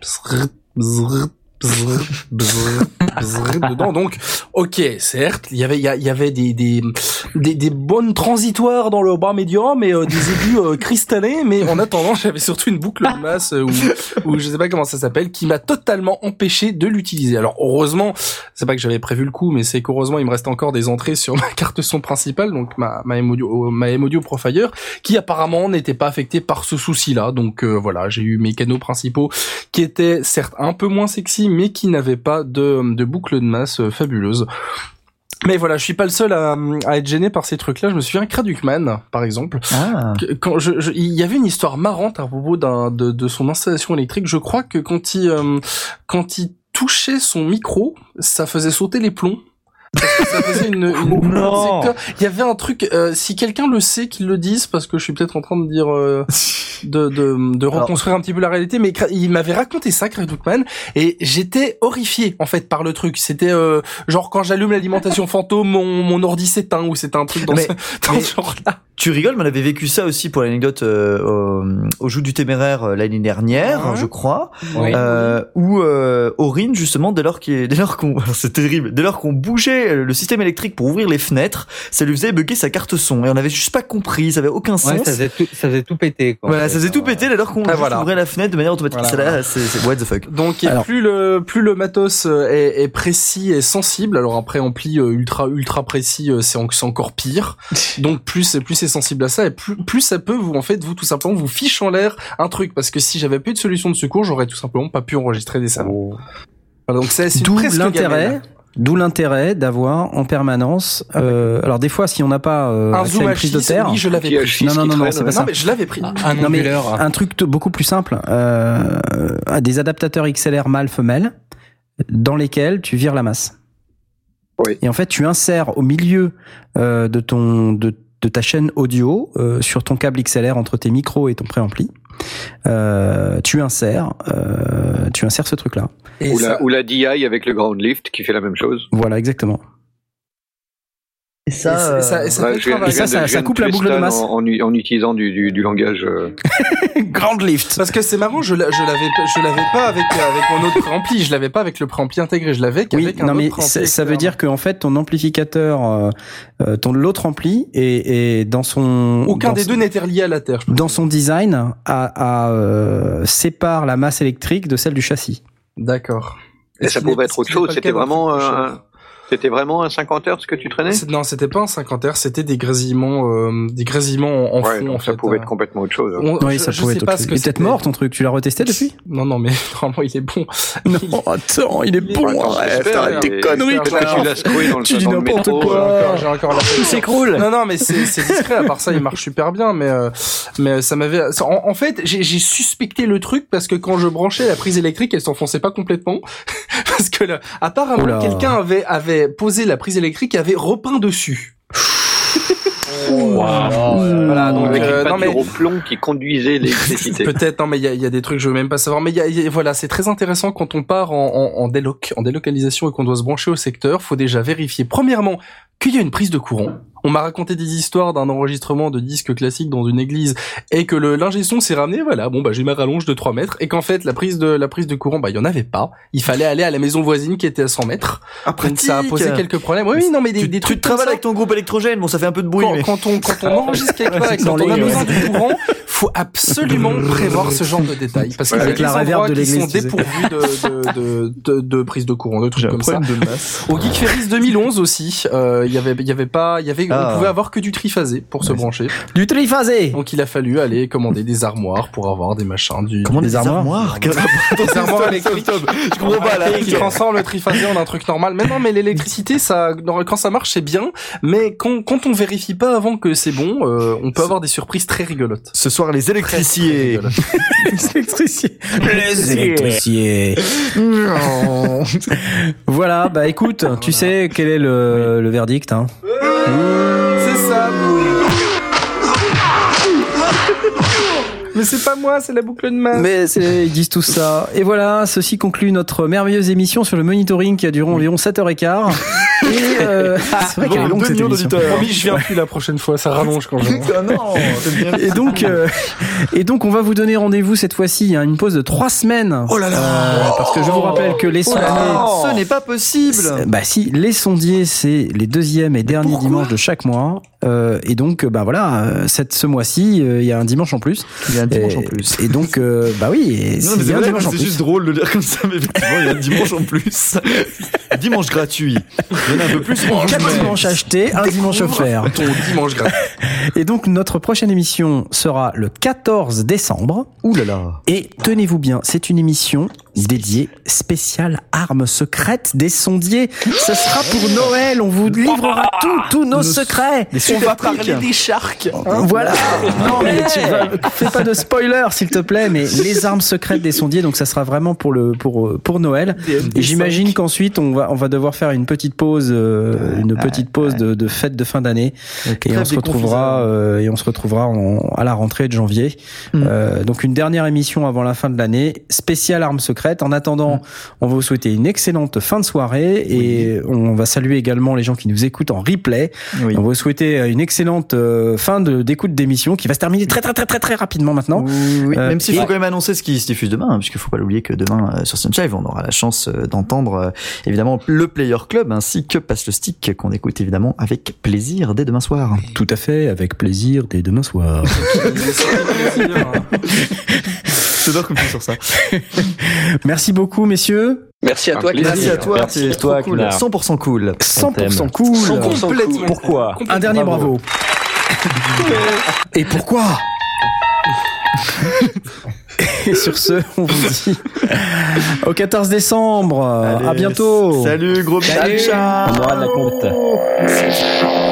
S5: dedans. Donc ok, certes, il y avait des bonnes transitoires dans le bas médian, mais des aigus cristallés, mais en attendant j'avais surtout une boucle de masse ou je sais pas comment ça s'appelle, qui m'a totalement empêché de l'utiliser. Alors heureusement, c'est pas que j'avais prévu le coup, mais c'est qu'heureusement il me reste encore des entrées sur ma carte son principale, donc ma M-Audio Profire, qui apparemment n'était pas affectée par ce souci-là. Donc voilà, j'ai eu mes canaux principaux qui étaient certes un peu moins sexy, mais qui n'avaient pas de boucle de masse fabuleuse. Mais voilà, je suis pas le seul à être gêné par ces trucs-là. Je me souviens Kradukman, par exemple.
S2: Ah.
S5: Quand il y avait une histoire marrante à propos de son installation électrique. Je crois que quand il touchait son micro, ça faisait sauter les plombs. Parce que ça faisait une
S2: non.
S5: Il y avait un truc, si quelqu'un le sait, qu'il le dise, parce que je suis peut-être en train de dire de reconstruire un petit peu la réalité, mais il m'avait raconté ça, Kradukman, et j'étais horrifié en fait par le truc. C'était genre quand j'allume l'alimentation fantôme, mon ordi s'éteint, ou c'était un truc dans ce genre-là.
S2: Tu rigoles, mais on avait vécu ça aussi pour l'anecdote au Joug du Téméraire l'année dernière, je crois, oui. Où Aurine justement dès lors qu'on c'est terrible, dès lors qu'on bougeait le système électrique pour ouvrir les fenêtres, ça lui faisait bugger sa carte son et on avait juste pas compris, ça avait aucun sens.
S7: Ouais, ça faisait tout péter quoi.
S2: Voilà, ça faisait tout péter dès lors qu'on ouvrait la fenêtre de manière automatique.
S5: Voilà.
S2: C'est what the fuck.
S5: Donc plus le matos est précis et sensible, alors après ampli ultra précis, c'est encore pire. Donc plus c'est sensible à ça, et plus ça peut vous tout simplement vous fiche en l'air un truc, parce que si j'avais plus de solution de secours, j'aurais tout simplement pas pu enregistrer des salons. Voilà, donc c'est
S1: D'où l'intérêt d'avoir en permanence alors des fois si on n'a pas
S5: un
S1: accès à une prise de terre,
S5: je l'avais pris.
S1: Non, c'est pas ça.
S5: Mais je l'avais pris.
S1: Un truc beaucoup plus simple, des adaptateurs XLR mâle-femelle dans lesquels tu vires la masse.
S4: Oui.
S1: Et en fait, tu insères au milieu de ta chaîne audio sur ton câble XLR entre tes micros et ton préampli. Tu insères ce truc-là.
S4: Ou la DI avec le ground lift qui fait la même chose.
S1: Voilà, exactement.
S2: Et ça
S1: ça coupe la boucle de masse
S4: en utilisant du langage
S1: ground lift.
S5: Parce que c'est marrant, je l'avais pas avec mon autre préampli, je l'avais pas avec le préampli intégré, je l'avais qu'avec un autre préampli.
S1: Ça veut dire qu'en fait ton amplificateur, l'autre ampli et dans son
S5: aucun des deux n'était relié à la terre.
S1: Dans son design, sépare la masse électrique de celle du châssis.
S5: D'accord.
S4: Et ça pouvait être autre chose. C'était vraiment un 50 Hz que tu traînais?
S5: Non, c'était pas un 50 Hz, c'était des grésillements en fond, en fait.
S4: Ça pouvait être complètement autre chose.
S1: Oui, ça pouvait être autre chose. Il est peut-être mort, ton truc. Tu l'as retesté depuis?
S5: Non, mais normalement, il est bon.
S1: Non, attends, il est bon. Arrête tes conneries, tu dis n'importe quoi.
S5: J'ai encore la
S1: tout s'écroule.
S5: Non, mais c'est discret. À part ça, il marche super bien, mais ça m'avait, en fait, j'ai suspecté le truc parce que quand je branchais la prise électrique, elle s'enfonçait pas complètement. Parce que là, apparemment, quelqu'un avait posé la prise électrique et avait repeint dessus.
S4: Voilà, donc avec une peinture au plomb qui conduisait l'électricité.
S5: Peut-être, non, mais il y a des trucs, je veux même pas savoir. Mais voilà, c'est très intéressant quand on part en délocalisation et qu'on doit se brancher au secteur. Faut déjà vérifier, premièrement, qu'il y a une prise de courant. on m'a raconté des histoires d'un enregistrement de disques classiques dans une église et que l'ingé son s'est ramené, voilà, bon bah j'ai ma rallonge de 3 mètres et qu'en fait la prise de courant, bah il y en avait pas. Il fallait aller à la maison voisine qui était à 100 mètres. Donc ça a posé quelques problèmes. Oui, non mais des trucs.
S2: Tu travailles avec ton groupe électrogène, bon ça fait un peu de bruit.
S5: Quand on enregistre quelque part et quand on a besoin du courant, faut absolument prévoir ce genre de détails parce qu'il y a des endroits qui sont dépourvus de prise de courant, de trucs comme ça. Au Geek Ferris 2011 aussi, on pouvait avoir que du triphasé pour se brancher.
S1: Du triphasé.
S5: Donc il a fallu aller commander des armoires pour avoir des machins,
S2: des armoires
S5: des armoires électriques. Je comprends pas là. Qui transforment le triphasé en un truc normal. Mais non, mais l'électricité, ça, quand ça marche, c'est bien. Mais quand on vérifie pas avant que c'est bon, on peut avoir des surprises très rigolotes.
S2: Ce soir, les électriciers.
S1: Les électriciers. Voilà, bah écoute, tu sais quel est le verdict, hein.
S5: C'est ça. Mais c'est pas moi, c'est la boucle de main.
S1: Mais ils disent tout ça. Et voilà, ceci conclut notre merveilleuse émission sur le monitoring qui a duré environ 7h15. Et c'est vrai qu'elle est longue cette émission.
S5: Promis, je viens plus la prochaine fois, ça rallonge quand même.
S1: Et donc on va vous donner rendez-vous cette fois-ci à une pause de 3 semaines.
S2: Oh là là.
S1: Parce que je vous rappelle que les sondiers...
S2: ce n'est pas possible.
S1: Bah si, les sondiers, c'est les 2e et derniers dimanches de chaque mois. Et donc, bah voilà, ce mois-ci, il y a un dimanche en plus.
S2: Il y a un dimanche en plus.
S1: Et donc, bah oui,
S2: non, c'est un dimanche en plus. C'est juste drôle de le dire comme ça, mais effectivement, il y a un dimanche en plus. Dimanche gratuit. Il y en a un peu plus.
S1: 4 dimanches achetés, un dimanche offert.
S5: Ton dimanche gratuit.
S1: Et donc, notre prochaine émission sera le 14 décembre.
S2: Ouh là là.
S1: Et tenez-vous bien, c'est une émission dédiée spéciale armes secrètes des sondiers. Ce sera pour Noël, on vous livrera tous nos secrets.
S5: On va parler des sharks.
S1: Voilà. Non mais fais pas de spoiler s'il te plaît, mais les armes secrètes des sondiers, donc ça sera vraiment pour Noël. Et j'imagine qu'ensuite on va devoir faire une petite pause de fête de fin d'année et on se retrouvera à la rentrée de janvier. Donc une dernière émission avant la fin de l'année, spéciale armes secrètes. En attendant, on va vous souhaiter une excellente fin de soirée et on va saluer également les gens qui nous écoutent en replay. Oui. On va vous souhaiter une excellente fin d'écoute d'émission qui va se terminer très très très très très rapidement maintenant.
S2: Oui, même s'il faut quand même annoncer ce qui se diffuse demain, hein, puisqu'il faut pas l'oublier que demain sur Sunchive, on aura la chance d'entendre évidemment le Player Club ainsi que Passe le Stick qu'on écoute évidemment avec plaisir dès demain soir.
S1: Tout à fait, avec plaisir dès demain soir.
S2: J'adore comme sur ça.
S1: Merci beaucoup, messieurs.
S3: Merci à toi, Knab.
S2: Merci à toi, c'est trop cool. 100% cool.
S1: 100% cool.
S3: 100% cool.
S6: Pourquoi?
S1: Un dernier bravo. Et pourquoi? Et sur ce, on vous dit au 14 décembre. Allez, à bientôt.
S2: Salut, gros bisous.
S6: On aura de la compte.